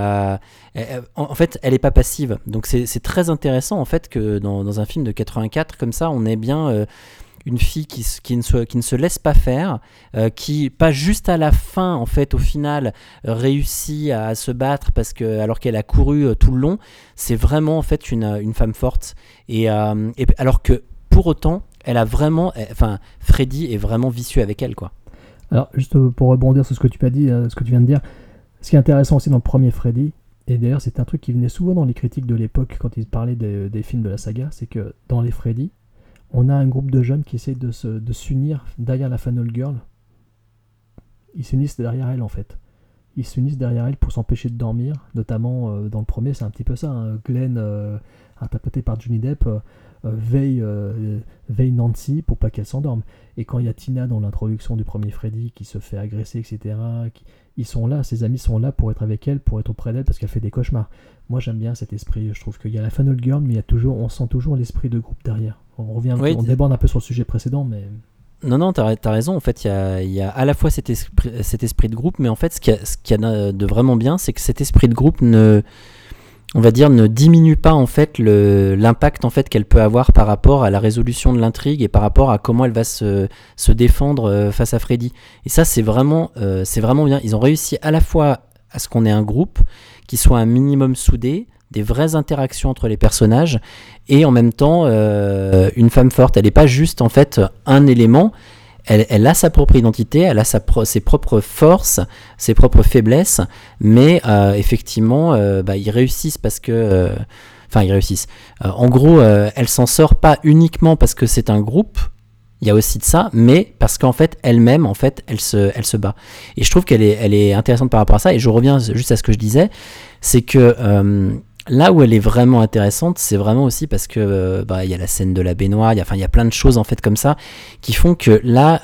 S1: en fait, elle n'est pas passive. Donc c'est très intéressant en fait que dans un film de 84 comme ça, on ait bien une fille qui ne se laisse pas faire, qui pas juste à la fin en fait au final réussit à se battre alors qu'elle a couru tout le long. C'est vraiment en fait une femme forte et alors que pour autant elle a vraiment, Freddy est vraiment vicieux avec elle, quoi.
S2: Alors juste pour rebondir sur ce que tu as dit, ce que tu viens de dire, ce qui est intéressant aussi dans le premier Freddy, et d'ailleurs c'est un truc qui venait souvent dans les critiques de l'époque quand ils parlaient des films de la saga, c'est que dans les Freddy, on a un groupe de jeunes qui essayent de s'unir derrière la Final Girl. Ils s'unissent derrière elle, en fait. Ils s'unissent derrière elle pour s'empêcher de dormir. Notamment, dans le premier, c'est un petit peu ça. Hein. Glenn, interprété par Johnny Depp, veille Nancy pour pas qu'elle s'endorme. Et quand il y a Tina dans l'introduction du premier Freddy qui se fait agresser, etc., ils sont là, ses amis sont là pour être avec elle, pour être auprès d'elle parce qu'elle fait des cauchemars. Moi j'aime bien cet esprit, je trouve qu'il y a la Final Girl, mais on sent toujours l'esprit de groupe derrière. On déborde un peu sur le sujet précédent, mais...
S1: Non, t'as raison. En fait, il y a à la fois cet esprit de groupe, mais en fait, ce qu'il y a de vraiment bien, c'est que cet esprit de groupe ne diminue pas en fait l'impact en fait qu'elle peut avoir par rapport à la résolution de l'intrigue et par rapport à comment elle va se défendre face à Freddy. Et ça, c'est vraiment bien. Ils ont réussi à la fois à ce qu'on ait un groupe qui soit un minimum soudé, des vraies interactions entre les personnages et en même temps une femme forte. Elle n'est pas juste en fait un élément. Elle a sa propre identité, elle a ses propres forces, ses propres faiblesses, mais effectivement, ils réussissent parce que... ils réussissent. En gros, elle s'en sort pas uniquement parce que c'est un groupe, il y a aussi de ça, mais parce qu'en fait, elle-même, en fait, elle se bat. Et je trouve qu'elle est intéressante par rapport à ça, et je reviens juste à ce que je disais, c'est que... là où elle est vraiment intéressante, c'est vraiment aussi parce que y a la scène de la baignoire, il y a plein de choses en fait comme ça qui font que là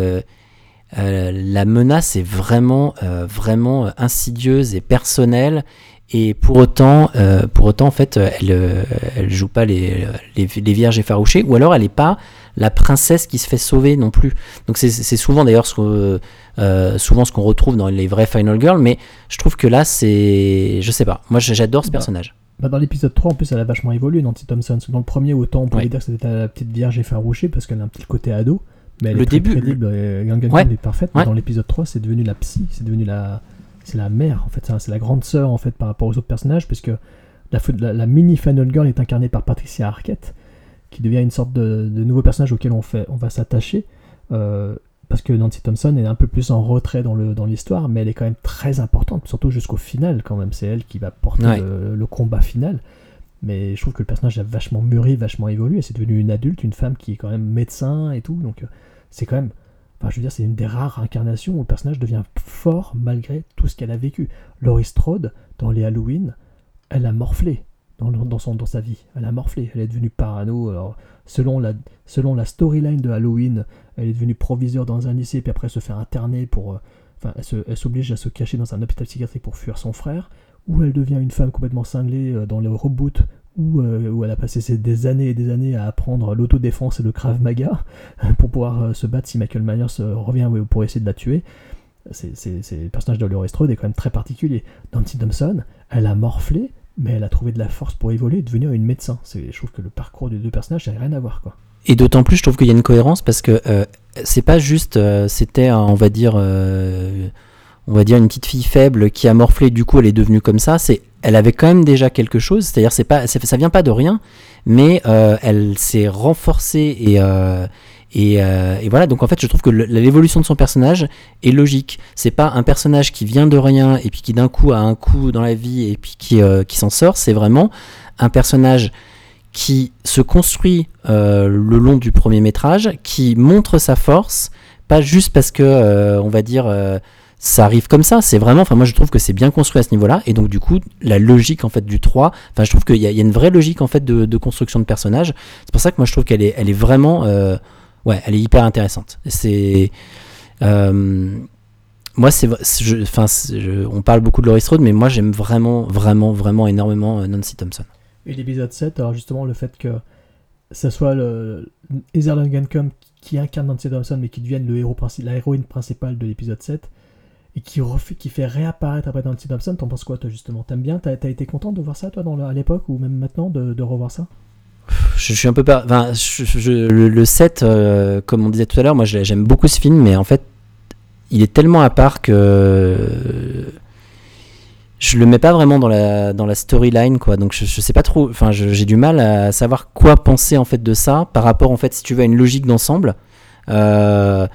S1: la menace est vraiment insidieuse et personnelle et pour autant en fait elle joue pas les vierges effarouchées ou alors elle est pas la princesse qui se fait sauver non plus. Donc c'est souvent d'ailleurs ce qu'on retrouve dans les vrais Final Girl, mais je trouve que là je sais pas, moi j'adore ce personnage.
S2: Dans l'épisode 3 en plus elle a vachement évolué, Nancy Thompson. Dans le premier autant on pouvait dire que c'était la petite vierge effarouchée parce qu'elle a un petit côté ado, mais elle est très crédible et Langenkamp est parfaite. Mais dans l'épisode 3 c'est devenu la psy, c'est la mère en fait, c'est la grande sœur en fait par rapport aux autres personnages, puisque la mini Final Girl est incarnée par Patricia Arquette, qui devient une sorte de nouveau personnage auquel on va s'attacher, parce que Nancy Thompson est un peu plus en retrait dans l'histoire, mais elle est quand même très importante, surtout jusqu'au final quand même, c'est elle qui va porter le combat final. Mais je trouve que le personnage a vachement mûri, vachement évolué, c'est devenu une adulte, une femme qui est quand même médecin et tout, donc c'est quand même... je veux dire, c'est une des rares incarnations où le personnage devient fort malgré tout ce qu'elle a vécu. Laurie Strode, dans les Halloween, elle a morflé dans sa vie. Elle a morflé, elle est devenue parano. Alors, selon la storyline de Halloween, elle est devenue proviseur dans un lycée, puis après elle se fait interner pour... elle s'oblige à se cacher dans un hôpital psychiatrique pour fuir son frère, ou elle devient une femme complètement cinglée dans le reboot, où elle a passé des années et des années à apprendre l'autodéfense et le Krav Maga pour pouvoir se battre si Michael Myers revient pour essayer de la tuer. Le personnage de Laurie Strode est quand même très particulier. Nancy Thompson, elle a morflé, mais elle a trouvé de la force pour évoluer et devenir une médecin. Je trouve que le parcours des deux personnages n'a rien à voir, quoi.
S1: Et d'autant plus, je trouve qu'il y a une cohérence parce que c'est pas juste, c'était, on va dire une petite fille faible qui a morflé, du coup elle est devenue comme ça. Elle avait quand même déjà quelque chose, c'est-à-dire ça vient pas de rien, mais elle s'est renforcée et voilà. Donc en fait, je trouve que l'évolution de son personnage est logique. C'est pas un personnage qui vient de rien et puis qui d'un coup a un coup dans la vie et puis qui s'en sort. C'est vraiment un personnage qui se construit le long du premier métrage, qui montre sa force, pas juste parce que, on va dire, ça arrive comme ça. C'est vraiment, moi je trouve que c'est bien construit à ce niveau-là, et donc du coup, la logique en fait du 3, je trouve qu'il y a une vraie logique en fait de construction de personnages. C'est pour ça que moi je trouve qu'elle est vraiment, elle est hyper intéressante. Moi, on parle beaucoup de Laurie Strode, mais moi j'aime vraiment énormément Nancy Thompson.
S2: Et l'épisode 7, alors justement le fait que ça soit Heather Langenkamp qui incarne Nancy Thompson mais qui devienne la héroïne principale de l'épisode 7 et qui fait réapparaître après Nancy Thompson, t'en penses quoi toi justement? T'aimes bien? T'as été content de voir ça toi à l'époque ou même maintenant de revoir ça?
S1: Je suis un peu le 7, comme on disait tout à l'heure, moi j'aime beaucoup ce film, mais en fait il est tellement à part que je le mets pas vraiment dans la storyline, quoi. Donc je sais pas trop, j'ai du mal à savoir quoi penser en fait de ça par rapport en fait, si tu veux, à une logique d'ensemble. Moi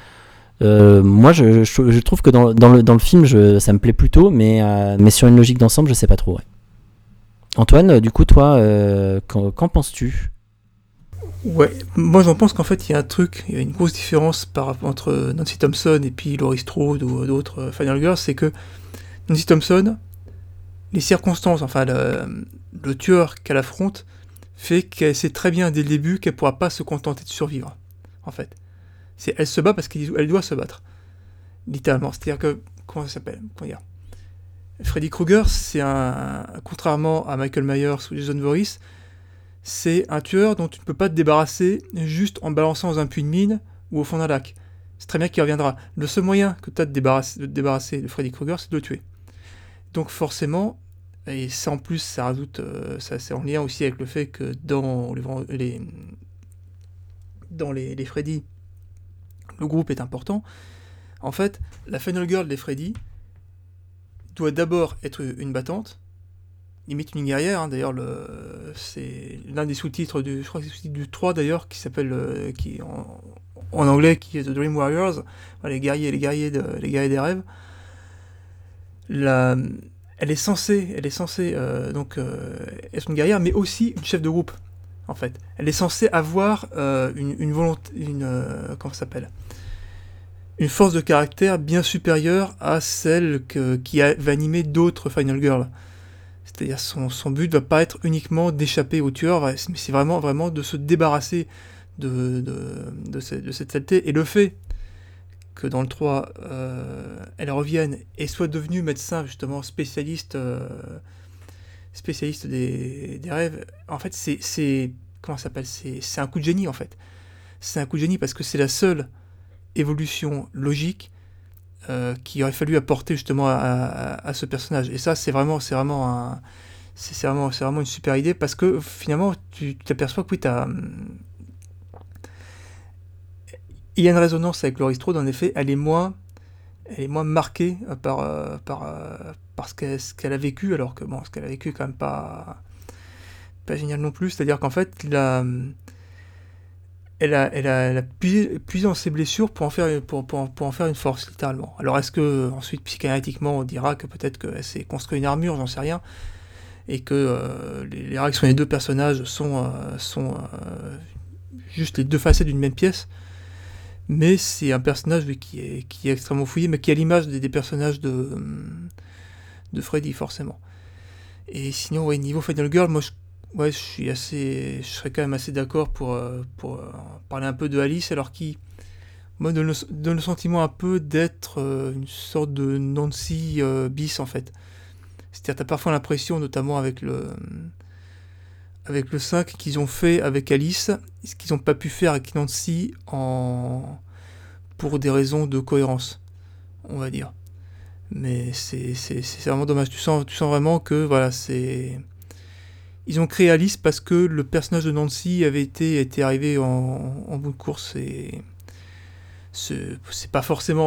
S1: je trouve que dans le film ça me plaît plutôt, mais sur une logique d'ensemble je sais pas trop, ouais. Antoine, du coup toi, qu'en penses-tu?
S3: Ouais, moi j'en pense qu'en fait il y a une grosse différence entre Nancy Thompson et puis Laurie Strode ou d'autres Final Girls, c'est que Nancy Thompson, les circonstances, le tueur qu'elle affronte fait qu'elle sait très bien dès le début qu'elle pourra pas se contenter de survivre, en fait. Elle se bat parce qu'elle doit se battre, littéralement. C'est-à-dire que, comment ça s'appelle, Freddy Krueger, contrairement à Michael Myers ou Jason Voorhees, c'est un tueur dont tu ne peux pas te débarrasser juste en balançant dans un puits de mine ou au fond d'un lac. C'est très bien qu'il reviendra. Le seul moyen que tu as de te débarrasser de Freddy Krueger, c'est de le tuer. Donc forcément, et ça en plus, ça rajoute, ça c'est en lien aussi avec le fait que dans les Freddy, le groupe est important. En fait, la Final Girl des Freddy doit d'abord être une battante, limite une guerrière, hein. D'ailleurs c'est l'un des sous-titres je crois que c'est le sous-titre du 3 d'ailleurs, qui s'appelle en anglais, qui est The Dream Warriors, les guerriers des rêves. Elle est censée donc être une guerrière, mais aussi une chef de groupe, en fait. Elle est censée avoir une volonté, comment ça s'appelle, une force de caractère bien supérieure à celle qui va animer d'autres Final Girls. C'est-à-dire son but va pas être uniquement d'échapper au tueur, mais c'est vraiment de se débarrasser de cette saleté. Et le fait que dans le 3, elle revienne et soit devenue médecin, justement, spécialiste des rêves, en fait, c'est comment ça s'appelle, c'est un coup de génie, en fait. C'est un coup de génie parce que c'est la seule évolution logique qu'il aurait fallu apporter justement à ce personnage. Et ça, c'est vraiment une super idée, parce que finalement, tu t'aperçois que oui, il y a une résonance avec Laurie Strode. En effet, elle est moins marquée par ce qu'elle a vécu, alors que ce qu'elle a vécu est quand même pas génial non plus. C'est-à-dire qu'en fait, elle a puisé dans ses blessures pour en faire une force, littéralement. Alors est-ce que ensuite psychanalytiquement on dira que peut-être qu'elle s'est construit une armure, j'en sais rien, et que les réactions des deux personnages sont juste les deux facettes d'une même pièce. Mais c'est un personnage qui est extrêmement fouillé, mais qui a l'image des personnages de Freddy, forcément. Et sinon, ouais, niveau Final Girl, moi je serais quand même assez d'accord pour parler un peu de Alice, alors qui, moi, donne le sentiment un peu d'être une sorte de Nancy bis, en fait. C'est-à-dire, t'as parfois l'impression, notamment avec avec le 5 qu'ils ont fait avec Alice, ce qu'ils n'ont pas pu faire avec Nancy pour des raisons de cohérence, on va dire. Mais c'est vraiment dommage. Tu sens vraiment que voilà, ils ont créé Alice parce que le personnage de Nancy était arrivé en bout de course et c'est pas forcément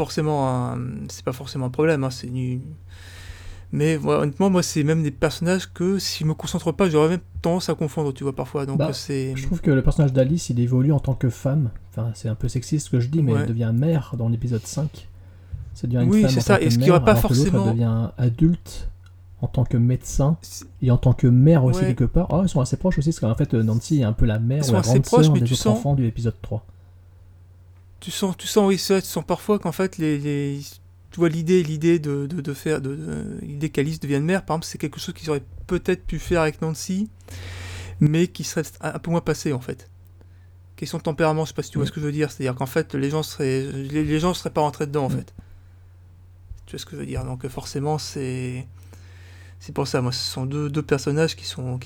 S3: un problème. Hein, mais voilà, honnêtement, moi, c'est même des personnages que si je me concentre pas, j'aurais même tendance à confondre, tu vois, parfois. Donc
S2: je trouve que le personnage d'Alice, il évolue en tant que femme. Enfin, c'est un peu sexiste ce que je dis, mais elle devient mère dans l'épisode 5. Ça devient une femme
S3: c'est
S2: en
S3: ça.
S2: tant que
S3: Est-ce qu'il y
S2: mère,
S3: aurait pas
S2: alors que
S3: forcément...
S2: l'autre, elle devient adulte en tant que médecin et en tant que mère aussi quelque part. Oh, ils sont assez proches aussi, parce qu'en fait, Nancy est un peu la mère ou la grande sœur des autres enfants du épisode 3.
S3: Tu sens, oui, c'est vrai, tu sens parfois qu'en fait, tu vois l'idée l'idée qu'Alice devienne mère, par exemple, c'est quelque chose qu'ils auraient peut-être pu faire avec Nancy, mais qui serait un peu moins passé en fait. Question de tempérament, je sais pas si tu vois ce que je veux dire, c'est-à-dire qu'en fait, les gens seraient pas rentrés dedans en fait. Tu vois ce que je veux dire, donc forcément, c'est pour ça. Moi, ce sont deux personnages qui sont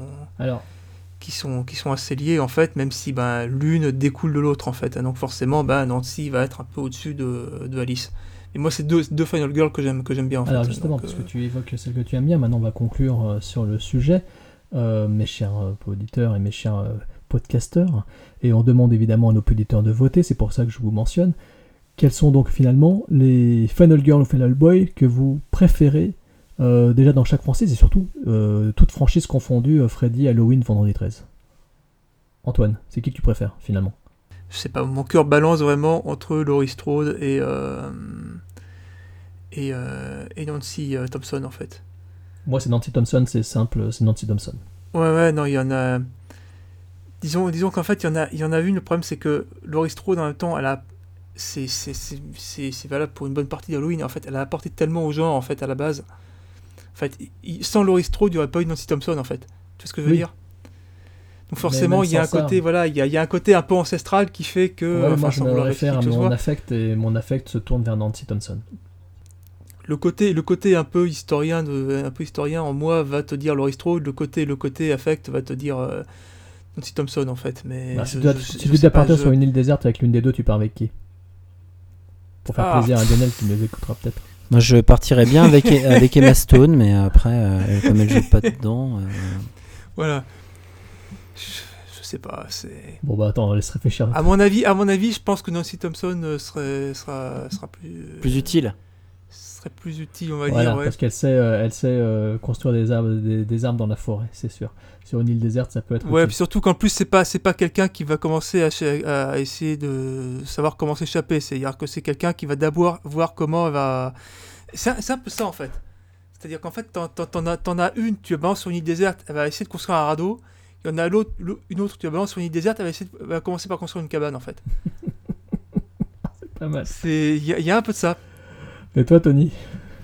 S3: assez liés en fait, même si l'une découle de l'autre en fait. Donc forcément, Nancy va être un peu au-dessus de Alice. Et moi, c'est deux Final Girls que j'aime bien en fait.
S2: Alors justement, parce que tu évoques celle que tu aimes bien, maintenant on va conclure sur le sujet, mes chers auditeurs et mes chers podcasteurs, et on demande évidemment à nos auditeurs de voter, c'est pour ça que je vous mentionne. Quels sont donc finalement les Final Girl ou Final Boy que vous préférez déjà dans chaque franchise, et surtout toute franchise confondue, Freddy, Halloween, Vendredi 13. Antoine, c'est qui que tu préfères finalement?
S3: Je sais pas, mon cœur balance vraiment entre Laurie Strode et Nancy Thompson en fait.
S2: Moi c'est Nancy Thompson, c'est simple, c'est Nancy Thompson.
S3: Ouais, non, il y en a... Disons qu'en fait, il y en a une, le problème c'est que Laurie Strode en même temps, elle a... C'est valable pour une bonne partie d'Halloween, en fait, elle a apporté tellement au genre en fait à la base. En fait, sans Laurie Strode, il n'y aurait pas eu Nancy Thompson en fait. Tu vois ce que je veux dire? Donc forcément, il y a un côté, il y a un côté un peu ancestral qui fait que...
S2: Ouais, moi je me réfère à mon affect, et mon affect se tourne vers Nancy Thompson.
S3: Le côté un peu historien en moi va te dire Laurie Strode, le côté affect va te dire Nancy Thompson en fait. Mais
S2: si tu dois partir sur une île déserte avec l'une des deux, tu pars avec qui? Pour faire plaisir à Lionel qui nous écoutera peut-être.
S1: Moi je partirais bien avec Emma Stone, mais après, comme elle joue pas dedans...
S3: Voilà. Je sais pas, c'est...
S2: Bon attends, on laisse réfléchir.
S3: À mon avis, je pense que Nancy Thompson sera
S1: plus utile.
S3: Serait plus utile, on va dire. Ouais.
S2: Parce qu'elle sait construire des armes dans la forêt, c'est sûr. Sur une île déserte, ça peut être utile.
S3: Puis surtout qu'en plus, c'est pas quelqu'un qui va commencer à essayer de savoir comment s'échapper. C'est-à-dire que c'est quelqu'un qui va d'abord voir comment elle va... C'est un peu ça, en fait. C'est-à-dire qu'en fait, t'en as une, tu vas sur une île déserte, elle va essayer de construire un radeau. Il y en a une autre, tu vas sur une île déserte, elle va commencer par construire une cabane, en fait.
S2: C'est pas mal.
S3: Il y a un peu de ça.
S2: Et toi, Tony?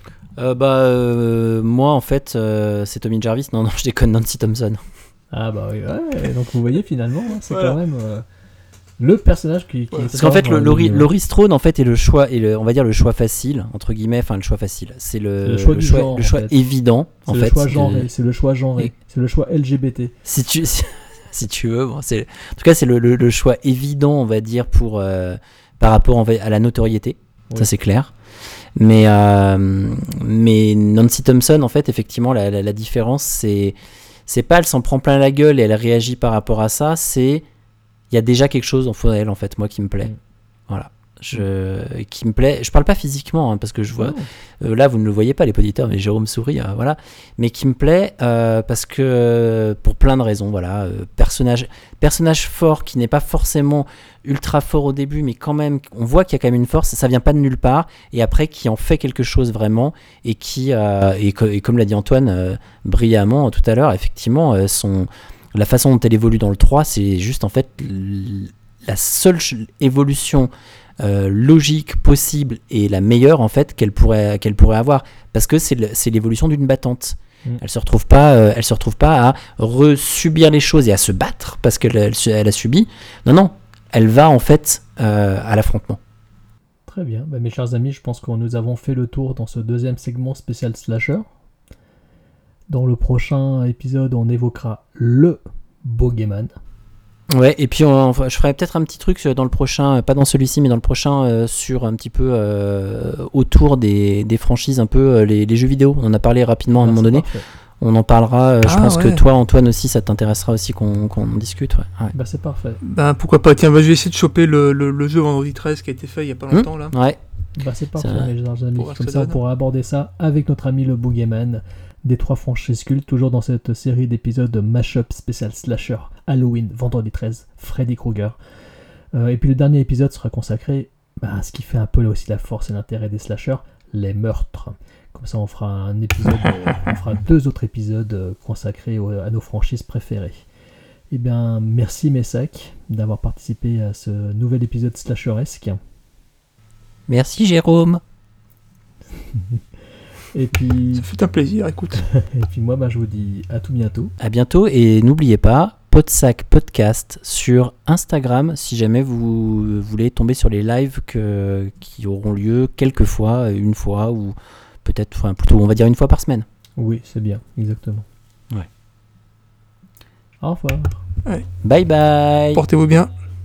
S1: Moi, en fait, c'est Tommy Jarvis. Non, je déconne, Nancy Thompson.
S2: Ah bah oui, ouais. Donc vous voyez, finalement, c'est quand même le personnage qui
S1: parce qu'en fait, Laurie Strode, en fait, est le choix, on va dire le choix facile, entre guillemets, enfin le choix facile. C'est le choix évident, en fait.
S2: C'est le choix genré. C'est le choix LGBT.
S1: Si tu veux, bon, en tout cas, c'est le choix évident, on va dire, par rapport à la notoriété. Oui. Ça, c'est clair. Mais Nancy Thompson, en fait, effectivement, la différence, c'est pas elle s'en prend plein la gueule et elle réagit par rapport à ça, il y a déjà quelque chose en fond d'elle, en fait, moi, qui me plaît. Voilà. Qui me plaît. Je parle pas physiquement, hein, parce que je vois... là, vous ne le voyez pas, les auditeurs, mais Jérôme sourit, voilà. Mais qui me plaît parce que... pour plein de raisons, voilà. Personnage fort qui n'est pas forcément ultra fort au début, mais quand même, on voit qu'il y a quand même une force, ça vient pas de nulle part, et après, qui en fait quelque chose vraiment, et qui... et comme l'a dit Antoine brillamment tout à l'heure, effectivement, la façon dont elle évolue dans le 3, c'est juste, en fait, la seule évolution logique possible et la meilleure en fait qu'elle pourrait avoir, parce que c'est l'évolution d'une battante. Elle se retrouve pas à resubir les choses et à se battre parce qu'elle a subi. Non, elle va en fait à l'affrontement.
S2: Très bien, mes chers amis, je pense que nous avons fait le tour dans ce deuxième segment spécial slasher. Dans le prochain épisode, on évoquera le Bogeyman.
S1: Ouais, et puis je ferai peut-être un petit truc dans le prochain, pas dans celui-ci, mais dans le prochain, sur un petit peu autour des franchises, un peu les jeux vidéo. On en a parlé rapidement à un moment donné.
S2: Parfait.
S1: On en parlera. Je pense que toi, Antoine aussi, ça t'intéressera aussi qu'on en discute. Ouais.
S2: Bah c'est parfait.
S3: Ben pourquoi pas. Tiens, je vais essayer de choper le jeu Vendredi 13 qui a été fait il y a pas longtemps là.
S1: Ouais.
S2: Bah c'est parfait,
S1: Ça...
S2: mes chers amis.
S3: Pour voir ce
S2: Comme
S3: que
S2: ça,
S3: ça
S2: on
S3: donne.
S2: pourra aborder ça avec notre ami le Boogeyman des 3 franchises cultes, toujours dans cette série d'épisodes de Mashup spécial slasher, Halloween, Vendredi 13, Freddy Krueger. Et puis le dernier épisode sera consacré à ce qui fait un peu là aussi la force et l'intérêt des slashers, les meurtres. Comme ça, on fera un épisode, on fera 2 autres épisodes consacrés à nos franchises préférées. Eh bien, merci Messac d'avoir participé à ce nouvel épisode slasheresque.
S1: Merci Jérôme.
S2: Et puis,
S3: Ça fait un plaisir, écoute.
S2: et puis moi, je vous dis à tout bientôt.
S1: À bientôt et n'oubliez pas, Podsac Podcast sur Instagram si jamais vous voulez tomber sur les lives qui auront lieu quelques fois, une fois ou peut-être, enfin plutôt on va dire une fois par semaine.
S2: Oui, c'est bien, exactement.
S1: Ouais.
S2: Au revoir.
S1: Bye bye.
S3: Portez-vous bien.